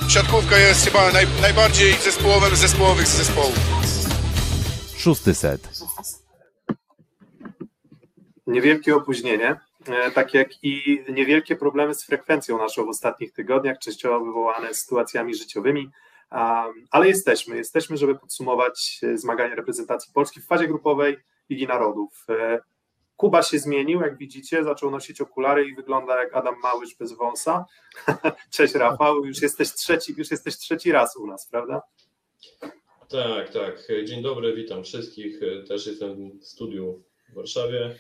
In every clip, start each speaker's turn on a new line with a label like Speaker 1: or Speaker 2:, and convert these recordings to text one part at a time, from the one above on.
Speaker 1: siatkówka jest chyba najbardziej zespołowym z zespołowych zespołów.
Speaker 2: 6. set.
Speaker 3: Niewielkie opóźnienie, tak jak i niewielkie problemy z frekwencją naszą w ostatnich tygodniach, częściowo wywołane sytuacjami życiowymi, ale jesteśmy, żeby podsumować zmagania reprezentacji Polski w fazie grupowej Ligi Narodów. Kuba się zmienił, jak widzicie, zaczął nosić okulary i wygląda jak Adam Małysz bez wąsa. Cześć Rafał, już jesteś trzeci raz u nas, prawda?
Speaker 4: Tak. Dzień dobry, witam wszystkich. Też jestem w studiu w Warszawie.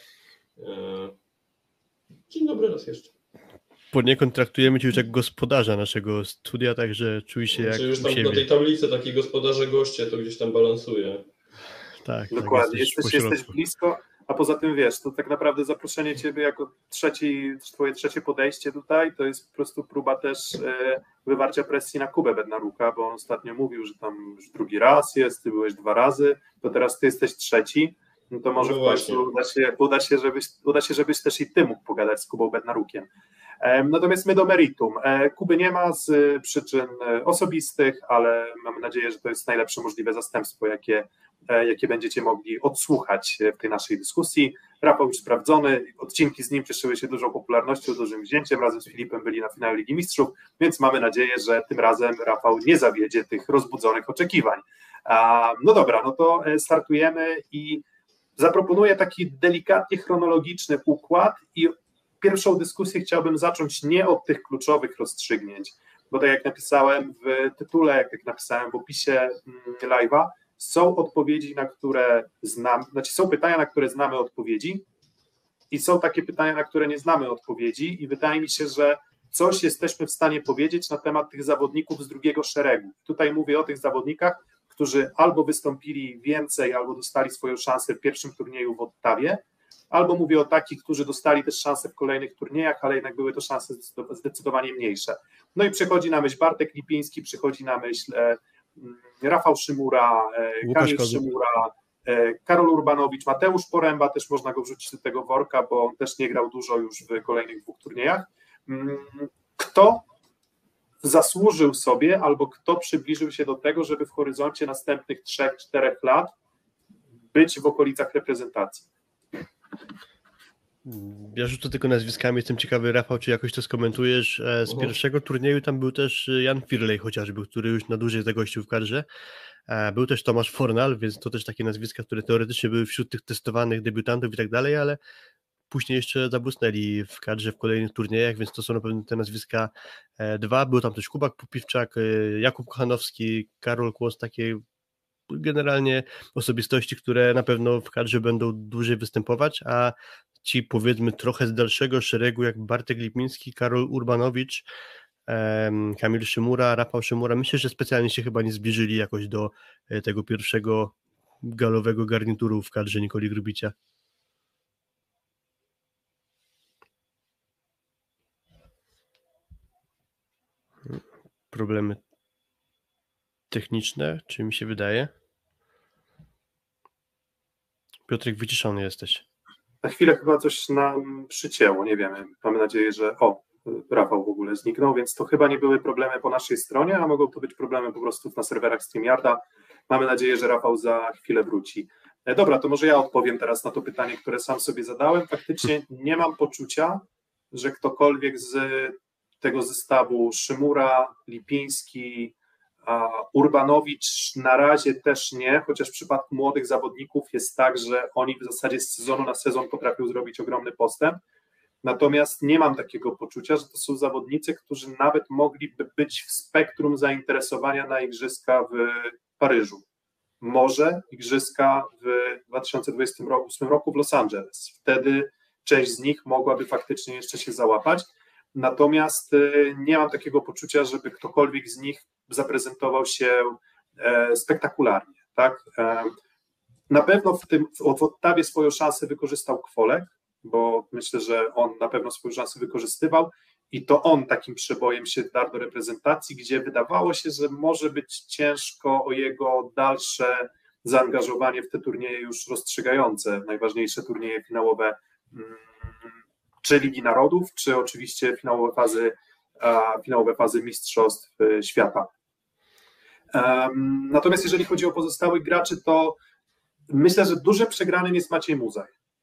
Speaker 4: Dzień dobry raz jeszcze.
Speaker 5: Poniekąd traktujemy Cię już jak gospodarza naszego studia, także czuj się jak
Speaker 4: już
Speaker 5: u
Speaker 4: tam
Speaker 5: siebie.
Speaker 4: na tej tablicy taki gospodarze goście to gdzieś tam balansuje.
Speaker 5: Tak,
Speaker 3: dokładnie, jesteś blisko, a poza tym wiesz, to tak naprawdę zaproszenie Ciebie jako twoje trzecie podejście tutaj, to jest po prostu próba też wywarcia presji na Kubę Bednaruka, bo on ostatnio mówił, że tam już drugi raz jest, ty byłeś 2 razy, to teraz ty jesteś trzeci, no to może w końcu uda się, żebyś też i ty mógł pogadać z Kubą Bednarukiem. Natomiast my do meritum. Kuby nie ma z przyczyn osobistych, ale mamy nadzieję, że to jest najlepsze możliwe zastępstwo, jakie będziecie mogli odsłuchać w tej naszej dyskusji. Rafał już sprawdzony, odcinki z nim cieszyły się dużą popularnością, dużym wzięciem, razem z Filipem byli na finale Ligi Mistrzów, więc mamy nadzieję, że tym razem Rafał nie zawiedzie tych rozbudzonych oczekiwań. No dobra, no to startujemy i zaproponuję taki delikatnie chronologiczny układ i pierwszą dyskusję chciałbym zacząć nie od tych kluczowych rozstrzygnięć, bo tak jak napisałem w tytule, jak napisałem w opisie live'a, są odpowiedzi, na które są pytania, na które znamy odpowiedzi i są takie pytania, na które nie znamy odpowiedzi i wydaje mi się, że coś jesteśmy w stanie powiedzieć na temat tych zawodników z drugiego szeregu. Tutaj mówię o tych zawodnikach, którzy albo wystąpili więcej, albo dostali swoją szansę w pierwszym turnieju w Ottawie, albo mówię o takich, którzy dostali też szansę w kolejnych turniejach, ale jednak były to szanse zdecydowanie mniejsze. No i przychodzi na myśl Bartek Lipiński, przychodzi na myśl Rafał Szymura, Kamil Szymura, Karol Urbanowicz, Mateusz Poręba, też można go wrzucić do tego worka, bo on też nie grał dużo już w kolejnych 2 turniejach. Kto zasłużył sobie, albo kto przybliżył się do tego, żeby w horyzoncie następnych 3-4 lat być w okolicach reprezentacji?
Speaker 5: Ja rzucę tylko nazwiskami, jestem ciekawy, Rafał, czy jakoś to skomentujesz. Z pierwszego turnieju tam był też Jan Firlej chociażby, który już na dłużej zagościł w kadrze. Był też Tomasz Fornal, więc to też takie nazwiska, które teoretycznie były wśród tych testowanych debiutantów i tak dalej, ale później jeszcze zabłysnęli w kadrze w kolejnych turniejach, więc to są na pewno te nazwiska 2. Był tam też Kubak Popiwczak, Jakub Kochanowski, Karol Kłos, takie generalnie osobistości, które na pewno w kadrze będą dłużej występować, a ci powiedzmy trochę z dalszego szeregu jak Bartek Lipiński, Karol Urbanowicz, Kamil Szymura, Rafał Szymura, myślę, że specjalnie się chyba nie zbliżyli jakoś do tego pierwszego galowego garnituru w kadrze Nikoli Grubicia. Problemy techniczne, czy mi się wydaje? Piotrek, wyciszony jesteś.
Speaker 3: Na chwilę chyba coś nam przycięło, nie wiemy. Mamy nadzieję, że Rafał w ogóle zniknął, więc to chyba nie były problemy po naszej stronie, a mogą to być problemy po prostu na serwerach StreamYarda. Mamy nadzieję, że Rafał za chwilę wróci. Dobra, to może ja odpowiem teraz na to pytanie, które sam sobie zadałem. Faktycznie nie mam poczucia, że ktokolwiek z tego zestawu Szymura, Lipiński, Urbanowicz na razie też nie, chociaż w przypadku młodych zawodników jest tak, że oni w zasadzie z sezonu na sezon potrafią zrobić ogromny postęp, natomiast nie mam takiego poczucia, że to są zawodnicy, którzy nawet mogliby być w spektrum zainteresowania na igrzyska w Paryżu. Może igrzyska w 2028 roku w Los Angeles. Wtedy część z nich mogłaby faktycznie jeszcze się załapać, natomiast nie mam takiego poczucia, żeby ktokolwiek z nich zaprezentował się spektakularnie. Tak? Na pewno w Ottawie swoją szansę wykorzystał Kwolek, bo myślę, że on na pewno swoją szansę wykorzystywał i to on takim przebojem się darł do reprezentacji, gdzie wydawało się, że może być ciężko o jego dalsze zaangażowanie w te turnieje już rozstrzygające, najważniejsze turnieje finałowe, czy Ligi Narodów, czy oczywiście finałowe fazy finałowe fazy Mistrzostw Świata. Natomiast jeżeli chodzi o pozostałych graczy, to myślę, że dużym przegranym jest Maciej Muzaj.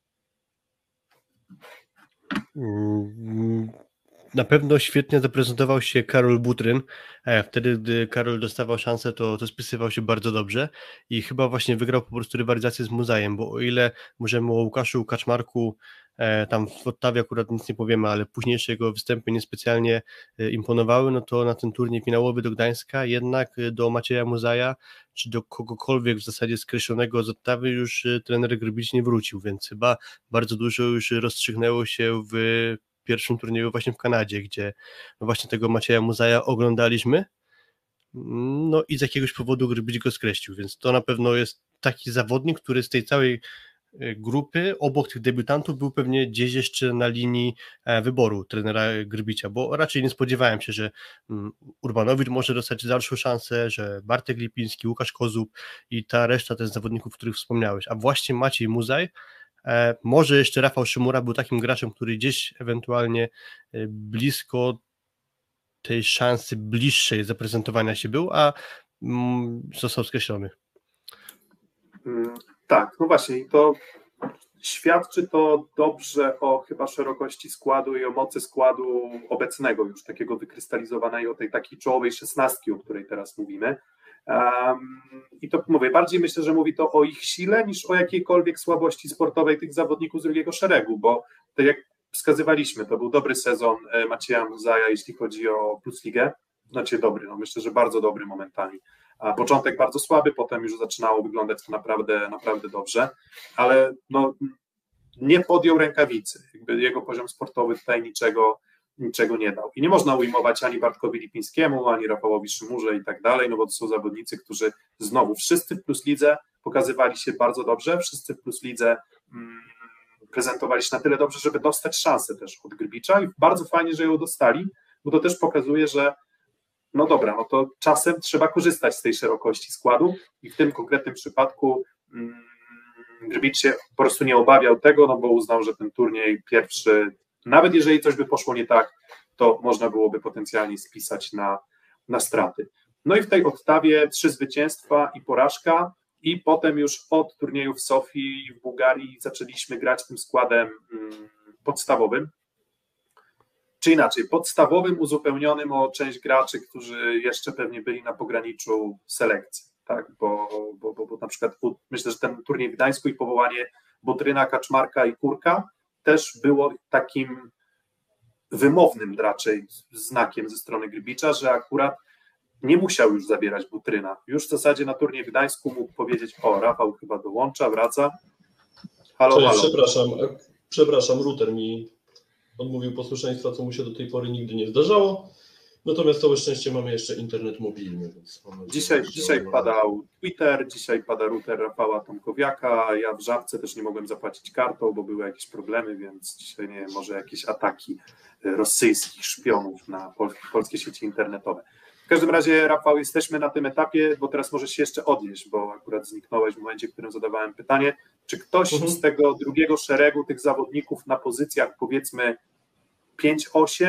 Speaker 5: Na pewno świetnie zaprezentował się Karol Butryn. Wtedy, gdy Karol dostawał szansę, to spisywał się bardzo dobrze i chyba właśnie wygrał po prostu rywalizację z Muzajem, bo o ile możemy o Łukaszu Kaczmarku tam w Ottawie akurat nic nie powiemy, ale późniejsze jego występy niespecjalnie imponowały, no to na ten turniej finałowy do Gdańska jednak do Macieja Muzaja czy do kogokolwiek w zasadzie skreślonego z Ottawy już trener Grbić nie wrócił, więc chyba bardzo dużo już rozstrzygnęło się w pierwszym turnieju właśnie w Kanadzie, gdzie no właśnie tego Macieja Muzaja oglądaliśmy, no i z jakiegoś powodu Grbić go skreślił, więc to na pewno jest taki zawodnik, który z tej całej grupy obok tych debiutantów był pewnie gdzieś jeszcze na linii wyboru trenera Grbicia, bo raczej nie spodziewałem się, że Urbanowicz może dostać dalszą szansę, że Bartek Lipiński, Łukasz Kozub i ta reszta też zawodników, o których wspomniałeś, a właśnie Maciej Muzaj, może jeszcze Rafał Szymura był takim graczem, który gdzieś ewentualnie blisko tej szansy bliższej zaprezentowania się był, a został skreślony.
Speaker 3: Tak, no właśnie, i to świadczy to dobrze o chyba szerokości składu i o mocy składu obecnego, już takiego wykrystalizowanego, tej takiej czołowej 16, o której teraz mówimy. I to mówię, bardziej myślę, że mówi to o ich sile niż o jakiejkolwiek słabości sportowej tych zawodników z drugiego szeregu, bo tak jak wskazywaliśmy, to był dobry sezon Macieja Muzaja, jeśli chodzi o Plus Ligę, znaczy dobry, no myślę, że bardzo dobry momentami. A początek bardzo słaby, potem już zaczynało wyglądać to naprawdę dobrze, ale no, nie podjął rękawicy, jakby jego poziom sportowy tutaj niczego nie dał. I nie można ujmować ani Bartkowi Lipińskiemu, ani Rafałowi Szymurze i tak dalej, no bo to są zawodnicy, którzy znowu wszyscy w Plus Lidze pokazywali się bardzo dobrze, wszyscy w Plus Lidze prezentowali się na tyle dobrze, żeby dostać szansę też od Grbicza i bardzo fajnie, że ją dostali, bo to też pokazuje, że no dobra, no to czasem trzeba korzystać z tej szerokości składu i w tym konkretnym przypadku Grbicz się po prostu nie obawiał tego, no bo uznał, że ten turniej pierwszy, nawet jeżeli coś by poszło nie tak, to można byłoby potencjalnie spisać na straty. No i w tej Ottawie 3 zwycięstwa i porażka i potem już od turnieju w Sofii w Bułgarii zaczęliśmy grać tym składem podstawowym. Czy inaczej, podstawowym, uzupełnionym o część graczy, którzy jeszcze pewnie byli na pograniczu selekcji, tak? Bo na przykład myślę, że ten turniej w Gdańsku i powołanie Butryna, Kaczmarka i Kurka też było takim wymownym raczej znakiem ze strony Grbicza, że akurat nie musiał już zabierać Butryna. Już w zasadzie na turniej w Gdańsku mógł powiedzieć, o, Rafał chyba dołącza, wraca. Halo,
Speaker 4: Cześć,
Speaker 3: halo.
Speaker 4: Przepraszam, router mi odmówił posłuszeństwa, co mu się do tej pory nigdy nie zdarzało. Natomiast całe szczęście mamy jeszcze internet mobilny. Więc
Speaker 3: Dzisiaj padał Twitter, dzisiaj pada router Rafała Tomkowiaka. Ja w Żabce też nie mogłem zapłacić kartą, bo były jakieś problemy, więc dzisiaj nie wiem, może jakieś ataki rosyjskich szpionów na polskie sieci internetowe. W każdym razie, Rafał, jesteśmy na tym etapie, bo teraz możesz się jeszcze odnieść, bo akurat zniknąłeś w momencie, w którym zadawałem pytanie. Czy ktoś z tego drugiego szeregu tych zawodników na pozycjach powiedzmy 5-8,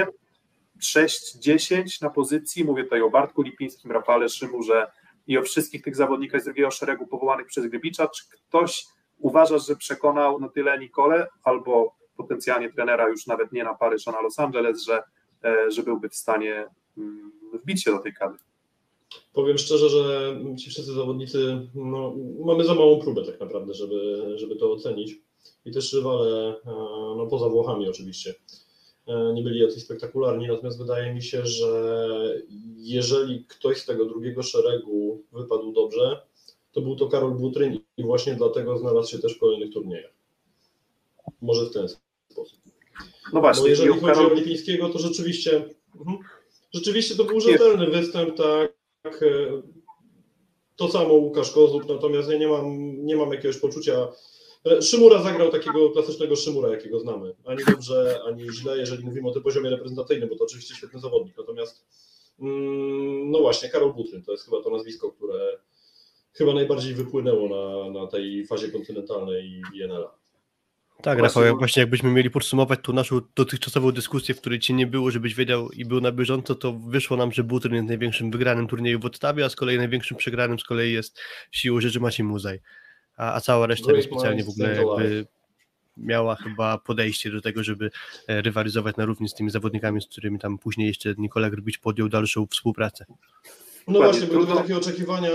Speaker 3: 6-10 na pozycji, mówię tutaj o Bartku Lipińskim, Rafale Szymurze i o wszystkich tych zawodnikach z drugiego szeregu powołanych przez Grbicza, czy ktoś uważasz, że przekonał na tyle Nikolę albo potencjalnie trenera już nawet nie na Paryż, a na Los Angeles, że byłby w stanie wbić się do tej kadry?
Speaker 4: Powiem szczerze, że ci wszyscy zawodnicy, no, mamy za małą próbę tak naprawdę, żeby to ocenić. I też rywale, no poza Włochami oczywiście, nie byli jacyś spektakularni, natomiast wydaje mi się, że jeżeli ktoś z tego drugiego szeregu wypadł dobrze, to był to Karol Butryn i właśnie dlatego znalazł się też w kolejnych turniejach. Może w ten sposób.
Speaker 3: No właśnie.
Speaker 4: Bo jeżeli chodzi o Lipińskiego, to rzeczywiście to był rzetelny występ, tak. To samo Łukasz Kozub, natomiast ja nie mam jakiegoś poczucia. Szymura zagrał takiego klasycznego Szymura, jakiego znamy. Ani dobrze, ani źle, jeżeli mówimy o tym poziomie reprezentacyjnym, bo to oczywiście świetny zawodnik. Natomiast no właśnie, Karol Butryn to jest chyba to nazwisko, które chyba najbardziej wypłynęło na tej fazie kontynentalnej INL-a.
Speaker 5: Tak, Rafał, jakbyśmy mieli podsumować tą naszą dotychczasową dyskusję, w której cię nie było, żebyś wiedział i był na bieżąco, to wyszło nam, że Butryn jest największym wygranym turnieju w Ottawie, a z kolei największym przegranym z kolei jest siłą rzeczy Maciej Muzaj. A cała reszta niespecjalnie w ogóle jakby miała chyba podejście do tego, żeby rywalizować na równi z tymi zawodnikami, z którymi tam później jeszcze Nikola Grbić podjął dalszą współpracę.
Speaker 4: No właśnie, gdyby takie oczekiwania,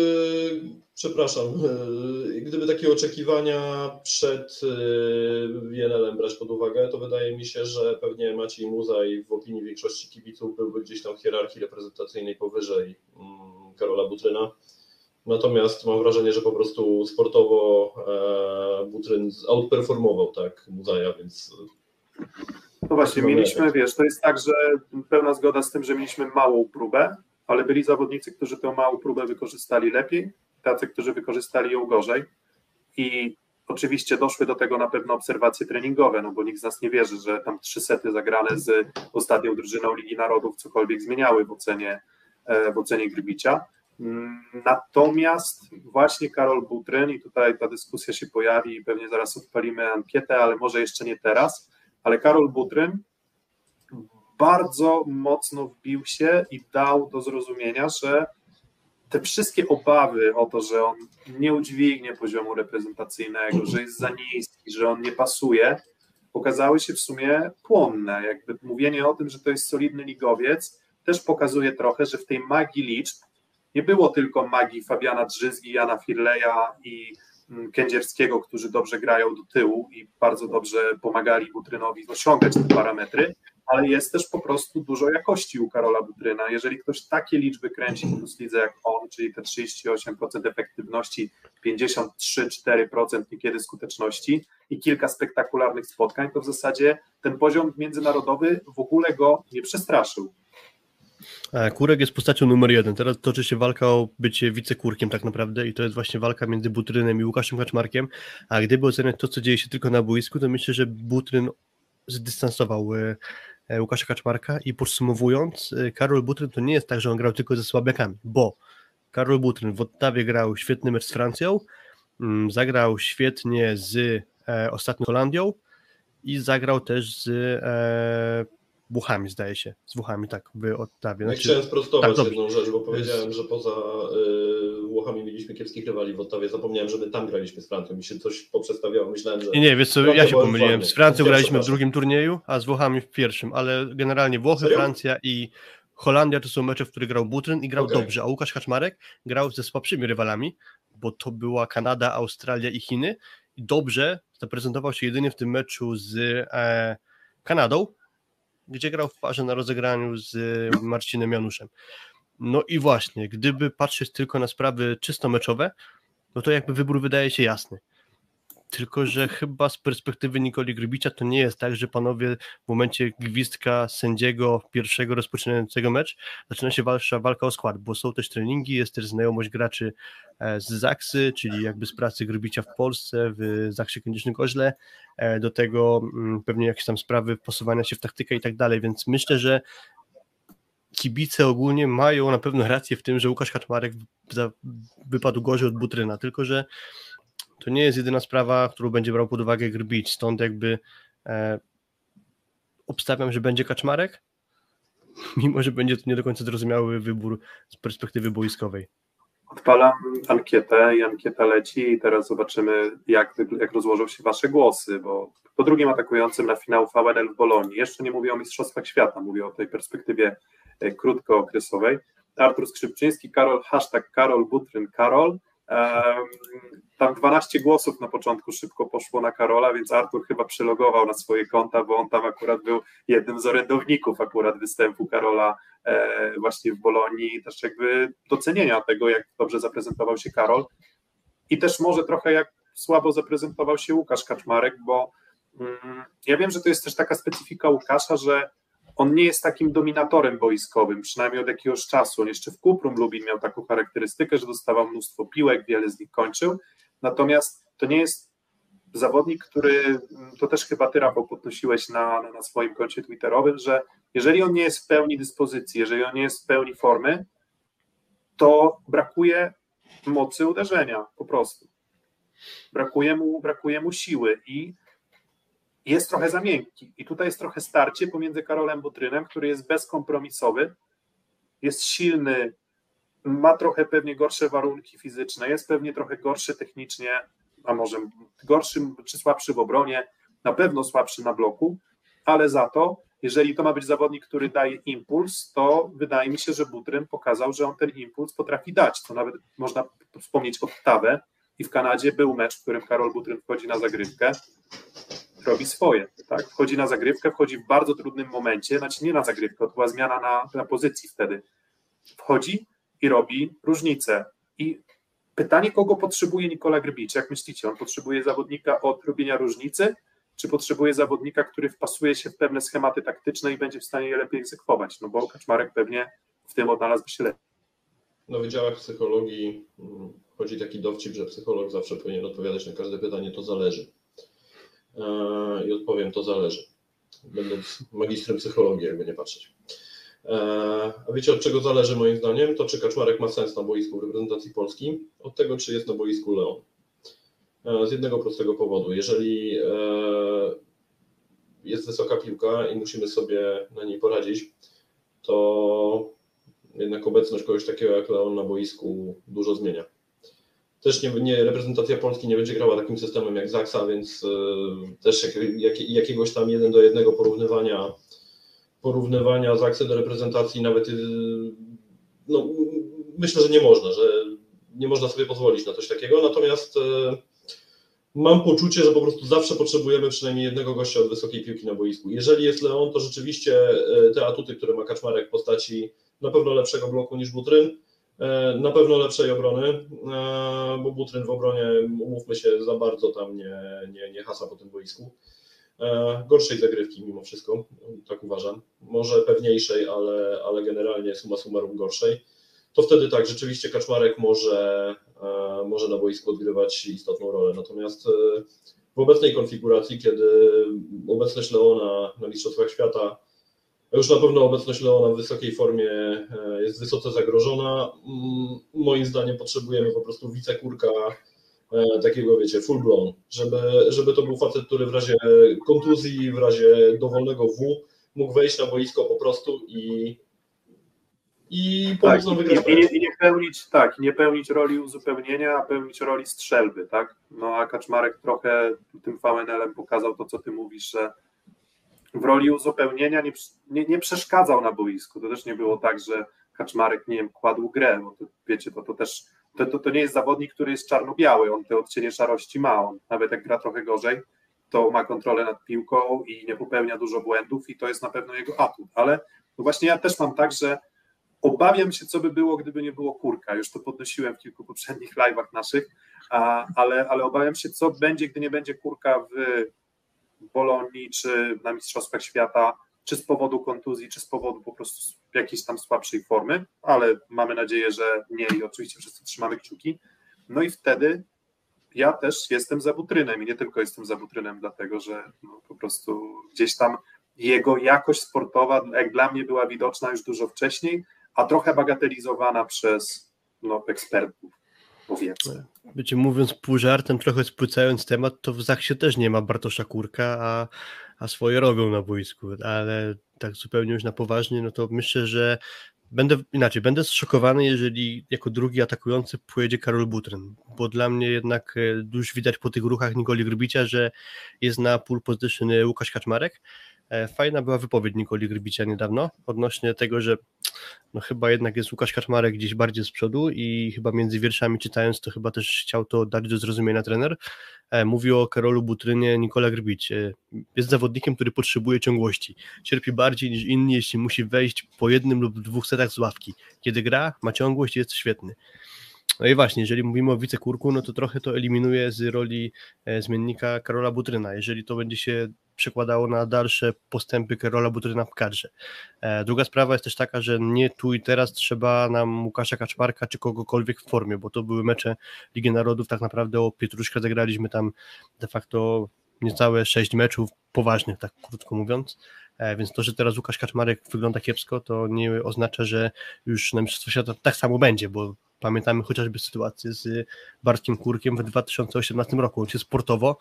Speaker 4: gdyby takie oczekiwania przed Wienelem brać pod uwagę, to wydaje mi się, że pewnie Maciej Muzaj w opinii większości kibiców byłby gdzieś tam w hierarchii reprezentacyjnej powyżej Karola Butryna. Natomiast mam wrażenie, że po prostu sportowo Butryn outperformował tak Muzaja, więc...
Speaker 3: No właśnie, mieliśmy, to jest tak, że pełna zgoda z tym, że mieliśmy małą próbę, ale byli zawodnicy, którzy tę małą próbę wykorzystali lepiej, tacy, którzy wykorzystali ją gorzej i oczywiście doszły do tego na pewno obserwacje treningowe, no bo nikt z nas nie wierzy, że tam 3 sety zagrane z ostatnią drużyną Ligi Narodów cokolwiek zmieniały w ocenie Grbicia. Natomiast właśnie Karol Butryn, i tutaj ta dyskusja się pojawi i pewnie zaraz odpalimy ankietę, ale może jeszcze nie teraz, ale Karol Butryn bardzo mocno wbił się i dał do zrozumienia, że te wszystkie obawy o to, że on nie udźwignie poziomu reprezentacyjnego, że jest za niski, że on nie pasuje, okazały się w sumie płonne. Jakby mówienie o tym, że to jest solidny ligowiec, też pokazuje trochę, że w tej magii liczb nie było tylko magii Fabiana Drzyzgi, Jana Firleja i Kędzierskiego, którzy dobrze grają do tyłu i bardzo dobrze pomagali Butrynowi osiągać te parametry, ale jest też po prostu dużo jakości u Karola Butryna. Jeżeli ktoś takie liczby kręci w Plus Lidze jak on, czyli te 38% efektywności, 53-4% niekiedy skuteczności i kilka spektakularnych spotkań, to w zasadzie ten poziom międzynarodowy w ogóle go nie przestraszył.
Speaker 5: Kurek jest postacią numer 1. Teraz toczy się walka o bycie wicekurkiem tak naprawdę i to jest właśnie walka między Butrynem i Łukaszem Kaczmarkiem, a gdyby oceniać to, co dzieje się tylko na boisku, to myślę, że Butryn zdystansował Łukasza Kaczmarka i podsumowując, Karol Butryn to nie jest tak, że on grał tylko ze słabiakami, bo Karol Butryn w Ottawie grał świetny mecz z Francją, zagrał świetnie z ostatnią Holandią i zagrał też z Włochami, zdaje się. Z Włochami, tak, w Ottawie.
Speaker 4: Znaczy, chciałem sprostować jedną rzecz, bo powiedziałem, że poza Włochami mieliśmy kiepskich rywali w Ottawie. Zapomniałem, że my tam graliśmy z Francją. Mi się coś poprzestawiało. Myślałem, że...
Speaker 5: Nie, wiesz co, ja się pomyliłem. Z Francją graliśmy w drugim turnieju, a z Włochami w pierwszym, ale generalnie Włochy,
Speaker 4: Serio?
Speaker 5: Francja i Holandia to są mecze, w których grał Butryn i grał dobrze, a Łukasz Kaczmarek grał ze słabszymi rywalami, bo to była Kanada, Australia i Chiny i dobrze zaprezentował się jedynie w tym meczu z Kanadą, gdzie grał w parze na rozegraniu z Marcinem Januszem. No i właśnie, gdyby patrzeć tylko na sprawy czysto meczowe, no to jakby wybór wydaje się jasny. Tylko że chyba z perspektywy Nikoli Grbicia to nie jest tak, że panowie w momencie gwizdka sędziego pierwszego rozpoczynającego mecz zaczyna się walka o skład, bo są też treningi, jest też znajomość graczy z Zaksy, czyli jakby z pracy Grbicia w Polsce, w Zaksie Kędzierzyn-Koźle, do tego pewnie jakieś tam sprawy wpasowania się w taktykę i tak dalej, więc myślę, że kibice ogólnie mają na pewno rację w tym, że Łukasz Kaczmarek wypadł gorzej od Butryna, tylko że to nie jest jedyna sprawa, którą będzie brał pod uwagę Grbić, stąd jakby obstawiam, że będzie Kaczmarek, mimo że będzie to nie do końca zrozumiały wybór z perspektywy boiskowej.
Speaker 3: Odpalam ankietę i ankieta leci i teraz zobaczymy, jak rozłożą się wasze głosy, bo po drugim atakującym na finał VNL w Bolonii, jeszcze nie mówię o Mistrzostwach Świata, mówię o tej perspektywie krótkookresowej. Artur Skrzypczyński, Karol Butryn, Karol. Tam 12 głosów na początku szybko poszło na Karola, więc Artur chyba przelogował na swoje konta, bo on tam akurat był jednym z orędowników akurat występu Karola właśnie w Bolonii, też jakby docenienia tego, jak dobrze zaprezentował się Karol i też może trochę jak słabo zaprezentował się Łukasz Kaczmarek, bo ja wiem, że to jest też taka specyfika Łukasza, że on nie jest takim dominatorem boiskowym, przynajmniej od jakiegoś czasu. On jeszcze w Kuprum Lubin miał taką charakterystykę, że dostawał mnóstwo piłek, wiele z nich kończył, natomiast to nie jest zawodnik, który, to też chyba ty, Rafał, podnosiłeś na swoim koncie twitterowym, że jeżeli on nie jest w pełni dyspozycji, jeżeli on nie jest w pełni formy, to brakuje mocy uderzenia po prostu. Brakuje mu siły i jest trochę za miękki. I tutaj jest trochę starcie pomiędzy Karolem Butrynem, który jest bezkompromisowy, jest silny, ma trochę pewnie gorsze warunki fizyczne, jest pewnie trochę gorszy technicznie, a może gorszy czy słabszy w obronie, na pewno słabszy na bloku, ale za to, jeżeli to ma być zawodnik, który daje impuls, to wydaje mi się, że Butryn pokazał, że on ten impuls potrafi dać, to nawet można wspomnieć Ottawę i w Kanadzie był mecz, w którym Karol Butryn wchodzi na zagrywkę, robi swoje, tak? Wchodzi na zagrywkę, wchodzi w bardzo trudnym momencie, znaczy nie na zagrywkę, to była zmiana na pozycji wtedy, wchodzi i robi różnicę. I pytanie, kogo potrzebuje Nikola Grbić? Jak myślicie, on potrzebuje zawodnika od robienia różnicy, czy potrzebuje zawodnika, który wpasuje się w pewne schematy taktyczne i będzie w stanie je lepiej egzekwować? No bo Kaczmarek pewnie w tym odnalazłby się lepiej.
Speaker 4: Na wydziałach psychologii chodzi taki dowcip, że psycholog zawsze powinien odpowiadać na każde pytanie, to zależy. I odpowiem, to zależy. Będąc magistrem psychologii, jakby nie patrzeć. A wiecie, od czego zależy moim zdaniem? To czy Kaczmarek ma sens na boisku w reprezentacji Polski? Od tego, czy jest na boisku Leon. Z jednego prostego powodu. Jeżeli jest wysoka piłka i musimy sobie na niej poradzić, to jednak obecność kogoś takiego jak Leon na boisku dużo zmienia. Też nie reprezentacja Polski nie będzie grała takim systemem jak Zaksa, więc też jakiegoś tam 1:1 porównywania Zaksy do reprezentacji nawet no, myślę, że nie można sobie pozwolić na coś takiego, natomiast mam poczucie, że po prostu zawsze potrzebujemy przynajmniej jednego gościa od wysokiej piłki na boisku. Jeżeli jest Leon, to rzeczywiście te atuty, które ma Kaczmarek w postaci na pewno lepszego bloku niż Butryn, na pewno lepszej obrony, bo Butryn w obronie, umówmy się, za bardzo tam nie hasa po tym boisku. Gorszej zagrywki mimo wszystko, tak uważam. Może pewniejszej, ale generalnie summa summarum gorszej. To wtedy tak, rzeczywiście Kaczmarek może na boisku odgrywać istotną rolę. Natomiast w obecnej konfiguracji, kiedy obecność Leona na Mistrzostwach Świata, a już na pewno obecność Leona w wysokiej formie jest wysoce zagrożona, moim zdaniem potrzebujemy po prostu wicekurka takiego, wiecie, full blown, żeby to był facet, który w razie kontuzji, w razie dowolnego mógł wejść na boisko po prostu i pomóc nam wygrać.
Speaker 3: Nie pełnić roli uzupełnienia, a pełnić roli strzelby, tak? No a Kaczmarek trochę tym VNL-em pokazał to, co ty mówisz, że w roli uzupełnienia nie przeszkadzał na boisku. To też nie było tak, że Kaczmarek, nie wiem, kładł grę, bo to, wiecie, to też to nie jest zawodnik, który jest czarno-biały, on te odcienie szarości ma, on nawet jak gra trochę gorzej, to ma kontrolę nad piłką i nie popełnia dużo błędów i to jest na pewno jego atut, ale no właśnie ja też mam tak, że obawiam się, co by było, gdyby nie było Kurka, już to podnosiłem w kilku poprzednich live'ach naszych, ale obawiam się, co będzie, gdy nie będzie Kurka w Bolonii czy na Mistrzostwach Świata, czy z powodu kontuzji, czy z powodu po prostu jakiejś tam słabszej formy, ale mamy nadzieję, że nie i oczywiście wszyscy trzymamy kciuki. No i wtedy ja też jestem za Butrynem i nie tylko jestem za Butrynem, dlatego że no, po prostu gdzieś tam jego jakość sportowa jak dla mnie była widoczna już dużo wcześniej, a trochę bagatelizowana przez ekspertów, powiedzmy.
Speaker 5: Wiecie, mówiąc pół żartem, trochę spłycając temat, to w Zaksie też nie ma Bartosza Kurka, a swoje robią na boisku, ale tak zupełnie już na poważnie, no to myślę, że będę zszokowany, jeżeli jako drugi atakujący pojedzie Karol Butryn, bo dla mnie jednak już widać po tych ruchach Nikoli Grbicia, że jest na pole position Łukasz Kaczmarek. Fajna była wypowiedź Nikoli Grbicia niedawno odnośnie tego, że no chyba jednak jest Łukasz Kaczmarek gdzieś bardziej z przodu i chyba między wierszami czytając to chyba też chciał to dać do zrozumienia trener. Mówił o Karolu Butrynie Nikola Grbić. Jest zawodnikiem, który potrzebuje ciągłości. Cierpi bardziej niż inni, jeśli musi wejść po jednym lub dwóch setach z ławki. Kiedy gra, ma ciągłość i jest świetny. No i właśnie, jeżeli mówimy o wicekurku, no to trochę to eliminuje z roli zmiennika Karola Butryna, jeżeli to będzie się przekładało na dalsze postępy Karola Butryna w kadrze. Druga sprawa jest też taka, że nie tu i teraz trzeba nam Łukasza Kaczmarka czy kogokolwiek w formie, bo to były mecze Ligi Narodów, tak naprawdę o Pietruszkę zagraliśmy tam de facto niecałe 6 meczów poważnych, tak krótko mówiąc, więc to, że teraz Łukasz Kaczmarek wygląda kiepsko, to nie oznacza, że już na Mistrzostwach Świata tak samo będzie, bo pamiętamy chociażby sytuację z Bartkiem Kurkiem w 2018 roku, on się sportowo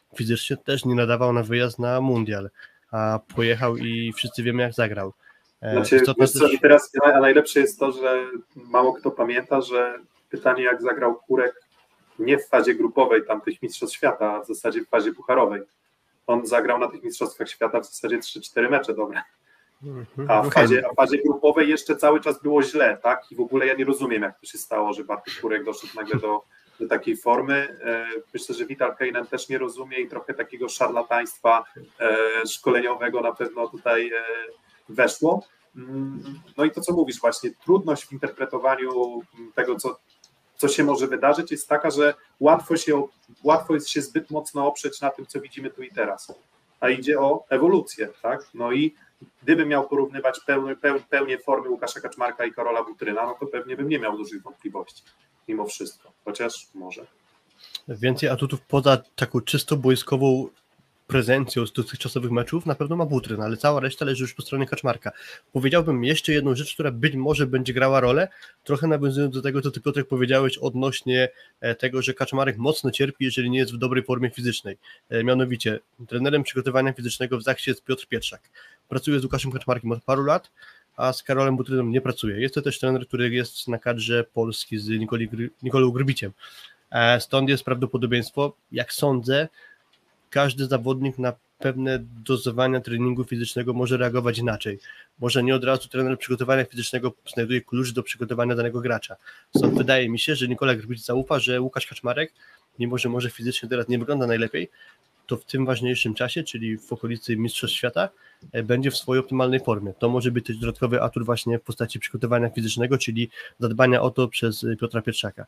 Speaker 5: fizycznie też nie nadawał na wyjazd na mundial, a pojechał i wszyscy wiemy jak zagrał.
Speaker 3: Znaczy, i teraz najlepsze jest to, że mało kto pamięta, że pytanie jak zagrał Kurek nie w fazie grupowej tamtych Mistrzostw Świata, a w zasadzie w fazie pucharowej. On zagrał na tych Mistrzostwach Świata w zasadzie 3-4 mecze dobre. A w fazie grupowej jeszcze cały czas było źle, tak? I w ogóle ja nie rozumiem, jak to się stało, że Bartek Kurek doszedł nagle do takiej formy. Myślę, że Vital Keinen też nie rozumie i trochę takiego szarlataństwa szkoleniowego na pewno tutaj weszło. No i to, co mówisz właśnie, trudność w interpretowaniu tego, co się może wydarzyć, jest taka, że łatwo jest się zbyt mocno oprzeć na tym, co widzimy tu i teraz. A idzie o ewolucję, tak? No i gdybym miał porównywać pełnię formy Łukasza Kaczmarka i Karola Butryna, no to pewnie bym nie miał dużych wątpliwości, mimo wszystko, chociaż może.
Speaker 5: Więcej atutów poza taką czysto boiskową prezencją z dotychczasowych meczów na pewno ma Butryn, ale cała reszta leży już po stronie Kaczmarka. Powiedziałbym jeszcze jedną rzecz, która być może będzie grała rolę, trochę nawiązując do tego, co ty, Piotrek, powiedziałeś odnośnie tego, że Kaczmarek mocno cierpi, jeżeli nie jest w dobrej formie fizycznej. Mianowicie, trenerem przygotowania fizycznego w Zachsie jest Piotr Pietrzak. Pracuje z Łukaszem Kaczmarkiem od paru lat, a z Karolem Butrynem nie pracuje. Jest to też trener, który jest na kadrze Polski z Nikolą Grbiciem. Stąd jest prawdopodobieństwo, jak sądzę, każdy zawodnik na pewne dozowania treningu fizycznego może reagować inaczej. Może nie od razu trener przygotowania fizycznego znajduje klucz do przygotowania danego gracza. Stąd wydaje mi się, że Nikola Grbic zaufa, że Łukasz Kaczmarek, mimo że może fizycznie teraz nie wygląda najlepiej, to w tym ważniejszym czasie, czyli w okolicy Mistrzostw Świata, będzie w swojej optymalnej formie. To może być też dodatkowy atut właśnie w postaci przygotowania fizycznego, czyli zadbania o to przez Piotra Pietrzaka.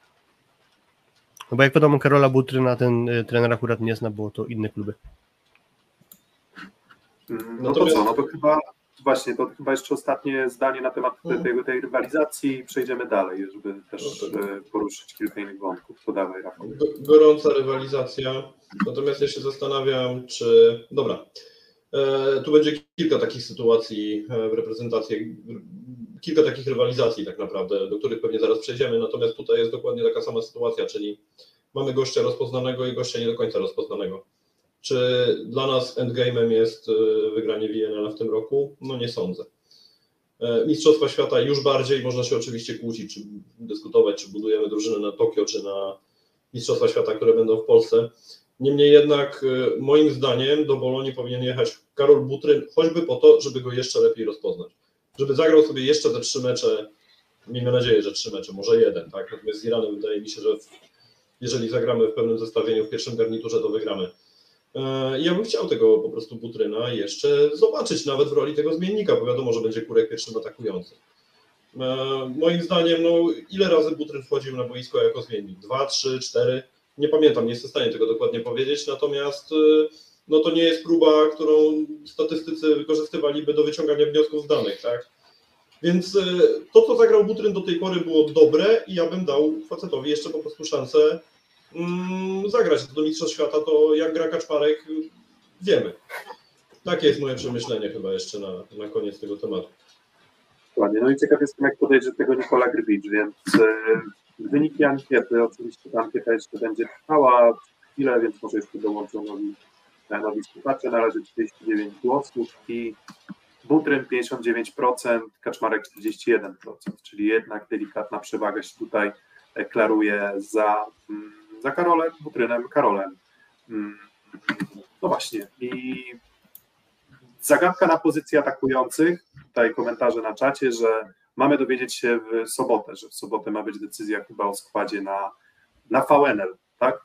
Speaker 5: No bo jak wiadomo, Karola Butryna ten trener akurat nie zna, bo to inne kluby.
Speaker 3: No to co, no to chyba właśnie, to chyba jeszcze ostatnie zdanie na temat tej rywalizacji i przejdziemy dalej, żeby też poruszyć kilka innych wątków. To dawaj, Rafał.
Speaker 4: Gorąca rywalizacja, natomiast ja się zastanawiam, czy... Dobra, tu będzie kilka takich sytuacji w reprezentacji, kilka takich rywalizacji tak naprawdę, do których pewnie zaraz przejdziemy, natomiast tutaj jest dokładnie taka sama sytuacja, czyli mamy gościa rozpoznanego i gościa nie do końca rozpoznanego. Czy dla nas endgame'em jest wygranie WNL w tym roku? No nie sądzę. Mistrzostwa Świata już bardziej, można się oczywiście kłócić, czy dyskutować, czy budujemy drużynę na Tokio, czy na Mistrzostwa Świata, które będą w Polsce. Niemniej jednak moim zdaniem do Bolonii powinien jechać Karol Butryn, choćby po to, żeby go jeszcze lepiej rozpoznać. Żeby zagrał sobie jeszcze te 3 mecze, miejmy nadzieję, że 3 mecze, może 1, tak? Natomiast z Iranem wydaje mi się, że jeżeli zagramy w pełnym zestawieniu w pierwszym garniturze, to wygramy. Ja bym chciał tego po prostu Butryna jeszcze zobaczyć nawet w roli tego zmiennika, bo wiadomo, że będzie Kurek pierwszym atakującym. Moim zdaniem, no ile razy Butryn wchodził na boisko jako zmiennik? 2, 3, 4? Nie pamiętam, nie jestem w stanie tego dokładnie powiedzieć, natomiast no to nie jest próba, którą statystycy wykorzystywaliby do wyciągania wniosków z danych, tak? Więc to, co zagrał Butryn do tej pory, było dobre i ja bym dał facetowi jeszcze po prostu szansę zagrać do Mistrzostw Świata. To jak gra Kaczmarek, wiemy. Takie jest moje przemyślenie chyba jeszcze na koniec tego tematu.
Speaker 3: Dokładnie. No i ciekaw jestem, jak podejdzie tego Nikola Grbic, więc wyniki ankiety, oczywiście ta ankieta jeszcze będzie trwała chwilę, więc może jeszcze dołączą nowi słuchacze. Na razie 39 głosów i Butryn 59%, Kaczmarek 41%, czyli jednak delikatna przewaga się tutaj klaruje za Karolem, Butrynem, Karolem. No właśnie i zagadka na pozycji atakujących, tutaj komentarze na czacie, że mamy dowiedzieć się w sobotę, że w sobotę ma być decyzja chyba o składzie na VNL, tak?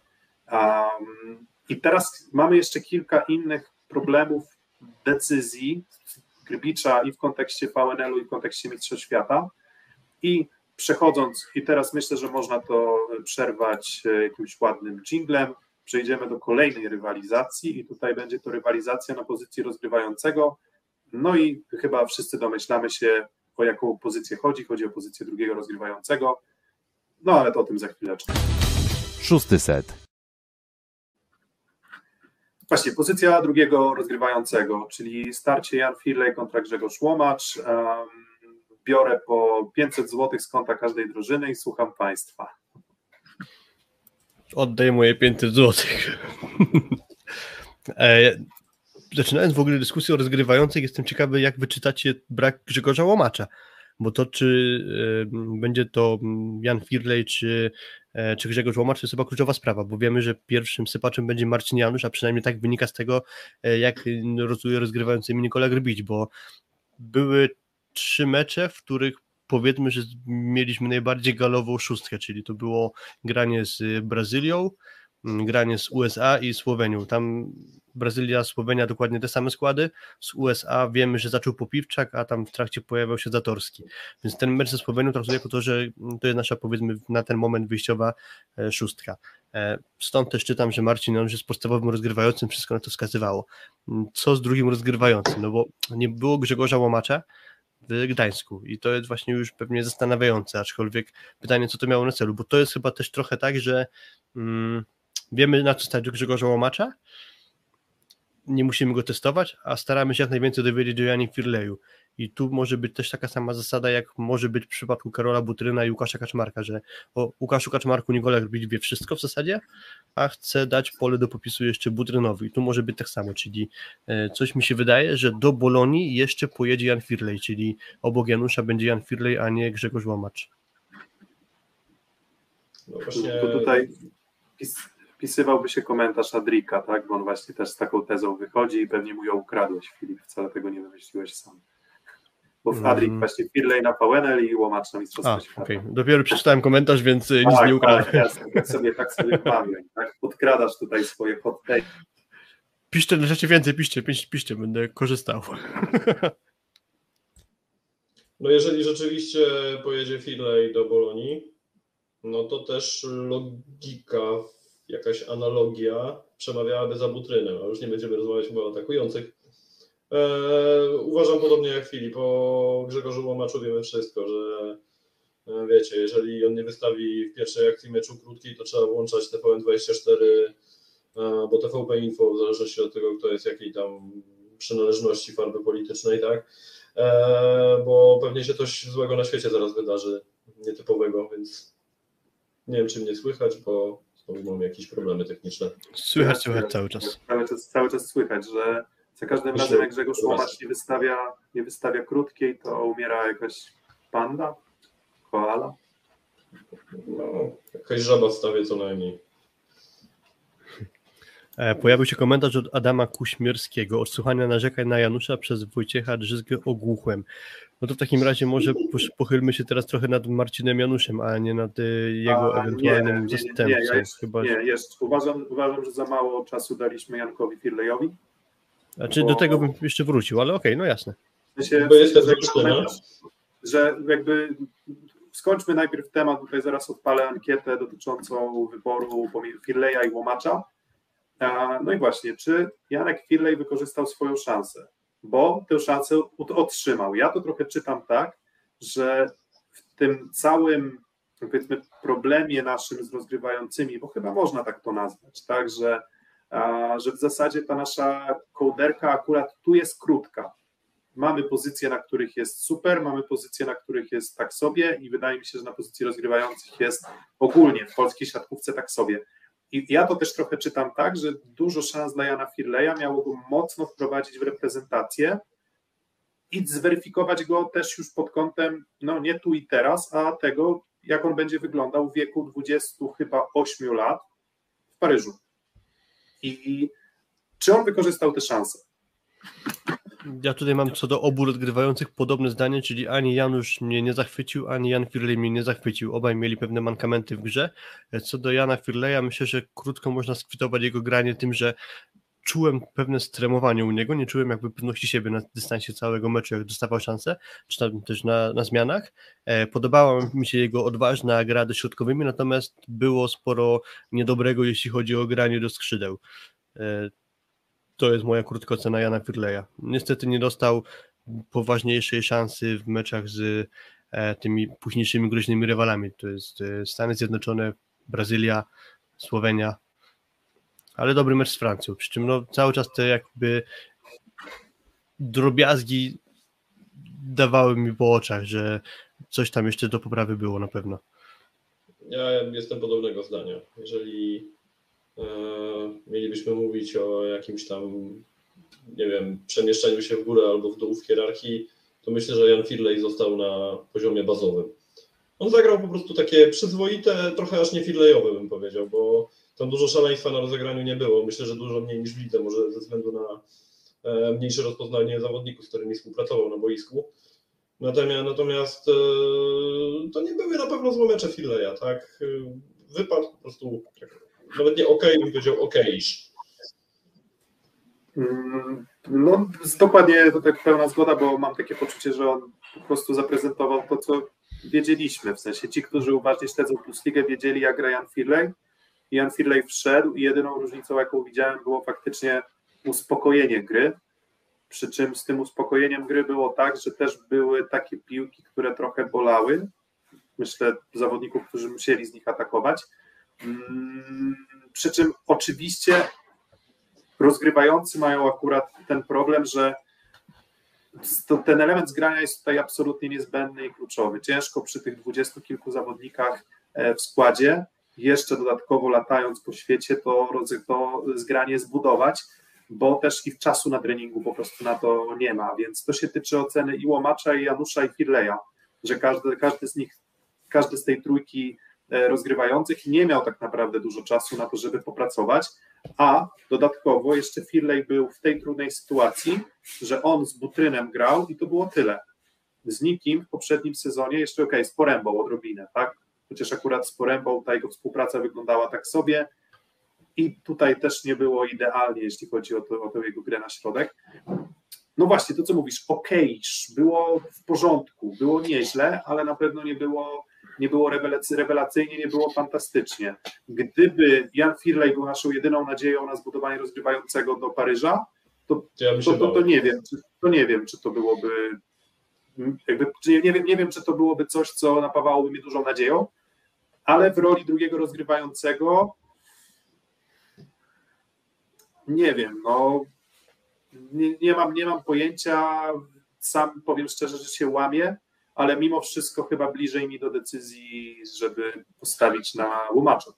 Speaker 3: I teraz mamy jeszcze kilka innych problemów decyzji Grbicza i w kontekście VNL-u i w kontekście Mistrzostw Świata i przechodząc, i teraz myślę, że można to przerwać jakimś ładnym dżinglem, przejdziemy do kolejnej rywalizacji i tutaj będzie to rywalizacja na pozycji rozgrywającego, no i chyba wszyscy domyślamy się, o jaką pozycję chodzi o pozycję drugiego rozgrywającego, no ale to o tym za chwileczkę.
Speaker 2: 6. set.
Speaker 3: Właśnie, pozycja drugiego rozgrywającego, czyli starcie Jan Firlej kontra Grzegorz Łomacz. Biorę po 500 zł z konta każdej drużyny i słucham Państwa.
Speaker 5: Oddaj moje 500 zł. Zaczynając w ogóle dyskusję o rozgrywających, jestem ciekawy, jak wyczytacie brak Grzegorza Łomacza, bo to czy będzie to Jan Firlej, czy Grzegorz Łomacz, to jest chyba kluczowa sprawa, bo wiemy, że pierwszym sypaczem będzie Marcin Janusz, a przynajmniej tak wynika z tego, jak rotuje rozgrywającymi Nikola Grbić, bo były 3 mecze, w których powiedzmy, że mieliśmy najbardziej galową szóstkę, czyli to było granie z Brazylią, granie z USA i Słowenią. Tam Brazylia, Słowenia dokładnie te same składy. Z USA wiemy, że zaczął Popiwczak, a tam w trakcie pojawiał się Zatorski. Więc ten mecz ze Słowenią traktuję jako to, że to jest nasza, powiedzmy, na ten moment wyjściowa szóstka. Stąd też czytam, że Marcin Janusz jest podstawowym rozgrywającym, wszystko na to wskazywało. Co z drugim rozgrywającym? No bo nie było Grzegorza Łomacza w Gdańsku i to jest właśnie już pewnie zastanawiające, aczkolwiek pytanie, co to miało na celu, bo to jest chyba też trochę tak, że wiemy, na co stać Grzegorza Łomacza, nie musimy go testować, a staramy się jak najwięcej dowiedzieć o Janie Firleju. I tu może być też taka sama zasada, jak może być w przypadku Karola Butryna i Łukasza Kaczmarka, że o Łukaszu Kaczmarku Nikola Grbić wie wszystko w zasadzie, a chce dać pole do popisu jeszcze Butrynowi. I tu może być tak samo, czyli coś mi się wydaje, że do Bolonii jeszcze pojedzie Jan Firlej, czyli obok Janusza będzie Jan Firlej, a nie Grzegorz Łomacz.
Speaker 4: No właśnie...
Speaker 3: To tutaj wpisywałby się komentarz Adrika, tak? Bo on właśnie też z taką tezą wychodzi i pewnie mu ją ukradłeś, Filip, wcale tego nie wymyśliłeś sam. Bo w Adrik właśnie Firlej na VNL i Łomacz na Mistrzostwo Świata.
Speaker 5: Okay. Dopiero przeczytałem komentarz, więc nic nie ukradłem.
Speaker 3: Tak sobie pamiętaj, tak? Podkradasz tutaj swoje hot take.
Speaker 5: Piszcie na rzeczy więcej, piszcie, będę korzystał.
Speaker 4: No jeżeli rzeczywiście pojedzie Firlej do Bolonii, no to też logika, jakaś analogia przemawiałaby za Butrynem, a już nie będziemy rozmawiać chyba o atakujących. Uważam podobnie jak Filip, o Grzegorzu Łomaczu wiemy wszystko, że wiecie, jeżeli on nie wystawi w pierwszej akcji meczu krótkiej, to trzeba włączać TVN24, bo TVP Info, w zależności od tego, kto jest jakiej tam przynależności farby politycznej, tak, bo pewnie się coś złego na świecie zaraz wydarzy, nietypowego, więc nie wiem, czy mnie słychać, bo znowu mam jakieś problemy techniczne.
Speaker 5: Słychać cały czas.
Speaker 3: Cały czas słychać, że za każdym razem, jak Grzegorz Łomacz nie wystawia krótkiej, to umiera jakaś panda, koala.
Speaker 4: No, jakaś żaba wstawię co najmniej.
Speaker 5: Pojawił się komentarz od Adama Kuśmierskiego. Odsłuchania narzekań na Janusza przez Wojciecha Drzyzgę ogłuchłem. No to w takim razie może pochylmy się teraz trochę nad Marcinem Januszem, a nie nad jego ewentualnym zastępcą.
Speaker 3: Uważam, że za mało czasu daliśmy Jankowi Firlejowi.
Speaker 5: Znaczy do tego bym jeszcze wrócił, ale okej, no jasne.
Speaker 3: Że jakby skończmy najpierw temat, tutaj zaraz odpalę ankietę dotyczącą wyboru Firleja i Łomacza. No i właśnie, czy Janek Firlej wykorzystał swoją szansę? Bo tę szansę otrzymał. Ja to trochę czytam tak, że w tym całym, powiedzmy, problemie naszym z rozgrywającymi, bo chyba można tak to nazwać, tak, że w zasadzie ta nasza kołderka akurat tu jest krótka. Mamy pozycje, na których jest super, mamy pozycje, na których jest tak sobie i wydaje mi się, że na pozycji rozgrywających jest ogólnie w polskiej siatkówce tak sobie. I ja to też trochę czytam tak, że dużo szans dla Jana Firleja miało go mocno wprowadzić w reprezentację i zweryfikować go też już pod kątem, no nie tu i teraz, a tego, jak on będzie wyglądał w wieku 28 lat w Paryżu. I czy on wykorzystał tę szansę?
Speaker 5: Ja tutaj mam co do obu rozgrywających podobne zdanie, czyli ani Janusz mnie nie zachwycił, ani Jan Firlej mnie nie zachwycił. Obaj mieli pewne mankamenty w grze. Co do Jana Firleja, myślę, że krótko można skwitować jego granie tym, że czułem pewne stremowanie u niego, nie czułem jakby pewności siebie na dystansie całego meczu, jak dostawał szansę, czy tam też na zmianach. Podobała mi się jego odważna gra dośrodkowymi, natomiast było sporo niedobrego, jeśli chodzi o granie do skrzydeł. To jest moja krótka ocena Jana Firleja. Niestety nie dostał poważniejszej szansy w meczach z tymi późniejszymi groźnymi rywalami. To jest Stany Zjednoczone, Brazylia, Słowenia, ale dobry mecz z Francją. Przy czym no, cały czas te jakby drobiazgi dawały mi po oczach, że coś tam jeszcze do poprawy było na pewno.
Speaker 4: Ja jestem podobnego zdania. Jeżeli mielibyśmy mówić o jakimś tam, nie wiem, przemieszczaniu się w górę albo w dół w hierarchii, to myślę, że Jan Firlej został na poziomie bazowym. On zagrał po prostu takie przyzwoite, trochę aż nie Firlejowe bym powiedział, bo tam dużo szaleństwa na rozegraniu nie było. Myślę, że dużo mniej niż w lidze, może ze względu na mniejsze rozpoznanie zawodników, z którymi współpracował na boisku. Natomiast to nie były na pewno złe mecze Firleja, tak? Wypadł po prostu, nawet nie okej, bym powiedział okejś.
Speaker 3: No dokładnie, to tak pełna zgoda, bo mam takie poczucie, że on po prostu zaprezentował to, co wiedzieliśmy, w sensie ci, którzy uważnie śledzą Plus Ligę, wiedzieli, jak gra Jan Firlej. Jan Firlej wszedł i jedyną różnicą, jaką widziałem, było faktycznie uspokojenie gry, przy czym z tym uspokojeniem gry było tak, że też były takie piłki, które trochę bolały, myślę, zawodników, którzy musieli z nich atakować, przy czym oczywiście rozgrywający mają akurat ten problem, że ten element zgrania jest tutaj absolutnie niezbędny i kluczowy. Ciężko przy tych 20 kilku zawodnikach w składzie, jeszcze dodatkowo latając po świecie, to zgranie zbudować, bo też i czasu na treningu po prostu na to nie ma, więc to się tyczy oceny i Łomacza, i Janusza, i Firleja, że każdy z tej trójki rozgrywających nie miał tak naprawdę dużo czasu na to, żeby popracować, a dodatkowo jeszcze Firlej był w tej trudnej sytuacji, że on z Butrynem grał i to było tyle. Z nikim w poprzednim sezonie, jeszcze z Porębą odrobinę, tak? Chociaż akurat z Porębą ta jego współpraca wyglądała tak sobie i tutaj też nie było idealnie, jeśli chodzi o tę jego grę na środek. No właśnie, to co mówisz, było w porządku, było nieźle, ale na pewno nie było rewelacyjnie, nie było fantastycznie. Gdyby Jan Firlej był naszą jedyną nadzieją na zbudowanie rozgrywającego do Paryża, to nie wiem, czy to byłoby nie wiem, czy to byłoby coś, co napawałoby mnie dużą nadzieją, ale w roli drugiego rozgrywającego nie wiem, no nie mam pojęcia, sam powiem szczerze, że się łamię, ale mimo wszystko chyba bliżej mi do decyzji, żeby postawić na Łomacza.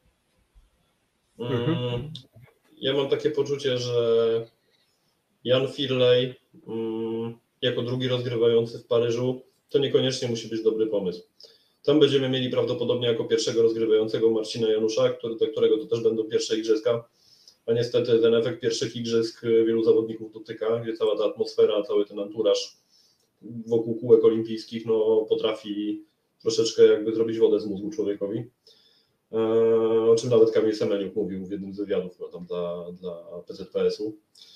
Speaker 4: Ja mam takie poczucie, że Jan Firlej jako drugi rozgrywający w Paryżu to niekoniecznie musi być dobry pomysł. Tam będziemy mieli prawdopodobnie jako pierwszego rozgrywającego Marcina Janusza, do którego to też będą pierwsze igrzyska, a niestety ten efekt pierwszych igrzysk wielu zawodników dotyka, gdzie cała ta atmosfera, cały ten anturaż wokół kółek olimpijskich potrafi troszeczkę jakby zrobić wodę z mózgu człowiekowi. O czym nawet Kamil Semeniuk mówił w jednym z wywiadów tam dla PZPS-u.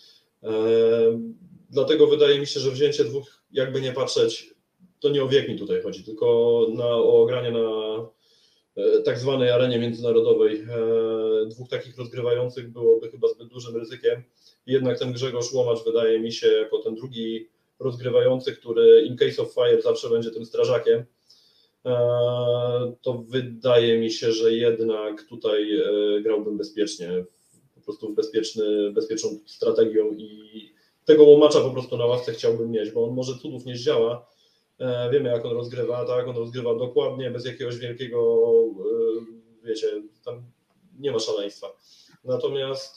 Speaker 4: Dlatego wydaje mi się, że wzięcie dwóch, jakby nie patrzeć, to nie o wiek mi tutaj chodzi, tylko o granie na tak zwanej arenie międzynarodowej dwóch takich rozgrywających byłoby chyba zbyt dużym ryzykiem. Jednak ten Grzegorz Łomacz wydaje mi się jako ten drugi rozgrywający, który in case of fire zawsze będzie tym strażakiem, to wydaje mi się, że jednak tutaj grałbym bezpiecznie, po prostu bezpieczną strategią i tego Łomacza po prostu na ławce chciałbym mieć, bo on może cudów nie zdziała. Wiemy, jak on rozgrywa, tak? On rozgrywa dokładnie, bez jakiegoś wielkiego, wiecie, tam nie ma szaleństwa. Natomiast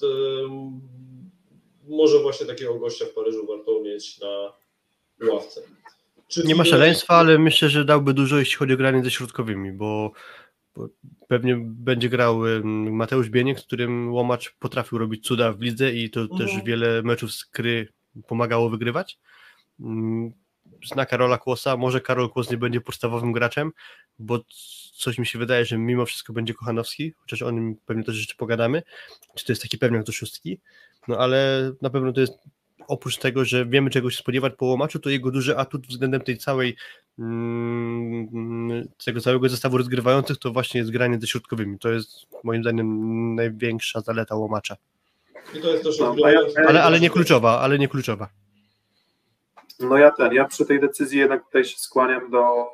Speaker 4: może właśnie takiego gościa w Paryżu warto mieć na ławce.
Speaker 5: Nie ma szaleństwa, ale myślę, że dałby dużo, jeśli chodzi o granie ze środkowymi, bo pewnie będzie grał Mateusz Bieniek, z którym Łomacz potrafił robić cuda w lidze i to też wiele meczów z gry pomagało wygrywać. Zna Karola Kłosa, może Karol Kłos nie będzie podstawowym graczem, bo coś mi się wydaje, że mimo wszystko będzie Kochanowski, chociaż o nim pewnie też jeszcze pogadamy, czy to jest taki pewniak do szóstki, no ale na pewno to jest oprócz tego, że wiemy czego się spodziewać po Łomaczu, to jego duży atut względem tej tego całego zestawu rozgrywających to właśnie jest granie ze środkowymi, to jest moim zdaniem największa zaleta Łomacza.
Speaker 4: I to jest też
Speaker 5: ale nie kluczowa.
Speaker 3: No ja przy tej decyzji jednak tutaj się skłaniam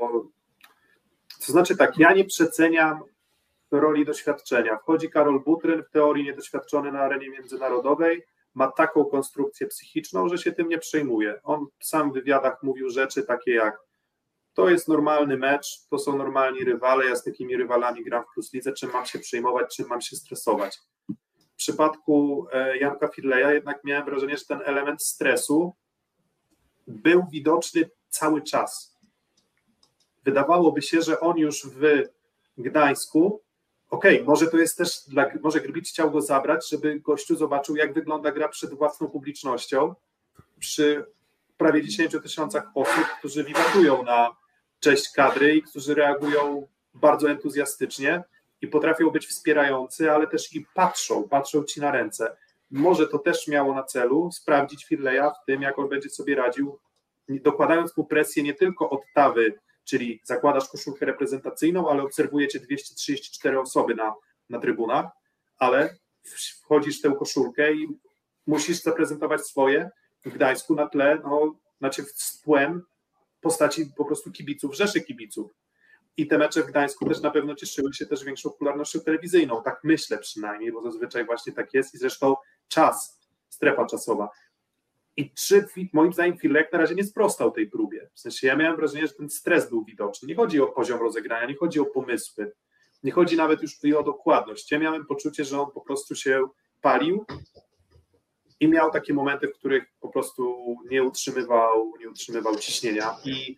Speaker 3: to znaczy tak, ja nie przeceniam roli doświadczenia. Wchodzi Karol Butryn, w teorii niedoświadczony na arenie międzynarodowej, ma taką konstrukcję psychiczną, że się tym nie przejmuje. On sam w wywiadach mówił rzeczy takie jak to jest normalny mecz, to są normalni rywale, ja z takimi rywalami gram w Plus Lidze, czym mam się przejmować, czym mam się stresować. przypadku Janka Firleja jednak miałem wrażenie, że ten element stresu był widoczny cały czas. Wydawałoby się, że on już w Gdańsku, może to jest też, może Grbić chciał go zabrać, żeby gościu zobaczył, jak wygląda gra przed własną publicznością, przy prawie 10 000 osób, którzy wiwatują na cześć kadry i którzy reagują bardzo entuzjastycznie i potrafią być wspierający, ale też i patrzą ci na ręce. Może to też miało na celu sprawdzić Firleja w tym, jak on będzie sobie radził, dokładając mu presję nie tylko od tawy, czyli zakładasz koszulkę reprezentacyjną, ale obserwujecie 234 osoby na trybunach, ale wchodzisz w tę koszulkę i musisz zaprezentować swoje w Gdańsku na tle, z tłem postaci po prostu kibiców, rzeszy kibiców. I te mecze w Gdańsku też na pewno cieszyły się też większą popularnością telewizyjną, tak myślę przynajmniej, bo zazwyczaj właśnie tak jest i zresztą strefa czasowa. I moim zdaniem Firlek na razie nie sprostał tej próbie. W sensie ja miałem wrażenie, że ten stres był widoczny. Nie chodzi o poziom rozegrania, nie chodzi o pomysły, nie chodzi nawet już o dokładność. Ja miałem poczucie, że on po prostu się palił i miał takie momenty, w których po prostu nie utrzymywał ciśnienia.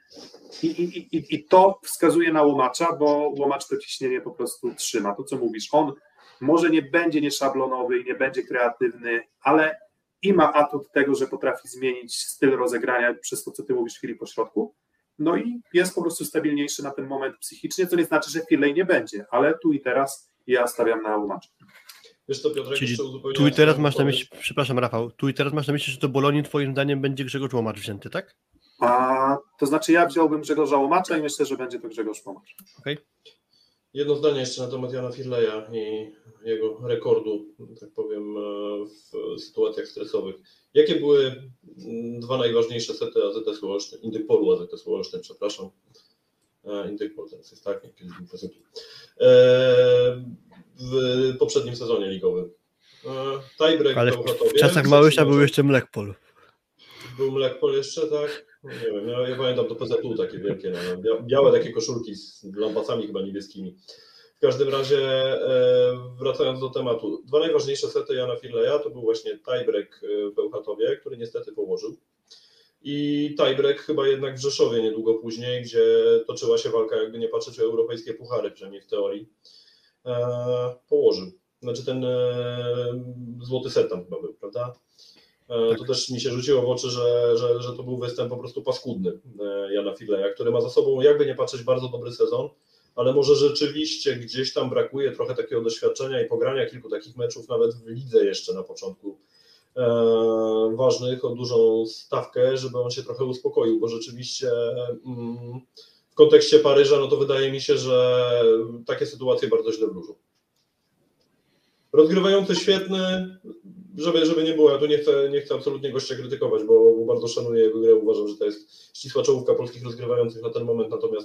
Speaker 3: I to wskazuje na Łomacza, bo Łomacz to ciśnienie po prostu trzyma. To, co mówisz, on może nie będzie nieszablonowy i nie będzie kreatywny, ale i ma atut tego, że potrafi zmienić styl rozegrania przez to, co ty mówisz, Filip, po środku. No i jest po prostu stabilniejszy na ten moment psychicznie, co nie znaczy, że Firlej nie będzie, ale tu i teraz ja stawiam na Łomacza.
Speaker 4: Wiesz co, Piotrek,
Speaker 5: czyli tu i teraz masz na myśli, przepraszam Rafał, tu i teraz masz na myśli, że do Bolonii twoim zdaniem będzie Grzegorz Łomacz wzięty, tak?
Speaker 3: To znaczy ja wziąłbym Grzegorza Łomacza i myślę, że będzie to Grzegorz Łomacz.
Speaker 5: Okay.
Speaker 4: Jedno zdanie jeszcze na temat Jana Firleja i jego rekordu, tak powiem, w sytuacjach stresowych. Jakie były dwa najważniejsze sety AZS Olsztyn, Indykpolu AZS Olsztyn, przepraszam. Indykpol teraz jest tak, nie, kiedyś był prezentu. W poprzednim sezonie ligowym. Tiebreak
Speaker 5: ale
Speaker 4: w Bełchatowie.
Speaker 5: W czasach Małysza był jeszcze Mlekpol.
Speaker 4: Był Mlekpol jeszcze, tak? Nie wiem, ja pamiętam to PZU takie wielkie, białe takie koszulki z lampasami chyba niebieskimi. W każdym razie, wracając do tematu, dwa najważniejsze sety Jana Firleja to był właśnie tiebreak w Bełchatowie, który niestety położył, i tiebreak chyba jednak w Rzeszowie niedługo później, gdzie toczyła się walka, jakby nie patrzeć, o europejskie puchary, przynajmniej w teorii, położył. Znaczy ten złoty set tam chyba był, prawda?
Speaker 5: Tak.
Speaker 4: To też mi się rzuciło w oczy, że to był występ po prostu paskudny Jana Firleja, który ma za sobą, jakby nie patrzeć, bardzo dobry sezon, ale może rzeczywiście gdzieś tam brakuje trochę takiego doświadczenia i pogrania kilku takich meczów, nawet w lidze jeszcze na początku, ważnych, o dużą stawkę, żeby on się trochę uspokoił, bo rzeczywiście w kontekście Paryża, no to wydaje mi się, że takie sytuacje bardzo źle wróżą. Rozgrywający świetny, żeby nie było, ja tu nie chcę absolutnie gościa krytykować, bo bardzo szanuję jego grę, uważam, że to jest ścisła czołówka polskich rozgrywających na ten moment, natomiast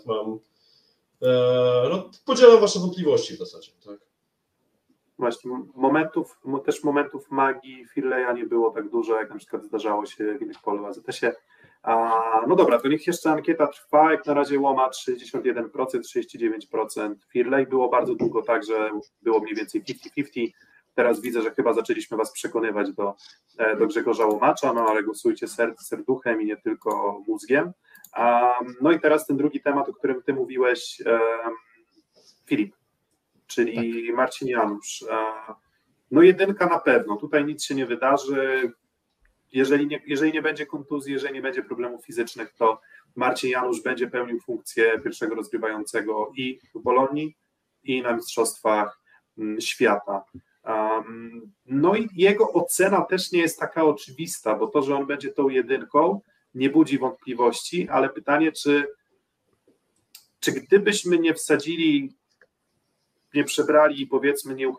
Speaker 4: podzielam wasze wątpliwości w zasadzie, tak?
Speaker 3: Właśnie, momentów magii Firleja nie było tak dużo, jak na przykład zdarzało się w innych polu AZS-ie. No dobra, to niech jeszcze ankieta trwa, jak na razie Łomacz 61%, 69%, Firlej było bardzo długo tak, że było mniej więcej 50-50, teraz widzę, że chyba zaczęliśmy was przekonywać do Grzegorza Łomacza, no ale głosujcie serduchem i nie tylko mózgiem. No i teraz ten drugi temat, o którym ty mówiłeś, Filip, czyli tak. Marcin Janusz. No jedynka na pewno, tutaj nic się nie wydarzy. Jeżeli nie będzie kontuzji, jeżeli nie będzie problemów fizycznych, to Marcin Janusz będzie pełnił funkcję pierwszego rozgrywającego i w Bolonii, i na Mistrzostwach Świata. No i jego ocena też nie jest taka oczywista, bo to, że on będzie tą jedynką, nie budzi wątpliwości, ale pytanie, czy gdybyśmy nie wsadzili, nie przebrali i powiedzmy nie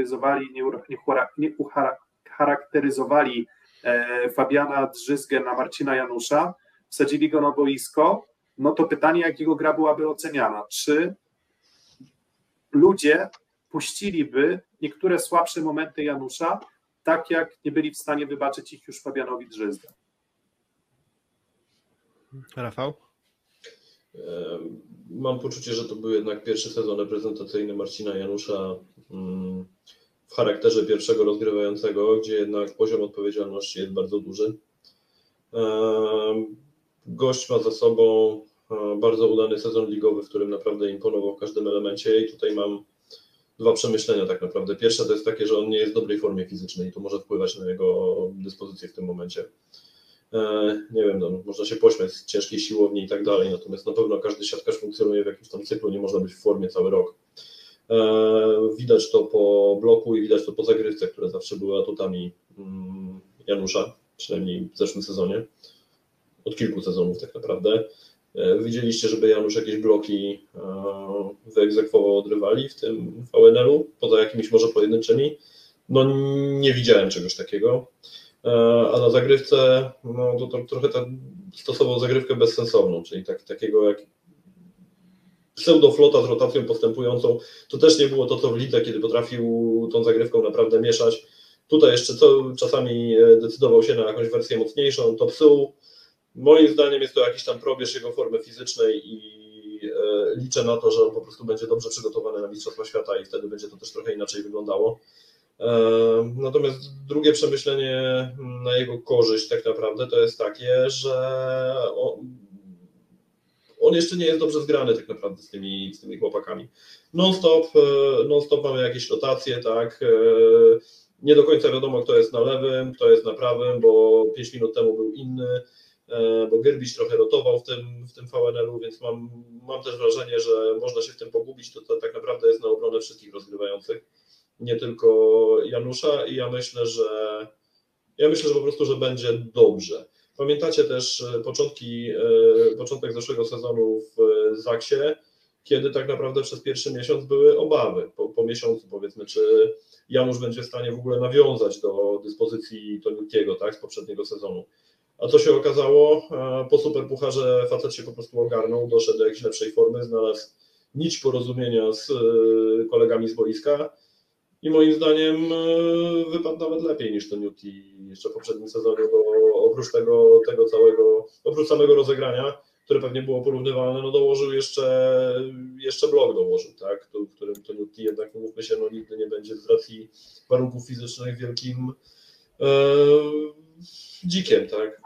Speaker 3: ucharakteryzowali Fabiana Drzyzgę na Marcina Janusza, wsadzili go na boisko, no to pytanie, jak jego gra byłaby oceniana. Czy ludzie puściliby niektóre słabsze momenty Janusza, tak jak nie byli w stanie wybaczyć ich już Fabianowi Drzyzgę?
Speaker 5: Rafał?
Speaker 4: Mam poczucie, że to był jednak pierwszy sezon reprezentacyjny Marcina Janusza w charakterze pierwszego rozgrywającego, gdzie jednak poziom odpowiedzialności jest bardzo duży. Gość ma za sobą bardzo udany sezon ligowy, w którym naprawdę imponował w każdym elemencie i tutaj mam dwa przemyślenia tak naprawdę. Pierwsze to jest takie, że on nie jest w dobrej formie fizycznej i to może wpływać na jego dyspozycję w tym momencie. Nie wiem, no, można się pośmiać z ciężkiej siłowni i tak dalej, natomiast na pewno każdy siatkarz funkcjonuje w jakimś tam cyklu, nie można być w formie cały rok. Widać to po bloku i widać to po zagrywce, które zawsze były atutami Janusza, przynajmniej w zeszłym sezonie, od kilku sezonów tak naprawdę. Widzieliście, żeby Janusz jakieś bloki wyegzekwował od rywali w tym VNL-u, poza jakimiś może pojedynczymi? No nie widziałem czegoś takiego. A na zagrywce, no to trochę stosował zagrywkę bezsensowną, czyli takiego jak pseudoflota z rotacją postępującą. To też nie było to, co w lidze, kiedy potrafił tą zagrywką naprawdę mieszać. Tutaj jeszcze czasami decydował się na jakąś wersję mocniejszą, to psuł. Moim zdaniem jest to jakiś tam probierz jego formy fizycznej i liczę na to, że on po prostu będzie dobrze przygotowany na Mistrzostwa Świata i wtedy będzie to też trochę inaczej wyglądało. Natomiast drugie przemyślenie na jego korzyść tak naprawdę to jest takie, że on jeszcze nie jest dobrze zgrany tak naprawdę z tymi chłopakami. Non-stop mamy jakieś rotacje, tak. Nie do końca wiadomo, kto jest na lewym, kto jest na prawym, bo 5 minut temu był inny, bo Gerbiś trochę rotował w tym VNL-u, więc mam też wrażenie, że można się w tym pogubić. To tak naprawdę jest na obronę wszystkich rozgrywających, nie tylko Janusza i ja myślę, że po prostu, że będzie dobrze. Pamiętacie też początek zeszłego sezonu w Zaksie, kiedy tak naprawdę przez pierwszy miesiąc były obawy. Po miesiącu powiedzmy, czy Janusz będzie w stanie w ogóle nawiązać do dyspozycji Toniutiego, tak, z poprzedniego sezonu. A co się okazało? Po Superpucharze facet się po prostu ogarnął, doszedł do jakiejś lepszej formy, znalazł nić porozumienia z kolegami z boiska i moim zdaniem wypadł nawet lepiej niż Toniutti jeszcze w poprzednim sezonie, bo oprócz samego rozegrania, które pewnie było porównywalne, no dołożył jeszcze blok dołożył, tak, w którym Toniutti jednak, mówmy się, no nigdy nie będzie z racji warunków fizycznych wielkim dzikiem, tak.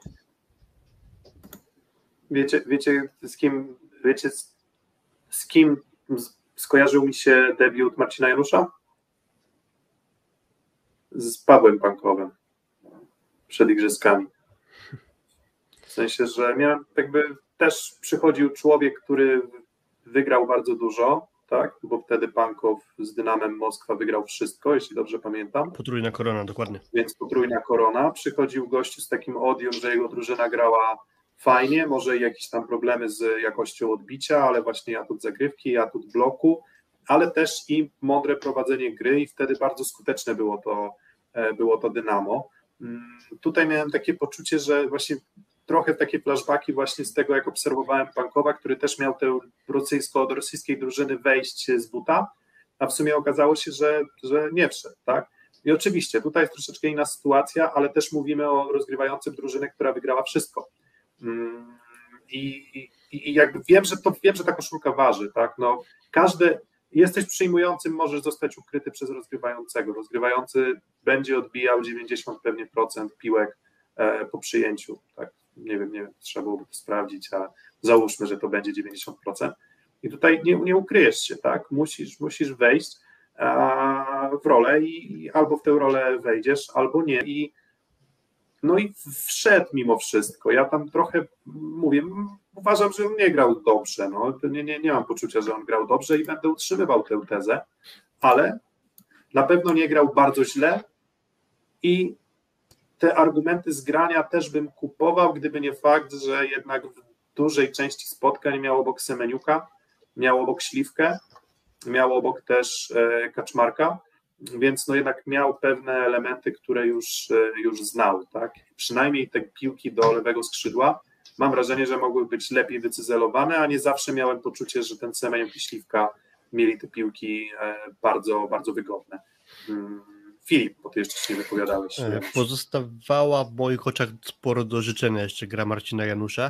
Speaker 3: Wiecie z kim skojarzył mi się debiut Marcina Janusza? Z Pawłem Pankowym przed igrzyskami. W sensie, że też przychodził człowiek, który wygrał bardzo dużo, tak? Bo wtedy Pankow z Dynamem Moskwa wygrał wszystko, jeśli dobrze pamiętam.
Speaker 5: Potrójna korona, dokładnie.
Speaker 3: Więc potrójna korona. Przychodził gościu z takim odium, że jego drużyna grała fajnie, może i jakieś tam problemy z jakością odbicia, ale właśnie atut zagrywki, atut bloku, ale też i mądre prowadzenie gry i wtedy bardzo skuteczne było to Dynamo. Tutaj miałem takie poczucie, że właśnie trochę takie flashbacki właśnie z tego, jak obserwowałem Pankowa, który też miał tę do rosyjskiej drużyny wejść z buta, a w sumie okazało się, że nie wszedł, tak? I oczywiście tutaj jest troszeczkę inna sytuacja, ale też mówimy o rozgrywającym drużynę, która wygrała wszystko. I jakby wiem, że ta koszulka waży, tak? No, jesteś przyjmującym, możesz zostać ukryty przez rozgrywającego. Rozgrywający będzie odbijał 90% pewnie piłek po przyjęciu, tak? Nie wiem, trzeba byłoby to sprawdzić, ale załóżmy, że to będzie 90%. I tutaj nie ukryjesz się, tak? Musisz wejść w rolę i albo w tę rolę wejdziesz, albo nie. No i wszedł mimo wszystko. Ja tam trochę uważam, że on nie grał dobrze. No. Nie mam poczucia, że on grał dobrze i będę utrzymywał tę tezę, ale na pewno nie grał bardzo źle i te argumenty zgrania też bym kupował, gdyby nie fakt, że jednak w dużej części spotkań miał obok Semeniuka, miał obok Śliwkę, miał obok też Kaczmarka, więc no jednak miał pewne elementy, które już znał, tak? Przynajmniej te piłki do lewego skrzydła mam wrażenie, że mogły być lepiej wycyzelowane, a nie zawsze miałem poczucie, że ten Semeniuk i Śliwka mieli te piłki bardzo, bardzo wygodne. Filip, bo ty jeszcze się nie wypowiadałeś.
Speaker 5: Pozostawała w moich oczach sporo do życzenia jeszcze gra Marcina Janusza.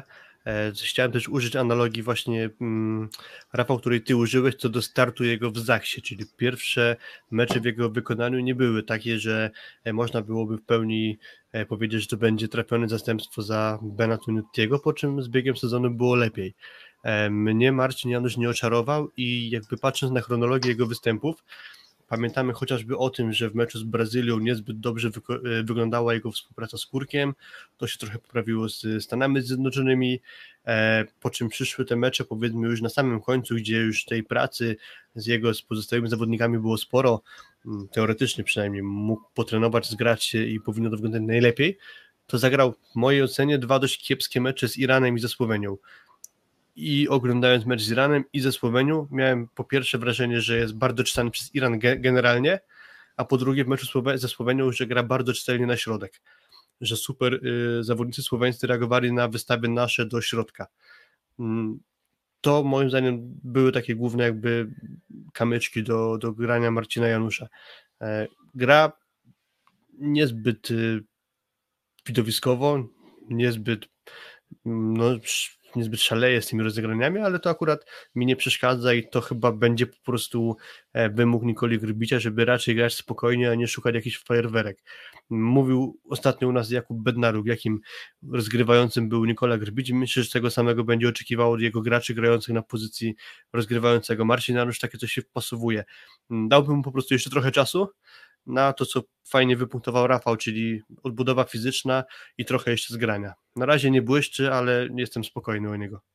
Speaker 5: Chciałem też użyć analogii właśnie, Rafał, której ty użyłeś, co do startu jego w Zaksie, czyli pierwsze mecze w jego wykonaniu nie były takie, że można byłoby w pełni powiedzieć, że to będzie trafione zastępstwo za Bena Tunutiego, po czym z biegiem sezonu było lepiej. Mnie Marcin Janusz nie oczarował i jakby patrząc na chronologię jego występów, pamiętamy chociażby o tym, że w meczu z Brazylią niezbyt dobrze wyglądała jego współpraca z Kurkiem, to się trochę poprawiło z Stanami Zjednoczonymi, po czym przyszły te mecze, powiedzmy już na samym końcu, gdzie już tej pracy z pozostałymi zawodnikami było sporo, teoretycznie przynajmniej mógł potrenować, zgrać się i powinno to wyglądać najlepiej, to zagrał w mojej ocenie 2 dość kiepskie mecze z Iranem i ze Słowenią. I oglądając mecz z Iranem i ze Słowenią miałem po pierwsze wrażenie, że jest bardzo czytany przez Iran generalnie, a po drugie w meczu ze Słowenią, że gra bardzo czytelnie na środek, że super zawodnicy słoweńscy reagowali na wystawy nasze do środka. To moim zdaniem były takie główne jakby kamyczki do grania Marcina Janusza. Gra niezbyt widowiskowo, niezbyt szaleje z tymi rozegraniami, ale to akurat mi nie przeszkadza i to chyba będzie po prostu wymóg Nikoli Grbicia, żeby raczej grać spokojnie, a nie szukać jakichś fajerwerek. Mówił ostatnio u nas Jakub Bednaruk, jakim rozgrywającym był Nikola Grbić. Myślę, że tego samego będzie oczekiwał od jego graczy grających na pozycji rozgrywającego. Marcin Janusz takie coś się wpasowuje. Dałbym mu po prostu jeszcze trochę czasu na to, co fajnie wypunktował Rafał, czyli odbudowa fizyczna i trochę jeszcze zgrania. Na razie nie błyszczy, ale jestem spokojny o niego.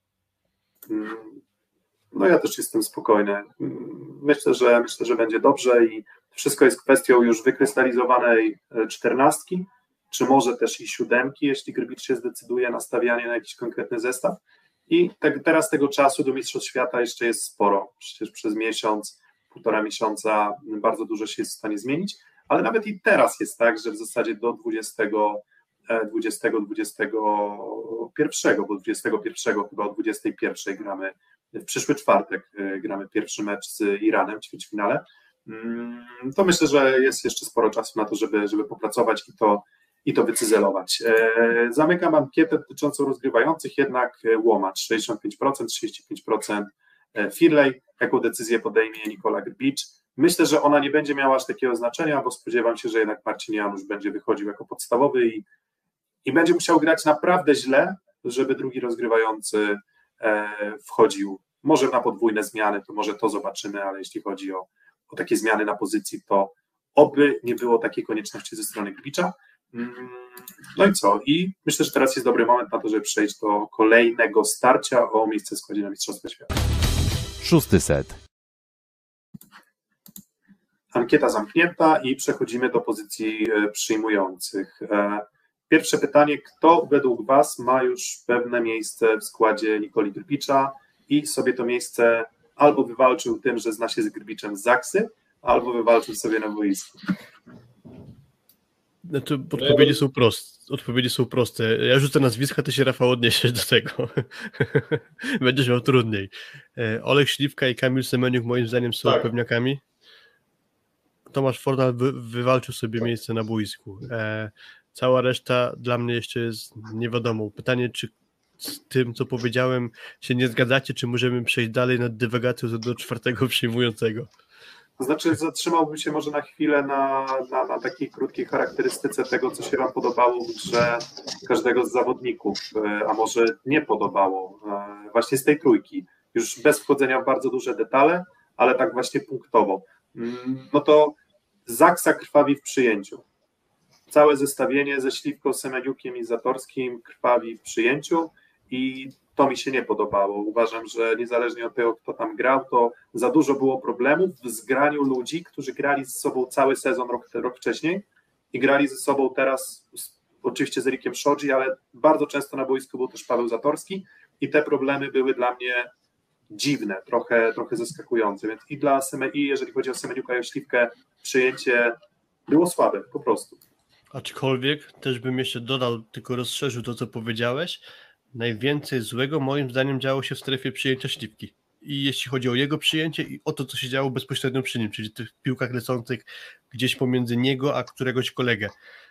Speaker 3: No ja też jestem spokojny. Myślę, że będzie dobrze i wszystko jest kwestią już wykrystalizowanej 14, czy może też i 7, jeśli Grbicz się zdecyduje na stawianie na jakiś konkretny zestaw. I teraz tego czasu do Mistrzostw Świata jeszcze jest sporo. Przecież przez miesiąc, 1,5 miesiąca bardzo dużo się jest w stanie zmienić, ale nawet i teraz jest tak, że w zasadzie do 21, bo 21 chyba o 21 gramy, w przyszły czwartek gramy pierwszy mecz z Iranem w ćwierćfinale, to myślę, że jest jeszcze sporo czasu na to, żeby popracować i to wycyzelować. Zamykam ankietę dotyczącą rozgrywających, jednak łomacz 65%, 35% Firlej, jaką decyzję podejmie Nikola Grbić. Myślę, że ona nie będzie miała aż takiego znaczenia, bo spodziewam się, że jednak Marcin Janusz będzie wychodził jako podstawowy i będzie musiał grać naprawdę źle, żeby drugi rozgrywający wchodził. Może na podwójne zmiany, to może to zobaczymy, ale jeśli chodzi o takie zmiany na pozycji, to oby nie było takiej konieczności ze strony Gbicza. No i co? I myślę, że teraz jest dobry moment na to, żeby przejść do kolejnego starcia o miejsce w składzie na Mistrzostwa Świata.
Speaker 2: 6. set.
Speaker 3: Ankieta zamknięta i przechodzimy do pozycji przyjmujących. Pierwsze pytanie, kto według Was ma już pewne miejsce w składzie Nikoli Grbicza i sobie to miejsce albo wywalczył tym, że zna się z Grbiczem z Zaksy, albo wywalczył sobie na boisku?
Speaker 5: Znaczy, odpowiedzi są proste. Ja rzucę nazwiska, ty się, Rafał, odniesiesz do tego. Będziesz miał trudniej. Olek Śliwka i Kamil Semeniuk moim zdaniem są pewniakami. Tomasz Fornal wywalczył sobie miejsce na boisku. Cała reszta dla mnie jeszcze jest niewiadomą. Pytanie, czy z tym, co powiedziałem, się nie zgadzacie, czy możemy przejść dalej nad dywagacją do 4. przyjmującego?
Speaker 3: To znaczy zatrzymałbym się może na chwilę na takiej krótkiej charakterystyce tego, co się Wam podobało w grze każdego z zawodników, a może nie podobało, właśnie z tej trójki, już bez wchodzenia w bardzo duże detale, ale tak właśnie punktowo. No to Zaksa krwawi w przyjęciu. Całe zestawienie ze Śliwką, Semeniukiem i Zatorskim krwawi w przyjęciu i to mi się nie podobało. Uważam, że niezależnie od tego, kto tam grał, to za dużo było problemów w zgraniu ludzi, którzy grali ze sobą cały sezon rok wcześniej i grali ze sobą teraz, oczywiście z Erikiem Szodzi, ale bardzo często na boisku był też Paweł Zatorski i te problemy były dla mnie dziwne, trochę zaskakujące. Więc i jeżeli chodzi o Semeniuka i o Śliwkę, przyjęcie było słabe, po prostu.
Speaker 5: Aczkolwiek też bym jeszcze dodał, tylko rozszerzył to, co powiedziałeś. Najwięcej złego moim zdaniem działo się w strefie przyjęcia Śliwki. I jeśli chodzi o jego przyjęcie i o to, co się działo bezpośrednio przy nim, czyli tych piłkach lecących gdzieś pomiędzy niego a któregoś kolegę.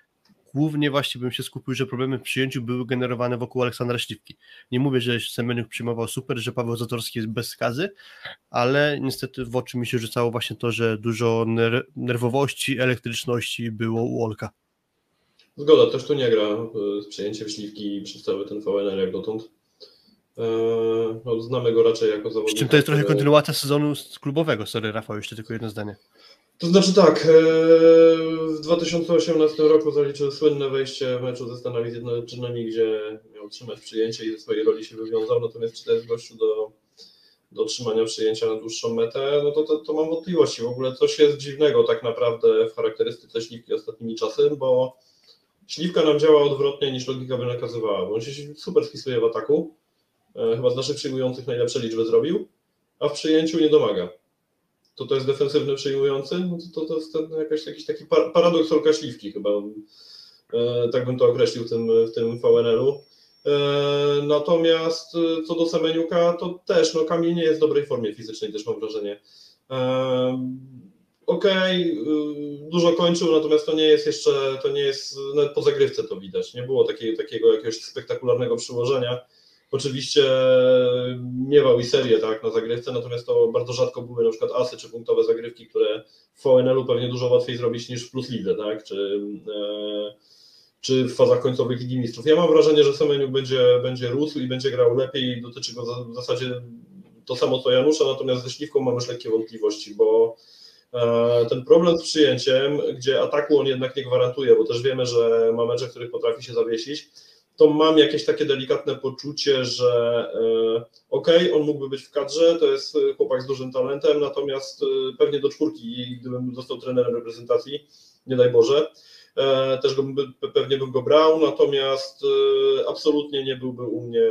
Speaker 5: głównie właśnie bym się skupił, że problemy w przyjęciu były generowane wokół Aleksandra Śliwki. Nie mówię, że Semeniuk przyjmował super, że Paweł Zatorski jest bez skazy, ale niestety w oczy mi się rzucało właśnie to, że dużo nerwowości, elektryczności było u Olka.
Speaker 4: Zgoda, też tu nie gra z przyjęciem Śliwki przez cały ten VNL jak dotąd. No, znamy go raczej jako zawodnika.
Speaker 5: Z czym to jest trochę kontynuacja sezonu klubowego. Sorry Rafał, jeszcze tylko jedno zdanie.
Speaker 4: To znaczy tak, w 2018 roku zaliczył słynne wejście w meczu ze Stanami Zjednoczonymi, gdzie miał trzymać przyjęcie i ze swojej roli się wywiązał, natomiast czy to jest gościu do trzymania przyjęcia na dłuższą metę, no to mam wątpliwości. W ogóle coś jest dziwnego tak naprawdę w charakterystyce Śliwki ostatnimi czasy, bo Śliwka nam działa odwrotnie niż logika by nakazywała, bo on się super spisuje w ataku, chyba z naszych przyjmujących najlepsze liczby zrobił, a w przyjęciu nie domaga. To jest defensywny przyjmujący, no to jest jakiś taki paradoks Olka Śliwki chyba, tak bym to określił w tym VNL-u. Natomiast co do Semeniuka, to też Kamil nie jest w dobrej formie fizycznej, też mam wrażenie. Dużo kończył, natomiast to nie jest, nawet po zagrywce to widać, nie było takiego jakiegoś spektakularnego przyłożenia. Oczywiście miewał i serię tak, na zagrywce, natomiast to bardzo rzadko były na przykład asy czy punktowe zagrywki, które w VNL-u pewnie dużo łatwiej zrobić niż w Plus Lidze, tak, czy w fazach końcowych Ligi Mistrzów. Ja mam wrażenie, że Semeniuk będzie rósł i będzie grał lepiej i dotyczy go w zasadzie to samo co Janusza, natomiast ze Śliwką mam już lekkie wątpliwości, bo ten problem z przyjęciem, gdzie ataku on jednak nie gwarantuje, bo też wiemy, że ma mecze, w których potrafi się zawiesić, to mam jakieś takie delikatne poczucie, że on mógłby być w kadrze, to jest chłopak z dużym talentem, natomiast pewnie do czwórki, gdybym został trenerem reprezentacji, nie daj Boże, też pewnie bym go brał, natomiast absolutnie nie byłby u mnie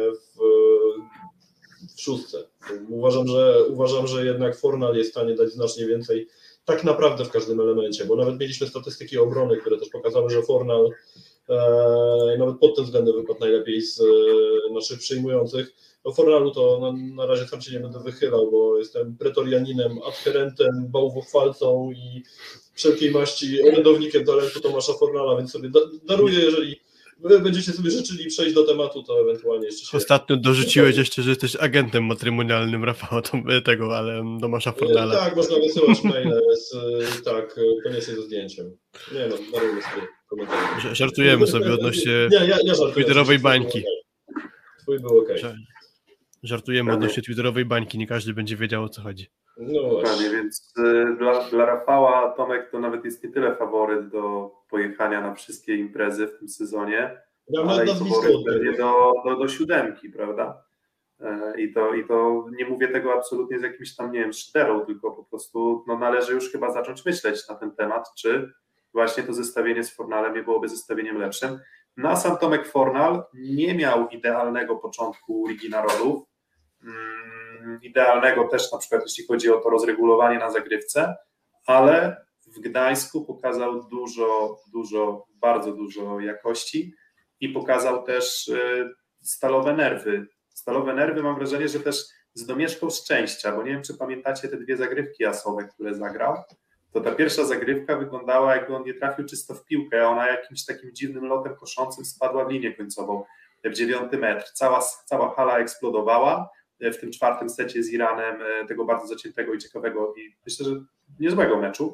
Speaker 4: w szóstce. Uważam, że jednak Fornal jest w stanie dać znacznie więcej tak naprawdę w każdym elemencie, bo nawet mieliśmy statystyki obrony, które też pokazały, że Fornal nawet pod tym względem wypadł najlepiej z naszych przyjmujących. Do Fornalu to na razie sam się nie będę wychylał, bo jestem pretorianinem, adherentem, bałwochwalcą i wszelkiej maści orędownikiem talentu Tomasza Fornala, więc sobie daruję, jeżeli wy będziecie sobie życzyli przejść do tematu, to ewentualnie jeszcze się...
Speaker 5: Ostatnio dorzuciłeś jeszcze, że jesteś agentem matrymonialnym Rafała ale Tomasza Fornala.
Speaker 4: Tak, można wysyłać maile, koniecznie ze zdjęciem. Nie no, darujmy sobie komentarze.
Speaker 5: Żartujemy sobie odnośnie twitterowej bańki.
Speaker 4: Twój był okej.
Speaker 5: Żartujemy odnośnie twitterowej bańki, nie każdy będzie wiedział, o co chodzi.
Speaker 3: No właśnie, więc dla Rafała Tomek to nawet jest nie tyle faworyt do pojechania na wszystkie imprezy w tym sezonie, ale i faworyt pewnie do siódemki, prawda? I to nie mówię tego absolutnie z jakimś tam, nie wiem, szterą, tylko po prostu należy już chyba zacząć myśleć na ten temat, czy właśnie to zestawienie z Fornalem nie byłoby zestawieniem lepszym. No a sam Tomek Fornal nie miał idealnego początku Ligi Narodów, idealnego też na przykład jeśli chodzi o to rozregulowanie na zagrywce, ale w Gdańsku pokazał bardzo dużo jakości i pokazał też stalowe nerwy. Stalowe nerwy, mam wrażenie, że też z domieszką szczęścia, bo nie wiem, czy pamiętacie te dwie zagrywki jasowe, które zagrał, to ta pierwsza zagrywka wyglądała, jakby on nie trafił czysto w piłkę, a ona jakimś takim dziwnym lotem koszącym spadła w linię końcową w 9 metr. Cała hala eksplodowała w tym czwartym secie z Iranem, tego bardzo zaciętego i ciekawego i myślę, że niezłego meczu.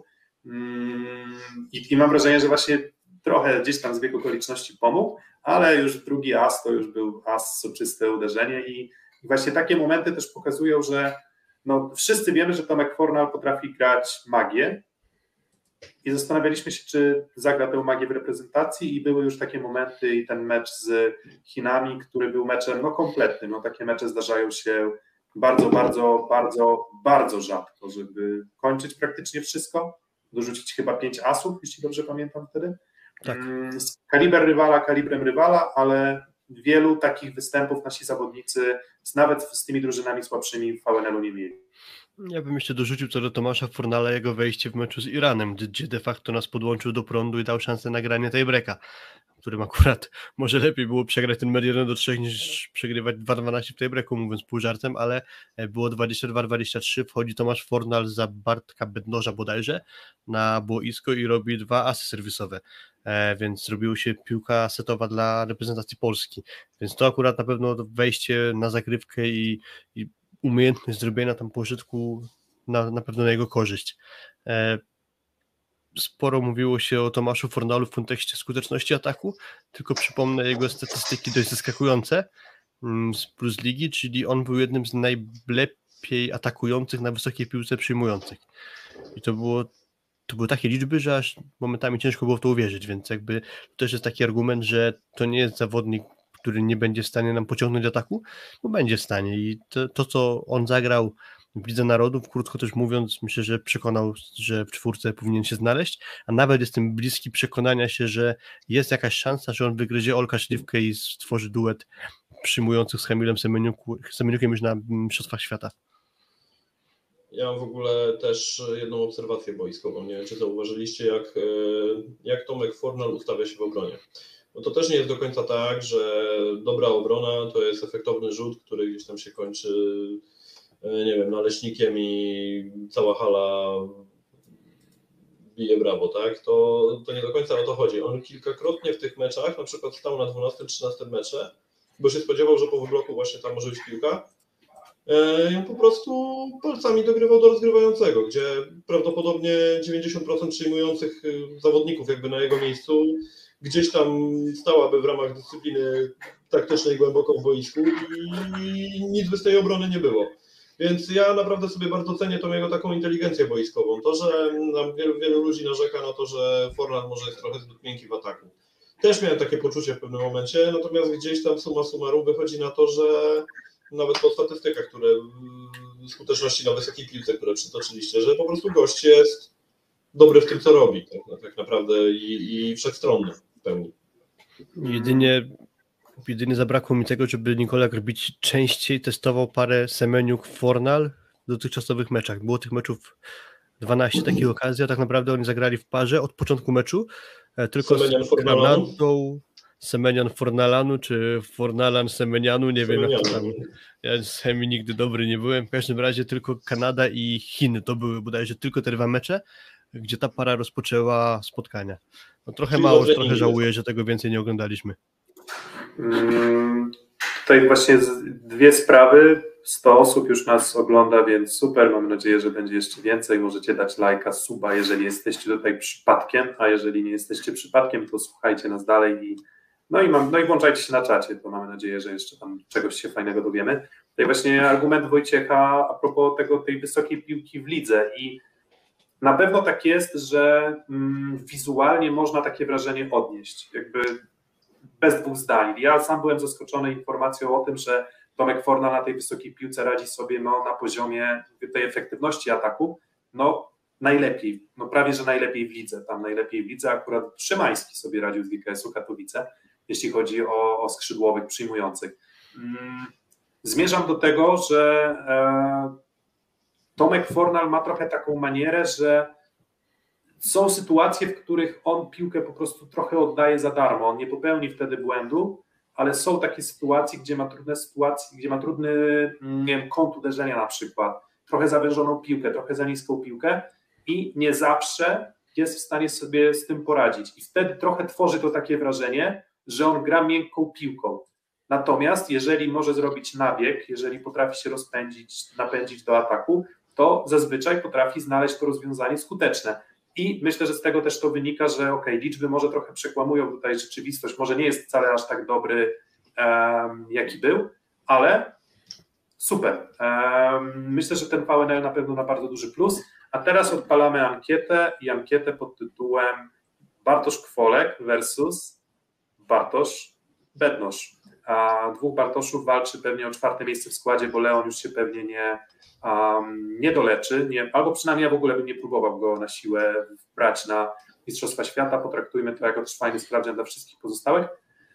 Speaker 3: I mam wrażenie, że właśnie trochę gdzieś tam zbieg okoliczności pomógł, ale już drugi as to już był as, soczyste uderzenie i właśnie takie momenty też pokazują, że wszyscy wiemy, że Tomek Fornal potrafi grać magię i zastanawialiśmy się, czy zagra tę magię w reprezentacji i były już takie momenty i ten mecz z Chinami, który był meczem kompletnym. Takie mecze zdarzają się bardzo, bardzo, bardzo, bardzo rzadko, żeby kończyć praktycznie wszystko, dorzucić chyba 5 asów, jeśli dobrze pamiętam wtedy. Tak. Kalibrem rywala, ale wielu takich występów nasi zawodnicy nawet z tymi drużynami słabszymi w VNL-u nie mieli.
Speaker 5: Ja bym jeszcze dorzucił co do Tomasza Fornala jego wejście w meczu z Iranem, gdzie de facto nas podłączył do prądu i dał szansę na granie tiebreaka, którym akurat może lepiej było przegrać ten mecz 1-3 niż przegrywać 2-12 w tiebreaku, mówiąc pół żartem, ale było 22-23, wchodzi Tomasz Fornal za Bartka Bednoża bodajże na boisko i robi 2 asy serwisowe. więc zrobiło się piłka setowa dla reprezentacji Polski, więc to akurat na pewno wejście na zagrywkę i umiejętność zrobienia tam pożytku na pewno na jego korzyść. Sporo mówiło się o Tomaszu Fornalu w kontekście skuteczności ataku, tylko przypomnę jego statystyki dość zaskakujące z Plus Ligi, czyli on był jednym z najlepiej atakujących na wysokiej piłce przyjmujących. I to były takie liczby, że aż momentami ciężko było w to uwierzyć, więc jakby to też jest taki argument, że to nie jest zawodnik, który nie będzie w stanie nam pociągnąć ataku, bo będzie w stanie i to co on zagrał w Lidze Narodów, krótko też mówiąc, myślę, że przekonał, że w czwórce powinien się znaleźć, a nawet jestem bliski przekonania się, że jest jakaś szansa, że on wygryzie Olka Śliwkę i stworzy duet przyjmujących z Kamilem Semeniukiem już na Mistrzostwach Świata.
Speaker 4: Ja mam w ogóle też jedną obserwację boiskową. Nie wiem, czy zauważyliście, jak Tomek Fornal ustawia się w obronie. No to też nie jest do końca tak, że dobra obrona to jest efektowny rzut, który gdzieś tam się kończy, nie wiem, naleśnikiem i cała hala bije brawo, tak? To nie do końca o to chodzi. On kilkakrotnie w tych meczach, na przykład stał na 12-13 mecze, bo się spodziewał, że po wybloku właśnie tam może być piłka, i on po prostu palcami dogrywał do rozgrywającego, gdzie prawdopodobnie 90% przyjmujących zawodników jakby na jego miejscu gdzieś tam stałaby w ramach dyscypliny taktycznej głęboko w boisku i nic by z tej obrony nie było. Więc ja naprawdę sobie bardzo cenię tą jego taką inteligencję boiskową. To, że nam wielu ludzi narzeka na to, że Forlan może jest trochę zbyt miękki w ataku. Też miałem takie poczucie w pewnym momencie, natomiast gdzieś tam summa summarum wychodzi na to, że nawet po statystykach, które skuteczności na wysokiej piłce, które przytoczyliście, że po prostu gość jest dobry w tym, co robi, tak naprawdę i wszechstronny w pełni.
Speaker 5: Jedynie zabrakło mi tego, żeby Nikola Grbić częściej testował parę Semeniuk-Fornal w dotychczasowych meczach. Było tych meczów 12 takich okazji, a tak naprawdę oni zagrali w parze od początku meczu, tylko z Kanadą, Semenian Fornalanu, czy Fornalan Semenianu, nie wiem jak to tam. Ja z chemii nigdy dobry nie byłem. W każdym razie tylko Kanada i Chiny to były bodajże tylko te 2 mecze, gdzie ta para rozpoczęła spotkania. No trochę mało, trochę żałuję, że tego więcej nie oglądaliśmy.
Speaker 3: Tutaj właśnie 2 sprawy. 100 osób już nas ogląda, więc super. Mam nadzieję, że będzie jeszcze więcej. Możecie dać lajka, suba, jeżeli jesteście tutaj przypadkiem, a jeżeli nie jesteście przypadkiem, to słuchajcie nas dalej i włączajcie się na czacie, to mamy nadzieję, że jeszcze tam czegoś się fajnego dowiemy. Tutaj właśnie argument Wojciecha a propos tej wysokiej piłki w lidze i na pewno tak jest, że wizualnie można takie wrażenie odnieść, jakby bez 2 zdań. Ja sam byłem zaskoczony informacją o tym, że Tomek Fornal na tej wysokiej piłce radzi sobie na poziomie tej efektywności ataku, najlepiej, prawie że najlepiej w lidze, tam najlepiej w lidze, akurat Szymański sobie radził z GKS-u Katowice, jeśli chodzi o skrzydłowych przyjmujących. Zmierzam do tego, że Tomek Fornal ma trochę taką manierę, że są sytuacje, w których on piłkę po prostu trochę oddaje za darmo, on nie popełni wtedy błędu, ale są takie sytuacje, gdzie ma trudny nie wiem, kąt uderzenia na przykład, trochę zawężoną piłkę, trochę za niską piłkę i nie zawsze jest w stanie sobie z tym poradzić. I wtedy trochę tworzy to takie wrażenie, że on gra miękką piłką. Natomiast jeżeli może zrobić nabieg, jeżeli potrafi się napędzić do ataku, to zazwyczaj potrafi znaleźć to rozwiązanie skuteczne. I myślę, że z tego też to wynika, że liczby może trochę przekłamują tutaj rzeczywistość, może nie jest wcale aż tak dobry, jaki był, ale super. Myślę, że ten VNL na pewno na bardzo duży plus. A teraz odpalamy ankietę pod tytułem Bartosz Kwolek versus Bartosz Bednosz. 2 Bartoszów walczy pewnie o 4. miejsce w składzie, bo Leon już się pewnie nie doleczy, albo przynajmniej ja w ogóle bym nie próbował go na siłę brać na Mistrzostwa Świata. Potraktujmy to jako też fajny sprawdzian dla wszystkich pozostałych.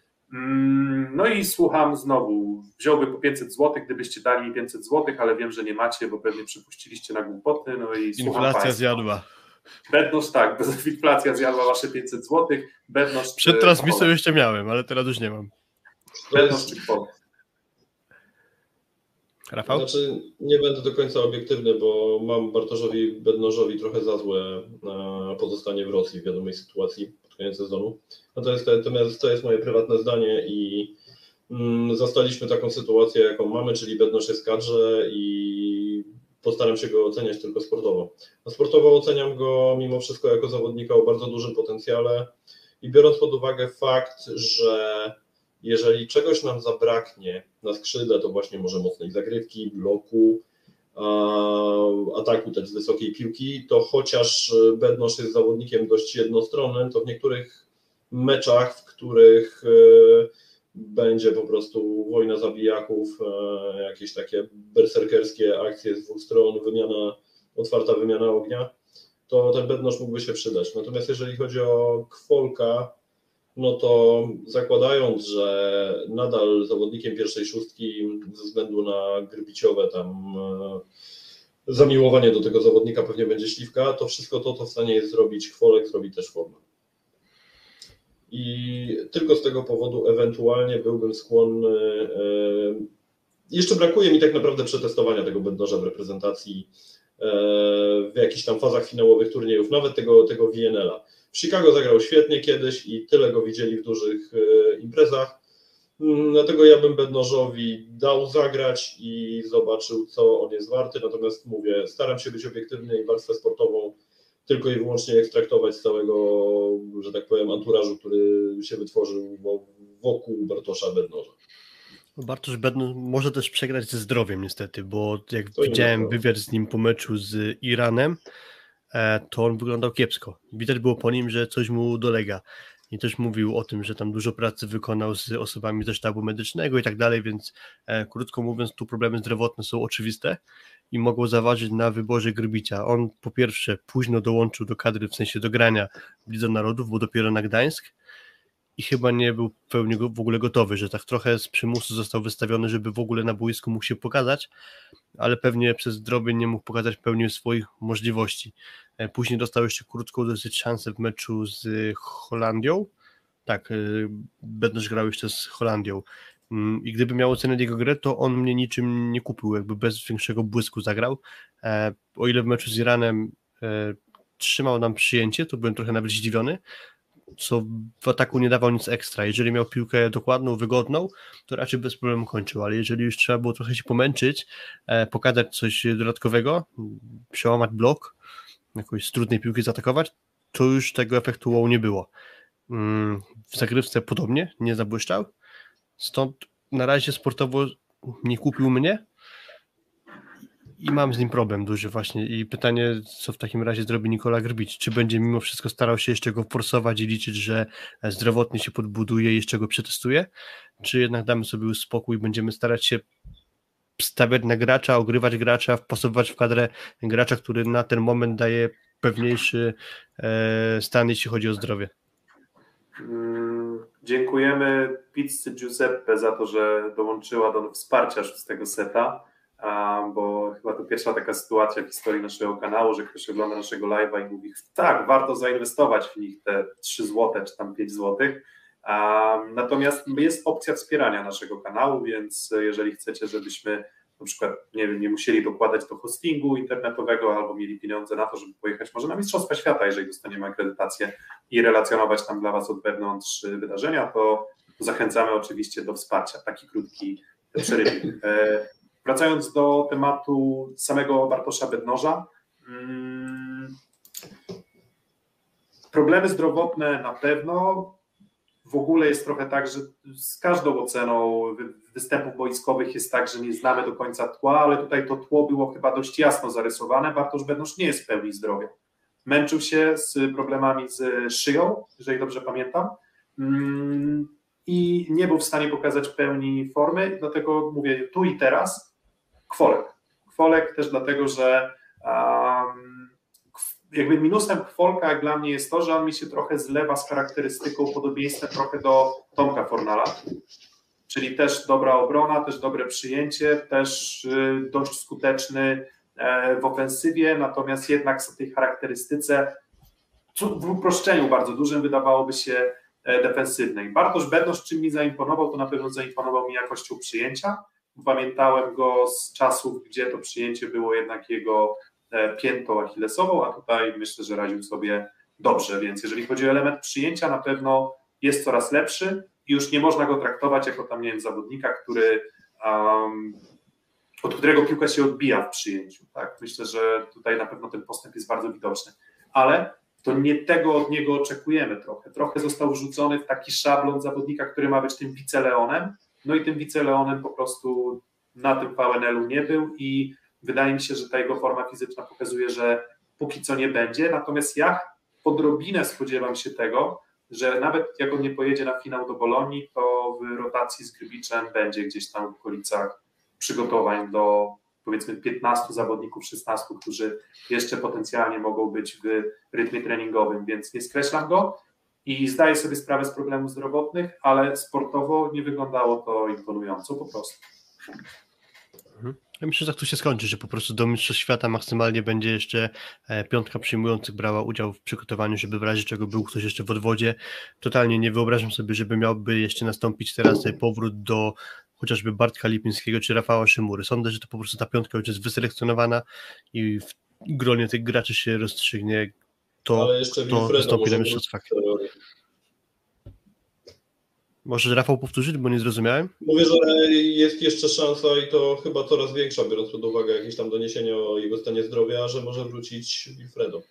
Speaker 3: No i słucham znowu, wziąłbym po 500 zł, gdybyście dali mi 500 zł, ale wiem, że nie macie, bo pewnie przypuściliście na głupoty. No i
Speaker 5: inflacja zjadła.
Speaker 3: Bednosz, tak, inflacja zjadła wasze 500 zł. Bednosz,
Speaker 5: przed transmisją jeszcze miałem, ale teraz już nie mam.
Speaker 3: Bednosz czy Kwolek?
Speaker 5: Rafał?
Speaker 4: Znaczy, nie będę do końca obiektywny, bo mam Bartoszowi Bednożowi trochę za złe pozostanie w Rosji w wiadomej sytuacji pod koniec sezonu. Natomiast to jest moje prywatne zdanie i zastaliśmy taką sytuację, jaką mamy, czyli Bednoż jest w kadrze i postaram się go oceniać tylko sportowo. A sportowo oceniam go mimo wszystko jako zawodnika o bardzo dużym potencjale i biorąc pod uwagę fakt, że jeżeli czegoś nam zabraknie na skrzydle, to właśnie może mocnej zagrywki, bloku, ataku też z wysokiej piłki, to chociaż Bednoż jest zawodnikiem dość jednostronnym, to w niektórych meczach, w których będzie po prostu wojna zabijaków, jakieś takie berserkerskie akcje z dwóch stron, otwarta wymiana ognia, to ten Bednoż mógłby się przydać. Natomiast jeżeli chodzi o Kwolka, no to zakładając, że nadal zawodnikiem pierwszej szóstki ze względu na grbiciowe tam zamiłowanie do tego zawodnika pewnie będzie Śliwka, to wszystko to w stanie jest zrobić Kwolek, zrobi też Forma. I tylko z tego powodu ewentualnie byłbym skłonny, jeszcze brakuje mi tak naprawdę przetestowania tego Bednoża w reprezentacji w jakichś tam fazach finałowych turniejów, nawet tego VNL-a. W Chicago zagrał świetnie kiedyś i tyle go widzieli w dużych imprezach, dlatego ja bym Bednożowi dał zagrać i zobaczył, co on jest warty, natomiast mówię, staram się być obiektywny i warstwę sportową tylko i wyłącznie ekstraktować z całego, że tak powiem, anturażu, który się wytworzył wokół Bartosza Bednoża.
Speaker 5: Bartosz Bednoż może też przegrać ze zdrowiem niestety, bo jak
Speaker 4: To
Speaker 5: widziałem wywiad z nim po meczu z Iranem, to on wyglądał kiepsko. Widać było po nim, że coś mu dolega. I też mówił o tym, że tam dużo pracy wykonał z osobami ze sztabu medycznego i tak dalej, więc krótko mówiąc, tu problemy zdrowotne są oczywiste i mogą zaważyć na wyborze Grbicia. On po pierwsze późno dołączył do kadry, w sensie do grania w Lidze Narodów, bo dopiero na Gdańsk i chyba nie był w pełni w ogóle gotowy, że tak trochę z przymusu został wystawiony, żeby w ogóle na boisku mógł się pokazać, ale pewnie przez zdrowie nie mógł pokazać w pełni swoich możliwości. Później dostał jeszcze krótką dosyć szansę w meczu z Holandią. Tak, Bednoż grał jeszcze z Holandią. I gdyby miał oceniać jego grę, to on mnie niczym nie kupił, jakby bez większego błysku zagrał. O ile w meczu z Iranem trzymał nam przyjęcie, to byłem trochę nawet zdziwiony, co w ataku nie dawał nic ekstra. Jeżeli miał piłkę dokładną, wygodną, to raczej bez problemu kończył, ale jeżeli już trzeba było trochę się pomęczyć, pokazać coś dodatkowego, przełamać blok, jakoś z trudnej piłki zaatakować, to już tego efektu wow nie było. W zagrywce podobnie, nie zabłyszczał, stąd na razie sportowo nie kupił mnie i mam z nim problem duży właśnie i pytanie, co w takim razie zrobi Nikola Grbić, czy będzie mimo wszystko starał się jeszcze go forsować i liczyć, że zdrowotnie się podbuduje i jeszcze go przetestuje, czy jednak damy sobie już spokój i będziemy starać się stawiać na gracza, ogrywać gracza, wpasowywać w kadrę gracza, który na ten moment daje pewniejszy stan, jeśli chodzi o zdrowie.
Speaker 3: Dziękujemy pizzy Giuseppe za to, że dołączyła do wsparcia szóstego seta, bo chyba to pierwsza taka sytuacja w historii naszego kanału, że ktoś ogląda naszego live'a i mówi, tak, warto zainwestować w nich te 3 zł czy tam 5 zł. Natomiast jest opcja wspierania naszego kanału, więc jeżeli chcecie, żebyśmy na przykład, nie wiem, nie musieli dokładać do hostingu internetowego albo mieli pieniądze na to, żeby pojechać może na Mistrzostwa Świata, jeżeli dostaniemy akredytację i relacjonować tam dla Was od wewnątrz wydarzenia, to zachęcamy oczywiście do wsparcia. Taki krótki przerywnik. Wracając do tematu samego Bartosza Bednoża, problemy zdrowotne na pewno. W ogóle jest trochę tak, że z każdą oceną występów boiskowych jest tak, że nie znamy do końca tła, ale tutaj to tło było chyba dość jasno zarysowane. Bartosz Bednoż nie jest w pełni zdrowia. Męczył się z problemami z szyją, jeżeli dobrze pamiętam, i nie był w stanie pokazać pełni formy, dlatego mówię tu i teraz Kwolek też dlatego, że jakby minusem Kwolka jak dla mnie jest to, że on mi się trochę zlewa z charakterystyką, podobieństwem trochę do Tomka Fornala, czyli też dobra obrona, też dobre przyjęcie, też dość skuteczny w ofensywie, natomiast jednak w tej charakterystyce w uproszczeniu bardzo dużym wydawałoby się defensywnej. Bartosz Bednoż czym mi zaimponował, to na pewno zaimponował mi jakością przyjęcia, pamiętałem go z czasów, gdzie to przyjęcie było jednak jego piętą achillesową, a tutaj myślę, że radził sobie dobrze, więc jeżeli chodzi o element przyjęcia, na pewno jest coraz lepszy i już nie można go traktować jako tam, nie wiem, zawodnika, od którego piłka się odbija w przyjęciu. Tak? Myślę, że tutaj na pewno ten postęp jest bardzo widoczny, ale to nie tego od niego oczekujemy trochę. Trochę został wrzucony w taki szablon zawodnika, który ma być tym wiceleonem, no i tym wiceleonem po prostu na tym VNL-u nie był i wydaje mi się, że ta jego forma fizyczna pokazuje, że póki co nie będzie, natomiast ja odrobinę spodziewam się tego, że nawet jak on nie pojedzie na finał do Bolonii, to w rotacji z Grbiczem będzie gdzieś tam w okolicach przygotowań do powiedzmy 15 zawodników, 16, którzy jeszcze potencjalnie mogą być w rytmie treningowym, więc nie skreślam go i zdaję sobie sprawę z problemów zdrowotnych, ale sportowo nie wyglądało to imponująco po prostu.
Speaker 5: Ja myślę, że tak tu się skończy, że po prostu do Mistrzostw Świata maksymalnie będzie jeszcze 5 przyjmujących brała udział w przygotowaniu, żeby w razie czego był ktoś jeszcze w odwodzie. Totalnie nie wyobrażam sobie, żeby miałby jeszcze nastąpić teraz powrót do chociażby Bartka Lipińskiego czy Rafała Szymury. Sądzę, że to po prostu ta 5 już jest wyselekcjonowana i w gronie tych graczy się rozstrzygnie to, kto wystąpi na mistrzostwach. Może Rafał powtórzyć, bo nie zrozumiałem?
Speaker 4: Mówię, że jest jeszcze szansa i to chyba coraz większa, biorąc pod uwagę jakieś tam doniesienia o jego stanie zdrowia, że może wrócić Wilfredo.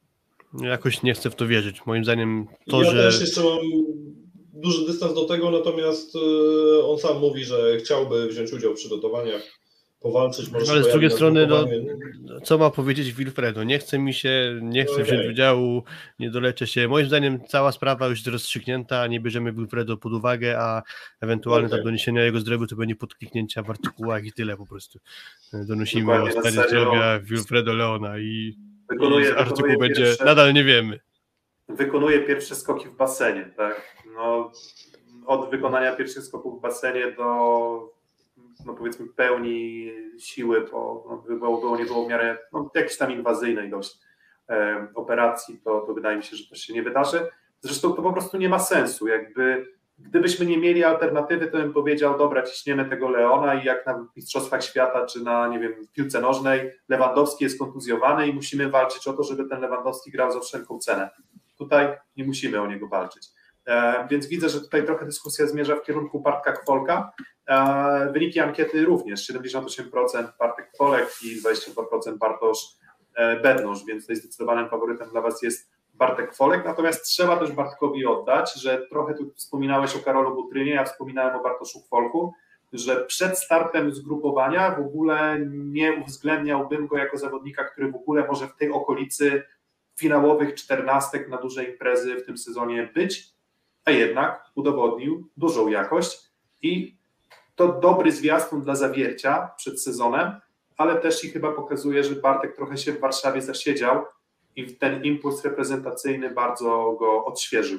Speaker 5: Jakoś nie chcę w to wierzyć. Moim zdaniem to,
Speaker 4: ja
Speaker 5: że...
Speaker 4: też jeszcze mam duży dystans do tego, natomiast on sam mówi, że chciałby wziąć udział w przygotowaniach, powalczyć. Może
Speaker 5: ale z drugiej strony, co ma powiedzieć Wilfredo? Nie chce wziąć udziału, nie doleczę się. Moim zdaniem cała sprawa już jest rozstrzygnięta, nie bierzemy Wilfredo pod uwagę, a ewentualne tam doniesienia o jego zdrowiu to będzie podkliknięcia w artykułach i tyle po prostu. Donosimy o stanie zdrowia Wilfredo Leona i artykuł będzie, nadal nie wiemy.
Speaker 3: Wykonuje pierwsze skoki w basenie, tak? No, od wykonania pierwszych skoków w basenie do powiedzmy pełni siły, bo nie było w miarę jakiejś tam inwazyjnej dość operacji, to wydaje mi się, że to się nie wydarzy. Zresztą to po prostu nie ma sensu. Gdybyśmy nie mieli alternatywy, to bym powiedział, dobra, ciśniemy tego Leona i jak na Mistrzostwach Świata czy na, nie wiem, w piłce nożnej Lewandowski jest kontuzjowany i musimy walczyć o to, żeby ten Lewandowski grał za wszelką cenę. Tutaj nie musimy o niego walczyć. Więc widzę, że tutaj trochę dyskusja zmierza w kierunku Bartka Kwolka. Wyniki ankiety również, 78% Bartek Kwolek i 22% Bartosz Bednosz, więc tutaj zdecydowanym faworytem dla Was jest Bartek Kwolek, natomiast trzeba też Bartkowi oddać, że trochę tu wspominałeś o Karolu Butrynie, ja wspominałem o Bartoszu Kwolku, że przed startem zgrupowania w ogóle nie uwzględniałbym go jako zawodnika, który w ogóle może w tej okolicy finałowych 14 na duże imprezy w tym sezonie być, a jednak udowodnił dużą jakość i to dobry zwiastun dla Zawiercia przed sezonem, ale też i chyba pokazuje, że Bartek trochę się w Warszawie zasiedział i ten impuls reprezentacyjny bardzo go odświeżył.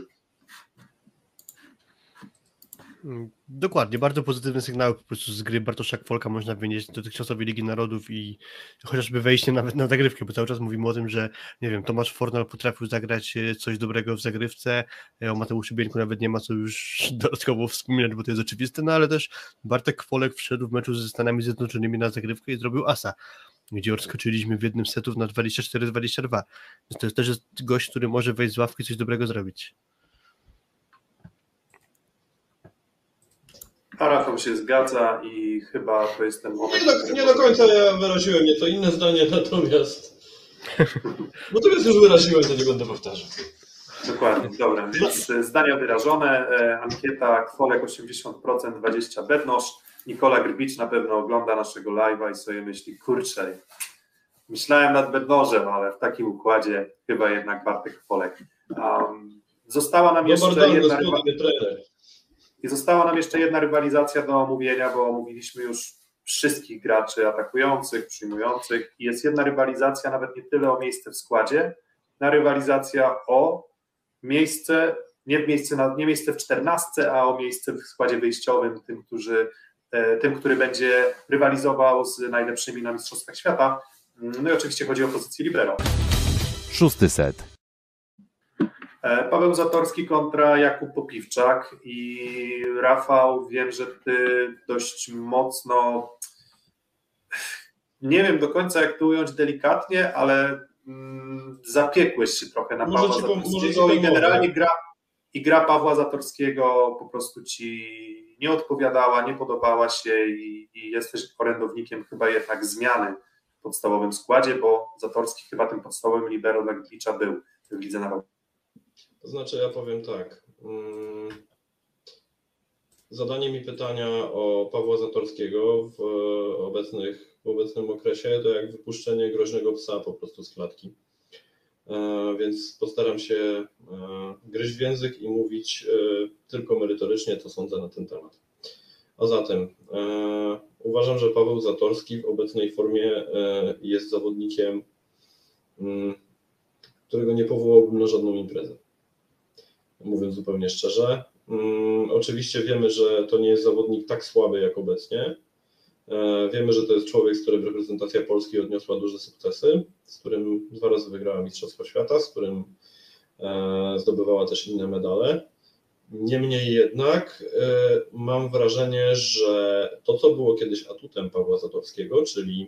Speaker 5: Dokładnie, bardzo pozytywne sygnały po prostu z gry Bartosza Kwolka można wynieść do dotychczasowej Ligi Narodów i chociażby wejście nawet na zagrywkę, bo cały czas mówimy o tym, że nie wiem, Tomasz Fornal potrafił zagrać coś dobrego w zagrywce, o Mateuszu Bieńku nawet nie ma co już dodatkowo wspominać, bo to jest oczywiste, no ale też Bartek Kwolek wszedł w meczu ze Stanami Zjednoczonymi na zagrywkę i zrobił asa, gdzie odskoczyliśmy w jednym z setów na 24-22, więc to jest też gość, który może wejść z ławki i coś dobrego zrobić.
Speaker 3: A Rafał się zgadza i chyba to jest ten moment...
Speaker 4: Nie do końca ja wyraziłem nieco inne zdanie, natomiast już wyraziłem, to nie będę powtarzał.
Speaker 3: Dokładnie, dobra. Więc zdania wyrażone, ankieta Kwolek 80%, 20% Bednosz. Nikola Grbicz na pewno ogląda naszego live'a i sobie myśli, kurczę, myślałem nad Bednożem, ale w takim układzie chyba jednak Bartek Kwolek. Została nam jeszcze jedna rywalizacja do omówienia, bo omówiliśmy już wszystkich graczy atakujących, przyjmujących i jest jedna rywalizacja, nawet nie tyle o miejsce w składzie, rywalizacja o miejsce, nie miejsce w 14, a o miejsce w składzie wyjściowym, tym, który będzie rywalizował z najlepszymi na Mistrzostwach Świata. No i oczywiście chodzi o pozycję libero.
Speaker 2: 6. set.
Speaker 3: Paweł Zatorski kontra Jakub Popiwczak i Rafał, wiem, że ty dość mocno, nie wiem do końca jak to ująć delikatnie, ale zapiekłeś się trochę na Pawła Zatorskiego i generalnie gra Pawła Zatorskiego po prostu ci nie odpowiadała, nie podobała się i jesteś orędownikiem chyba jednak zmiany w podstawowym składzie, bo Zatorski chyba tym podstawowym libero dla Gliwicza był w Lidze Narodowej.
Speaker 4: To znaczy ja powiem tak, zadanie mi pytania o Pawła Zatorskiego w obecnym okresie to jak wypuszczenie groźnego psa po prostu z klatki. Więc postaram się gryźć w język i mówić tylko merytorycznie, co sądzę na ten temat. A zatem uważam, że Paweł Zatorski w obecnej formie jest zawodnikiem, którego nie powołałbym na żadną imprezę. Mówiąc zupełnie szczerze. Oczywiście wiemy, że to nie jest zawodnik tak słaby jak obecnie. Wiemy, że to jest człowiek, z którym reprezentacja Polski odniosła duże sukcesy, z którym 2 razy wygrała Mistrzostwo Świata, z którym zdobywała też inne medale. Niemniej jednak mam wrażenie, że to, co było kiedyś atutem Pawła Zatorskiego, czyli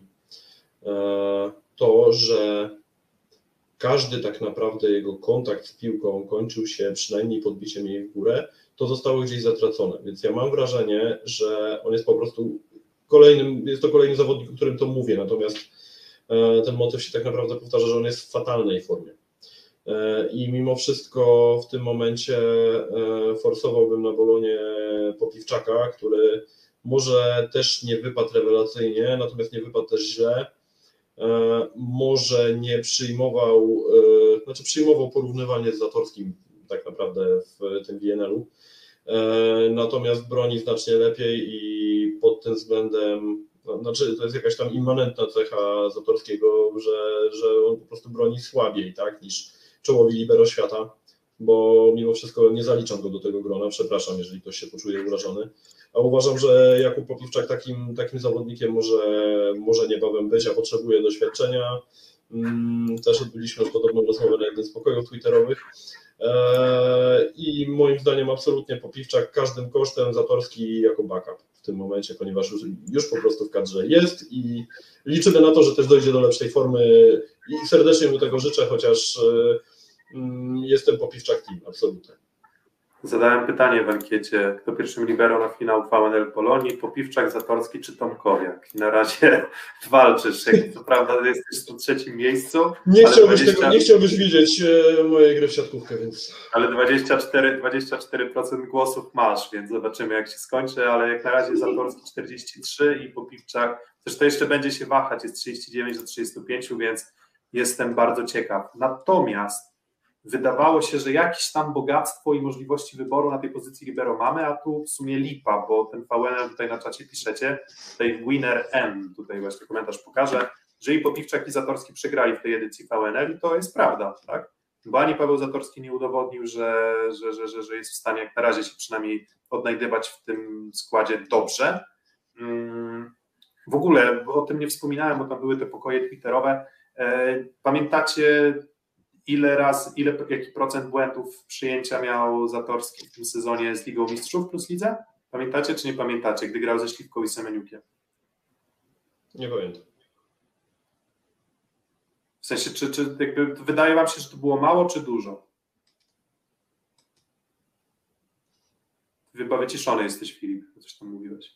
Speaker 4: to, że każdy tak naprawdę jego kontakt z piłką kończył się przynajmniej podbiciem jej w górę, to zostało gdzieś zatracone. Więc ja mam wrażenie, że on jest po prostu kolejny zawodnik, o którym to mówię, natomiast ten motyw się tak naprawdę powtarza, że on jest w fatalnej formie. I mimo wszystko w tym momencie forsowałbym na Bolonie Popiwczaka, który może też nie wypadł rewelacyjnie, natomiast nie wypadł też źle. Może nie przyjmował, przyjmował porównywanie z Zatorskim tak naprawdę w tym WNL-u, natomiast broni znacznie lepiej i pod tym względem, to jest jakaś tam immanentna cecha Zatorskiego, że on po prostu broni słabiej, tak, niż czołowi libero świata, bo mimo wszystko nie zaliczam go do tego grona, przepraszam, jeżeli ktoś się poczuje urażony, a uważam, że Jakub Popiwczak takim zawodnikiem może niebawem być, a potrzebuje doświadczenia. Też odbyliśmy już podobną rozmowę na jednym z pokojów twitterowych i moim zdaniem absolutnie Popiwczak każdym kosztem, Zatorski jako backup w tym momencie, ponieważ już po prostu w kadrze jest i liczymy na to, że też dojdzie do lepszej formy i serdecznie mu tego życzę, chociaż jestem Popiwczak team, absolutnie.
Speaker 3: Zadałem pytanie w ankiecie, kto pierwszym libero na finał VNL Polonii, Popiwczak, Zatorski czy Tomkowiak? I na razie walczysz, co prawda jesteś w 3. miejscu.
Speaker 4: Nie chciałbyś widzieć mojej gry w siatkówkę, więc...
Speaker 3: Ale 24% głosów masz, więc zobaczymy jak się skończy, ale jak na razie Zatorski 43 i Popiwczak, też to jeszcze będzie się wahać, jest 39 do 35, więc jestem bardzo ciekaw. Natomiast wydawało się, że jakieś tam bogactwo i możliwości wyboru na tej pozycji libero mamy, a tu w sumie lipa, bo ten VNL tutaj na czacie piszecie, tutaj winner M, tutaj właśnie komentarz pokaże, że i Popiwczak i Zatorski przegrali w tej edycji VNL i to jest prawda, tak? Bo ani Paweł Zatorski nie udowodnił, że jest w stanie jak na razie się przynajmniej odnajdywać w tym składzie dobrze. W ogóle, bo o tym nie wspominałem, bo tam były te pokoje twitterowe. Pamiętacie jaki procent błędów przyjęcia miał Zatorski w tym sezonie z Ligą Mistrzów plus Lidze? Pamiętacie czy nie pamiętacie, gdy grał ze Śliwką i Semeniukiem?
Speaker 4: Nie pamiętam.
Speaker 3: W sensie, czy jakby wydaje wam się, że to było mało czy dużo? Chyba wyciszony jesteś, Filip, coś tam mówiłeś.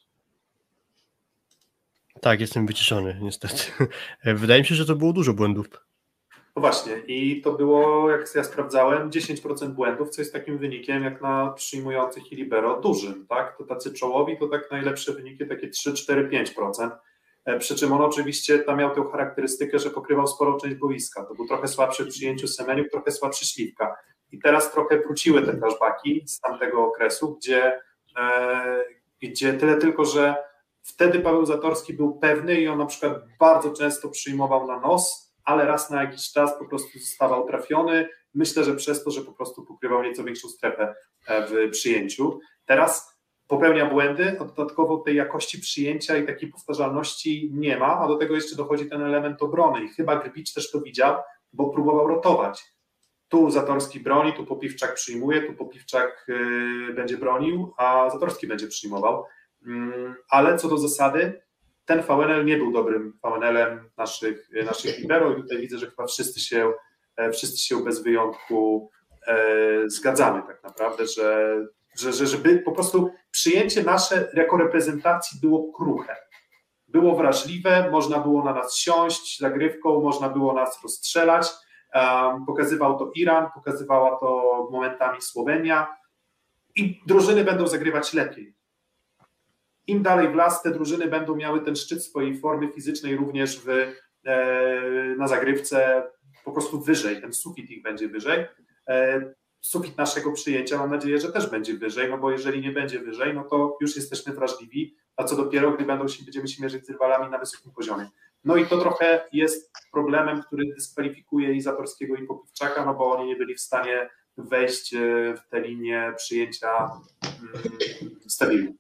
Speaker 5: Tak, jestem wyciszony, niestety. Wydaje mi się, że to było dużo błędów.
Speaker 3: No właśnie i to było, jak ja sprawdzałem, 10% błędów, co jest takim wynikiem jak na przyjmujących i libero dużym, tak? To tacy czołowi to tak najlepsze wyniki, takie 3, 4, 5%. Przy czym on oczywiście tam miał tę charakterystykę, że pokrywał sporą część boiska. To był trochę słabszy w przyjęciu Semeniuk, trochę słabszy Śliwka. I teraz trochę wróciły te flashbacki z tamtego okresu, gdzie tyle tylko, że wtedy Paweł Zatorski był pewny i on na przykład bardzo często przyjmował na nos, ale raz na jakiś czas po prostu zostawał trafiony. Myślę, że przez to, że po prostu pokrywał nieco większą strefę w przyjęciu. Teraz popełnia błędy, a dodatkowo tej jakości przyjęcia i takiej powtarzalności nie ma, a do tego jeszcze dochodzi ten element obrony i chyba Grbicz też to widział, bo próbował rotować. tu Zatorski broni, tu Popiwczak przyjmuje, tu Popiwczak będzie bronił, a Zatorski będzie przyjmował. Ale co do zasady, ten VNL nie był dobrym VNL-em naszych libero i tutaj widzę, że chyba wszyscy się bez wyjątku zgadzamy tak naprawdę, żeby po prostu przyjęcie nasze jako reprezentacji było kruche. Było wrażliwe, można było na nas siąść zagrywką, można było nas rozstrzelać. Pokazywał to Iran, pokazywała to momentami Słowenia i drużyny będą zagrywać lepiej. Im dalej w las, te drużyny będą miały ten szczyt swojej formy fizycznej również na zagrywce po prostu wyżej, ten sufit ich będzie wyżej. Sufit naszego przyjęcia mam nadzieję, że też będzie wyżej, no bo jeżeli nie będzie wyżej, no to już jesteśmy wrażliwi, a co dopiero, gdy będziemy się mierzyć z rywalami na wysokim poziomie. No i to trochę jest problemem, który dyskwalifikuje i Zatorskiego, i Popiwczaka, no bo oni nie byli w stanie wejść w tę linię przyjęcia stabilną.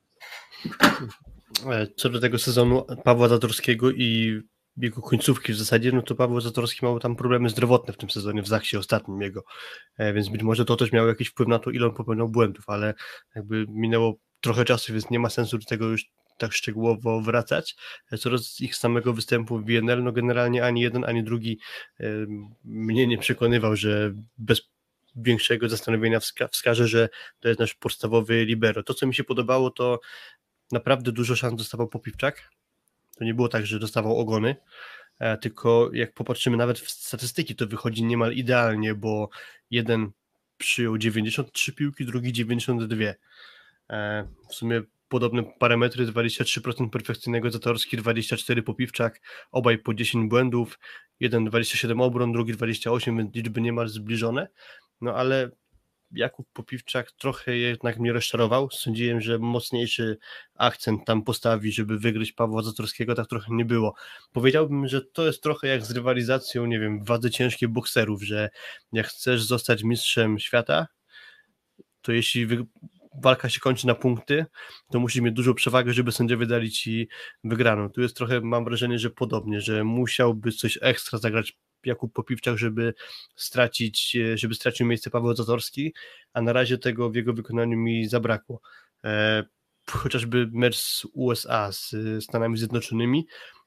Speaker 5: Co do tego sezonu Pawła Zatorskiego i jego końcówki w zasadzie, no to Paweł Zatorski miał tam problemy zdrowotne w tym sezonie, w Zachsie ostatnim jego, więc być może to też miało jakiś wpływ na to, ile on popełniał błędów, ale jakby minęło trochę czasu, więc nie ma sensu do tego już tak szczegółowo wracać. Co do ich samego występu w WNL, no generalnie ani jeden, ani drugi mnie nie przekonywał, że bez większego zastanowienia wskaże, że to jest nasz podstawowy libero. To, co mi się podobało, to naprawdę dużo szans dostawał Popiwczak. To nie było tak, że dostawał ogony, tylko jak popatrzymy nawet w statystyki, to wychodzi niemal idealnie, bo jeden przyjął 93 piłki, drugi 92. W sumie podobne parametry, 23% perfekcyjnego Zatorski, 24 Popiwczak, obaj po 10 błędów, jeden 27 obron, drugi 28, więc liczby niemal zbliżone, no ale Jakub Popiwczak trochę jednak mnie rozczarował. Sądziłem, że mocniejszy akcent tam postawi, żeby wygryźć Pawła Zatorskiego, tak trochę nie było. Powiedziałbym, że to jest trochę jak z rywalizacją, nie wiem, w wadze ciężkiej bokserów, że jak chcesz zostać mistrzem świata, to jeśli walka się kończy na punkty, to musisz mieć dużą przewagę, żeby sędziowie dali ci wygraną. Tu jest trochę, mam wrażenie, że podobnie, że musiałby coś ekstra zagrać Jakub Popiwczak, żeby stracił miejsce Paweł Zatorski, a na razie tego w jego wykonaniu mi zabrakło. Chociażby mecz z USA, z Stanami Zjednoczonymi,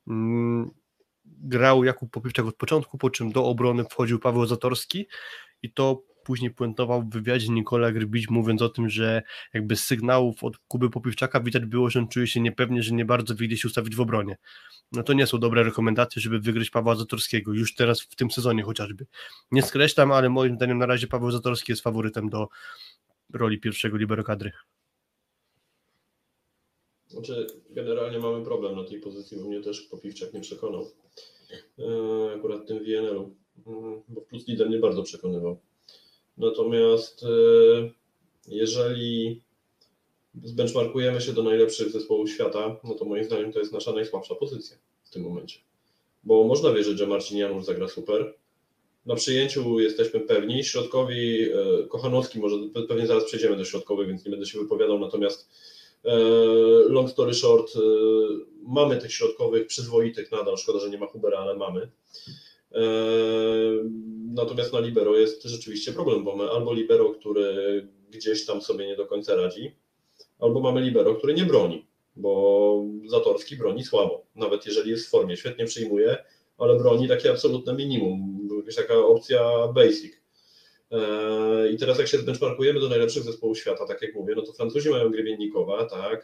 Speaker 5: grał Jakub Popiwczak od początku, po czym do obrony wchodził Paweł Zatorski i to później puentował w wywiadzie Nikola Grbić, mówiąc o tym, że jakby z sygnałów od Kuby Popiwczaka widać było, że on czuje się niepewnie, że nie bardzo wie się ustawić w obronie. No to nie są dobre rekomendacje, żeby wygryźć Pawła Zatorskiego, już teraz w tym sezonie chociażby. Nie skreślam, ale moim zdaniem na razie Paweł Zatorski jest faworytem do roli pierwszego libero kadry.
Speaker 4: Znaczy, generalnie mamy problem na tej pozycji, bo mnie też Popiwczak nie przekonał. Akurat w tym WNL-u, bo w Plus Lidze mnie bardzo przekonywał. Natomiast jeżeli zbenchmarkujemy się do najlepszych zespołów świata, no to moim zdaniem to jest nasza najsłabsza pozycja w tym momencie. Bo można wierzyć, że Marcin Janusz zagra super. Na przyjęciu jesteśmy pewni. Środkowi, Kochanowski, może pewnie zaraz przejdziemy do środkowych, więc nie będę się wypowiadał, natomiast long story short, mamy tych środkowych przyzwoitych nadal, szkoda, że nie ma Hubera, ale mamy. Natomiast na libero jest rzeczywiście problem, bo mamy albo libero, który gdzieś tam sobie nie do końca radzi, albo mamy libero, który nie broni, bo Zatorski broni słabo, nawet jeżeli jest w formie, świetnie przyjmuje, ale broni takie absolutne minimum, jakaś taka opcja basic. I teraz jak się benchmarkujemy do najlepszych zespołów świata, tak jak mówię, no to Francuzi mają Grebiennikowa, tak.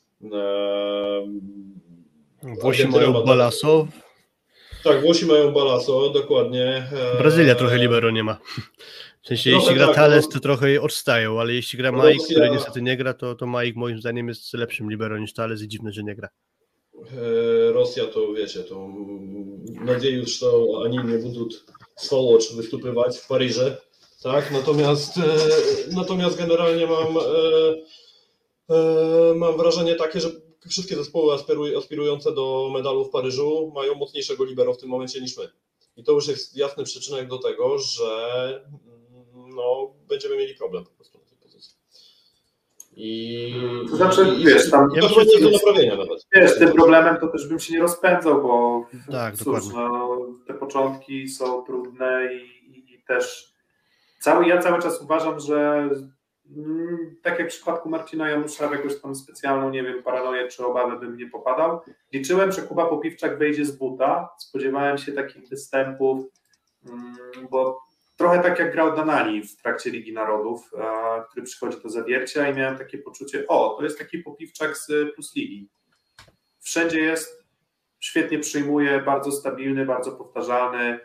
Speaker 5: Włosi mają Balaso.
Speaker 4: Tak, Włosi mają Balaso, dokładnie.
Speaker 5: Brazylia trochę libero nie ma. W sensie, jeśli gra Thales, to trochę odstają, ale jeśli gra Mike, który niestety nie gra, to Mike moim zdaniem jest lepszym libero niż Thales i dziwne, że nie gra.
Speaker 4: Rosja to wiecie, to nadzieję, że to ani nie będą swolocz wystupywać w Paryżu, tak? Natomiast generalnie mam wrażenie takie, że wszystkie zespoły aspirujące do medalu w Paryżu mają mocniejszego libero w tym momencie niż my. I to już jest jasny przyczynek do tego, że będziemy mieli problem po prostu na tej pozycji.
Speaker 3: To znaczy, wiesz, tam
Speaker 4: to chyba nie do naprawienia nawet.
Speaker 3: Wiesz, tym problemem to też bym się nie rozpędzał, bo
Speaker 5: tak,
Speaker 3: cóż, te początki są trudne i też Ja cały czas uważam, że tak jak w przypadku Marcina Janusza, w jakąś tam specjalną, nie wiem, paranoję czy obawę bym nie popadał. Liczyłem, że Kuba Popiwczak wejdzie z buta. Spodziewałem się takich występów, bo trochę tak jak grał Danani w trakcie Ligi Narodów, który przychodzi do zawiercia i miałem takie poczucie, to jest taki Popiwczak z Plus Ligi. Wszędzie jest, świetnie przyjmuje, bardzo stabilny, bardzo powtarzalny,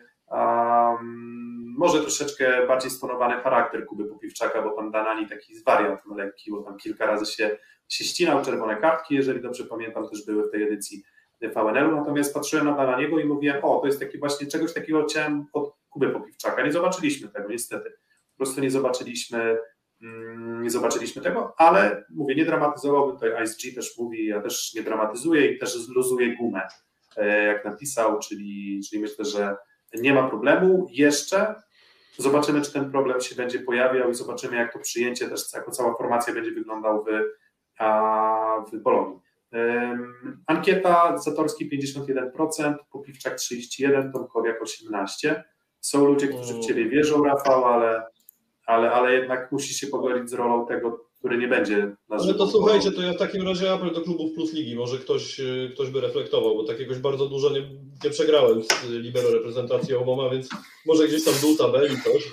Speaker 3: może troszeczkę bardziej stonowany charakter Kuby Popiwczaka, bo tam Danani taki wariant lekki, bo tam kilka razy się ścinał, czerwone kartki, jeżeli dobrze pamiętam, też były w tej edycji VNL-u, natomiast patrzyłem na Dananiego i mówiłem, to jest taki właśnie, czegoś takiego chciałem od Kuby Popiwczaka. Nie zobaczyliśmy tego, niestety. Po prostu nie zobaczyliśmy tego, ale mówię, nie dramatyzowałbym, tutaj Ice G też mówi, ja też nie dramatyzuję i też zluzuję gumę, jak napisał, czyli myślę, że nie ma problemu. Jeszcze zobaczymy, czy ten problem się będzie pojawiał i zobaczymy, jak to przyjęcie też jako cała formacja będzie wyglądał w Bolonii. Ankieta Zatorski 51%, Popiwczak 31%, Tomkowiak 18%. Są ludzie, którzy w Ciebie wierzą, Rafał, ale jednak musisz się pogodzić z rolą tego, który nie będzie na żywo.
Speaker 4: Ale to słuchajcie, to ja w takim razie apel do klubów Plus Ligi, może ktoś by reflektował, bo tak jakoś bardzo dużo nie przegrałem z libero reprezentacji oboma, więc może gdzieś tam dół tabeli coś.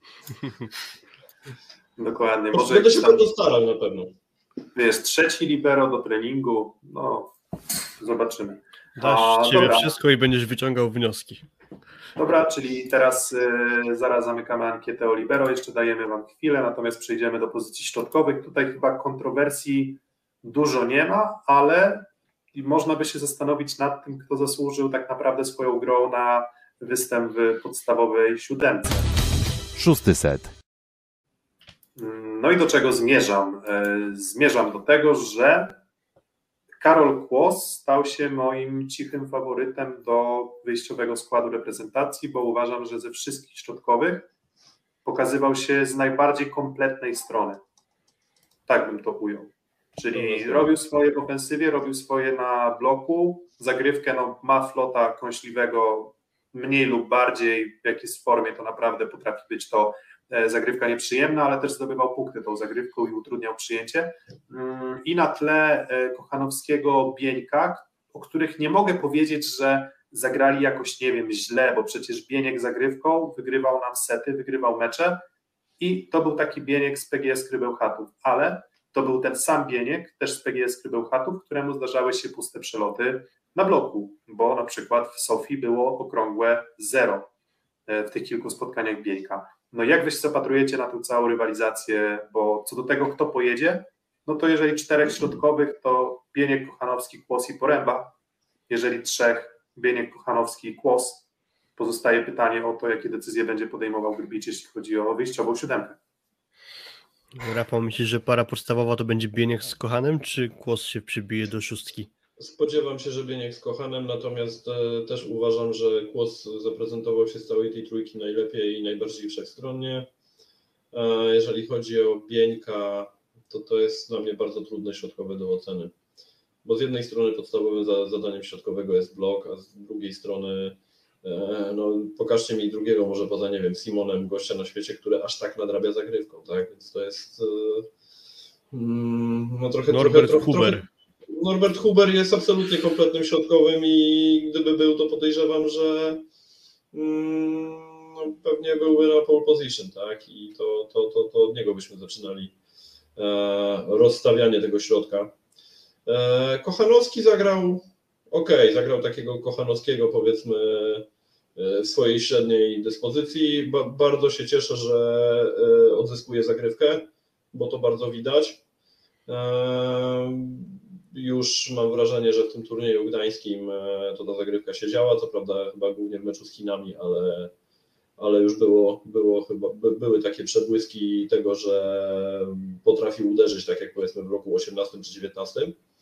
Speaker 3: Dokładnie.
Speaker 4: Może będę się bardzo starał na pewno.
Speaker 3: Wiesz, trzeci libero do treningu, zobaczymy.
Speaker 5: Dasz z Ciebie wszystko i będziesz wyciągał wnioski.
Speaker 3: Dobra, czyli teraz zaraz zamykamy ankietę o libero, jeszcze dajemy Wam chwilę, natomiast przejdziemy do pozycji środkowych. Tutaj chyba kontrowersji dużo nie ma, ale można by się zastanowić nad tym, kto zasłużył tak naprawdę swoją grą na występ w podstawowej 7.
Speaker 2: 6. set.
Speaker 3: No i do czego zmierzam? Zmierzam do tego, że Karol Kłos stał się moim cichym faworytem do wyjściowego składu reprezentacji, bo uważam, że ze wszystkich środkowych pokazywał się z najbardziej kompletnej strony. Tak bym to ujął. Czyli robił swoje w ofensywie, robił swoje na bloku, zagrywkę ma flota kąśliwego mniej lub bardziej, w jakiej formie to naprawdę potrafi być to zagrywka nieprzyjemna, ale też zdobywał punkty tą zagrywką i utrudniał przyjęcie. I na tle Kochanowskiego, Bieńka, o których nie mogę powiedzieć, że zagrali jakoś, nie wiem, źle, bo przecież Bieniek zagrywką wygrywał nam sety, wygrywał mecze i to był taki Bieniek z PGS Krybełchatów, ale to był ten sam Bieniek, też z PGS Krybełchatów, któremu zdarzały się puste przeloty na bloku, bo na przykład w Sofii było okrągłe 0 w tych kilku spotkaniach Bieńka. No jak wy się zapatrujecie na tę całą rywalizację, bo co do tego, kto pojedzie, no to jeżeli 4 środkowych, to Bieniek, Kochanowski, Kłos i Poręba. Jeżeli 3, Bieniek, Kochanowski i Kłos, pozostaje pytanie o to, jakie decyzje będzie podejmował Grbić, jeśli chodzi o wyjściową 7.
Speaker 5: Rafał, myślisz, że para podstawowa to będzie Bieniek z Kochanem, czy Kłos się przybije do 6?
Speaker 4: Spodziewam się, że Bieniek z Kochanem, natomiast też uważam, że Kłos zaprezentował się z całej tej trójki najlepiej i najbardziej wszechstronnie. Jeżeli chodzi o Bieńka, to jest dla mnie bardzo trudne środkowe do oceny, bo z jednej strony podstawowym zadaniem środkowego jest blok, a z drugiej strony pokażcie mi drugiego, może poza, nie wiem, Simonem, gościa na świecie, który aż tak nadrabia zagrywką, tak? Więc to jest trochę Huber. Norbert Huber jest absolutnie kompletnym środkowym i gdyby był, to podejrzewam, że pewnie byłby na pole position, tak? I to od niego byśmy zaczynali rozstawianie tego środka. Kochanowski zagrał zagrał takiego Kochanowskiego, powiedzmy, w swojej średniej dyspozycji. Bardzo się cieszę, że odzyskuje zagrywkę, bo to bardzo widać. Już mam wrażenie, że w tym turnieju gdańskim to ta zagrywka się działa, co prawda chyba głównie w meczu z Chinami, ale już były takie przebłyski tego, że potrafił uderzyć, tak jak powiedzmy w roku 18 czy 19.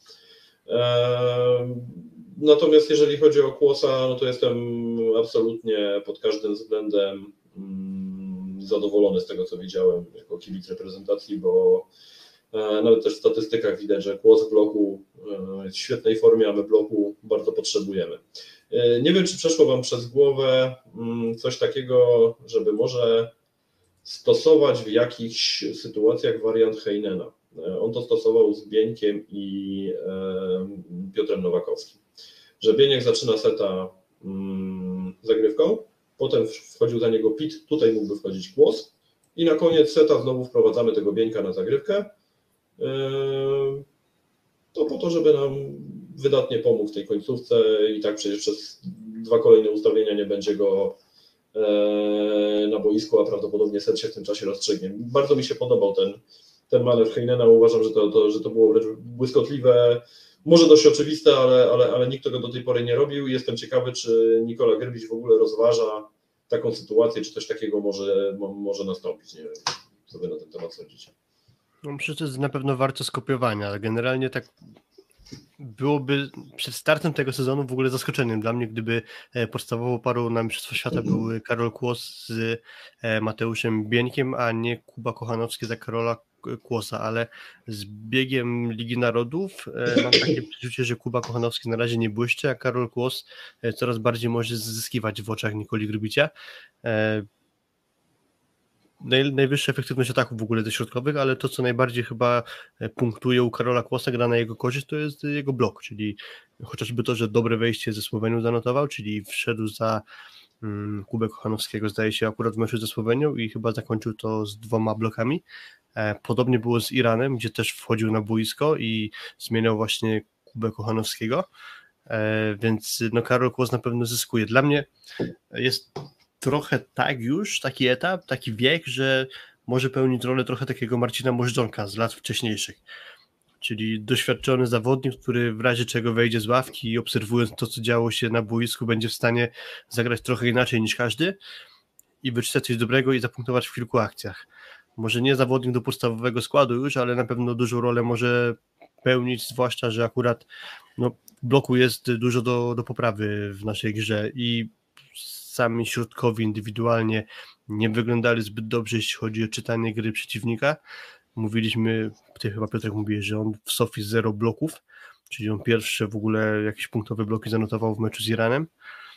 Speaker 4: Natomiast jeżeli chodzi o Kłosa, no to jestem absolutnie pod każdym względem zadowolony z tego, co widziałem jako kibic reprezentacji, bo nawet też w statystykach widać, że Kłos w bloku jest w świetnej formie, a my bloku bardzo potrzebujemy. Nie wiem, czy przeszło Wam przez głowę coś takiego, żeby może stosować w jakichś sytuacjach wariant Heinena. On to stosował z Bieńkiem i Piotrem Nowakowskim. Że Bieniek zaczyna seta zagrywką, potem wchodził za niego Pit, tutaj mógłby wchodzić Kłos i na koniec seta znowu wprowadzamy tego Bieńka na zagrywkę. To po to, żeby nam wydatnie pomógł w tej końcówce i tak przecież przez 2 kolejne ustawienia nie będzie go na boisku, a prawdopodobnie set się w tym czasie rozstrzygnie. Bardzo mi się podobał ten manewr Heinena, uważam, że to było wręcz błyskotliwe, może dość oczywiste, ale nikt tego do tej pory nie robił. Jestem ciekawy, czy Nikola Grbić w ogóle rozważa taką sytuację, czy coś takiego może nastąpić. Nie wiem, co wy na ten temat sądzicie.
Speaker 5: No, myślę, że to jest na pewno warte skopiowania, ale generalnie tak byłoby przed startem tego sezonu w ogóle zaskoczeniem dla mnie, gdyby podstawową parą na Mistrzostwo Świata był Karol Kłos z Mateuszem Bieńkiem, a nie Kuba Kochanowski za Karola Kłosa, ale z biegiem Ligi Narodów mam takie przeczucie, że Kuba Kochanowski na razie nie błyszczy, a Karol Kłos coraz bardziej może zyskiwać w oczach Nikoli Grbicia. Najwyższa efektywność ataków w ogóle ze środkowych, ale to, co najbardziej chyba punktuje u Karola Kłosa, gra na jego korzyść, to jest jego blok, czyli chociażby to, że dobre wejście ze Słowenią zanotował, czyli wszedł za Kubę Kochanowskiego, zdaje się, akurat w meczu ze Słowenią i chyba zakończył to z 2 blokami. Podobnie było z Iranem, gdzie też wchodził na boisko i zmieniał właśnie Kubę Kochanowskiego, więc no Karol Kłos na pewno zyskuje. Dla mnie jest trochę tak już, taki etap, taki wiek, że może pełnić rolę trochę takiego Marcina Możdżonka z lat wcześniejszych, czyli doświadczony zawodnik, który w razie czego wejdzie z ławki i obserwując to, co działo się na boisku, będzie w stanie zagrać trochę inaczej niż każdy i wyczytać coś dobrego i zapunktować w kilku akcjach. Może nie zawodnik do podstawowego składu już, ale na pewno dużą rolę może pełnić, zwłaszcza, że akurat w bloku jest dużo do poprawy w naszej grze i sami środkowi indywidualnie nie wyglądali zbyt dobrze, jeśli chodzi o czytanie gry przeciwnika. Mówiliśmy, ty chyba Piotrek mówiłeś, że on w Sofii 0 bloków, czyli on pierwsze w ogóle jakieś punktowe bloki zanotował w meczu z Iranem.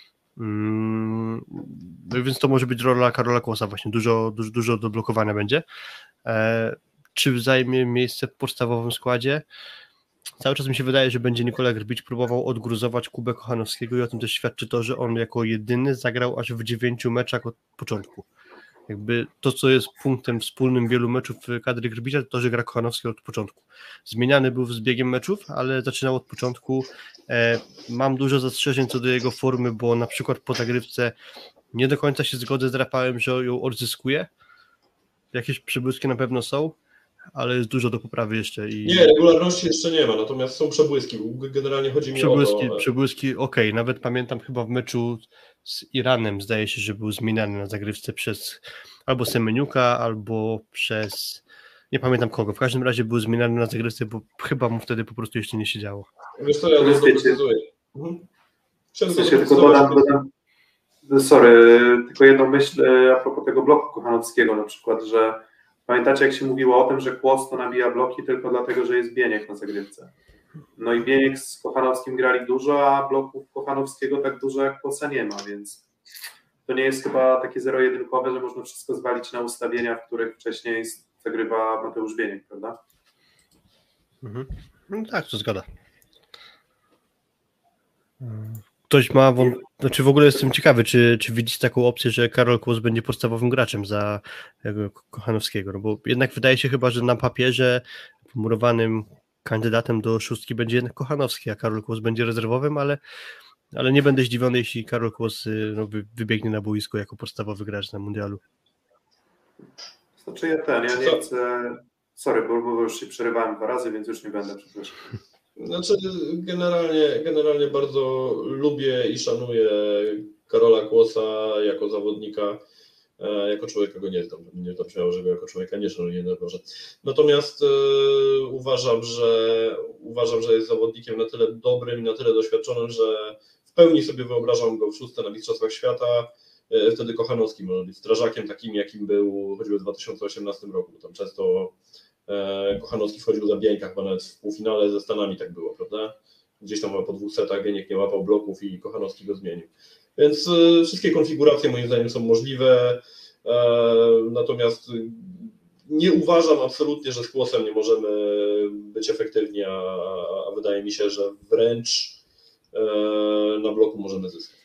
Speaker 5: No więc to może być rola Karola Kłosa, właśnie dużo do blokowania będzie. Czy zajmie miejsce w podstawowym składzie? Cały czas mi się wydaje, że będzie Nikola Grbić próbował odgruzować Kubę Kochanowskiego i o tym też świadczy to, że on jako jedyny zagrał aż w 9 meczach od początku. Jakby to, co jest punktem wspólnym wielu meczów kadry Grbicia, to, że gra Kochanowski od początku. Zmieniany był z biegiem meczów, ale zaczynał od początku. Mam dużo zastrzeżeń co do jego formy, bo na przykład po zagrywce nie do końca się zgodzę z Rafałem, że ją odzyskuje. Jakieś przebłyski na pewno są, ale jest dużo do poprawy jeszcze.
Speaker 4: Nie, regularności jeszcze nie ma, natomiast są przebłyski. Generalnie chodzi mi o to.
Speaker 5: Przebłyski, okej. Nawet pamiętam chyba w meczu z Iranem, zdaje się, że był zmieniany na zagrywce przez albo Semeniuka, albo przez... Nie pamiętam kogo. W każdym razie był zmieniany na zagrywce, bo chyba mu wtedy po prostu jeszcze nie siedziało.
Speaker 4: Wiesz co, ja to doprecyzuję.
Speaker 3: Tylko jedną myśl a propos tego bloku Kochanowskiego na przykład, że pamiętacie, jak się mówiło o tym, że Kłos to nabija bloki tylko dlatego, że jest Bieniek na zagrywce. No i Bieniek z Kochanowskim grali dużo, a bloków Kochanowskiego tak dużo jak Kłosa nie ma, więc to nie jest chyba takie zero-jedynkowe, że można wszystko zwalić na ustawienia, w których wcześniej zagrywa Mateusz Bieniek, prawda?
Speaker 5: No tak, to zgoda. Ktoś ma, znaczy w ogóle jestem ciekawy, czy widzicie taką opcję, że Karol Kłos będzie podstawowym graczem za Kochanowskiego, no bo jednak wydaje się chyba, że na papierze murowanym kandydatem do szóstki będzie jednak Kochanowski, a Karol Kłos będzie rezerwowym, ale nie będę zdziwiony, jeśli Karol Kłos wybiegnie na boisko jako podstawowy gracz na mundialu.
Speaker 3: Znaczy ja nie chcę... Sorry, bo już się przerywałem 2 razy, więc już nie będę, przepraszam.
Speaker 4: Znaczy generalnie bardzo lubię i szanuję Karola Kłosa jako zawodnika, jako człowieka go nie znam, nie to brzmiało, że go jako człowieka nie szanuję, może. Natomiast uważam, że jest zawodnikiem na tyle dobrym i na tyle doświadczonym, że w pełni sobie wyobrażam go w szóstce na Mistrzostwach Świata. Wtedy Kochanowski może być strażakiem takim, jakim był choćby w 2018 roku. Tam często Kochanowski wchodził za Bieńka, chyba nawet w półfinale ze Stanami tak było, prawda? Gdzieś tam po 2 setach Bieniek nie łapał bloków i Kochanowski go zmienił. Więc wszystkie konfiguracje moim zdaniem są możliwe. Natomiast nie uważam absolutnie, że z Kłosem nie możemy być efektywni, a wydaje mi się, że wręcz na bloku możemy zyskać.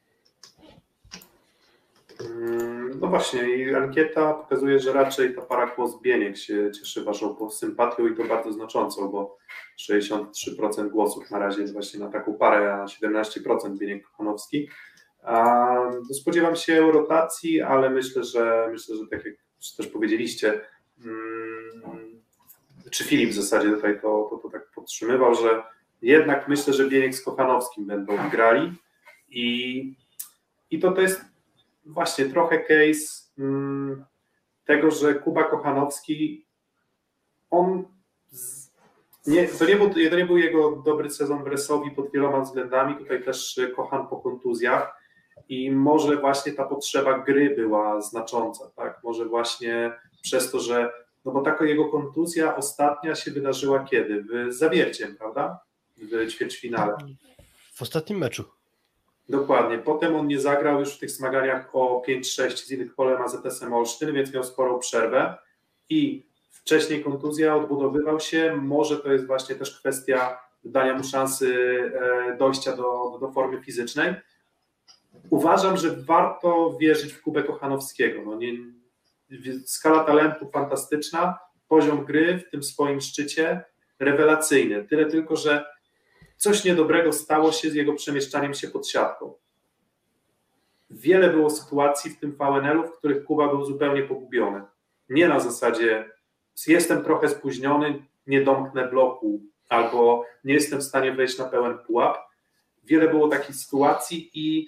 Speaker 3: No właśnie, i ankieta pokazuje, że raczej ta para Kłos-Bieniek się cieszy waszą sympatią i to bardzo znaczącą, bo 63% głosów na razie jest właśnie na taką parę, a 17% Bieniek-Kochanowski. Spodziewam się rotacji, ale myślę, że tak jak też powiedzieliście, czy Filip w zasadzie tutaj to tak podtrzymywał, że jednak myślę, że Bieniek z Kochanowskim będą grali i to jest właśnie trochę case tego, że Kuba Kochanowski, to nie był jego dobry sezon w Resowi pod wieloma względami, tutaj też Kochan po kontuzjach i może właśnie ta potrzeba gry była znacząca, tak? Może właśnie przez to, że, no bo taka jego kontuzja ostatnia się wydarzyła kiedy? W Zawierciem, prawda? W ćwierćfinale.
Speaker 5: W ostatnim meczu.
Speaker 3: Dokładnie. Potem on nie zagrał już w tych zmaganiach o 5-6 z Innypolem AZS-em Olsztyn, więc miał sporą przerwę i wcześniej kontuzja, odbudowywał się. Może to jest właśnie też kwestia dania mu szansy dojścia do formy fizycznej. Uważam, że warto wierzyć w Kubę Kochanowskiego. No skala talentu fantastyczna, poziom gry w tym swoim szczycie rewelacyjny. Tyle tylko, że coś niedobrego stało się z jego przemieszczaniem się pod siatką. Wiele było sytuacji w tym VNL-u, w których Kuba był zupełnie pogubiony. Nie na zasadzie jestem trochę spóźniony, nie domknę bloku, albo nie jestem w stanie wejść na pełen pułap. Wiele było takich sytuacji i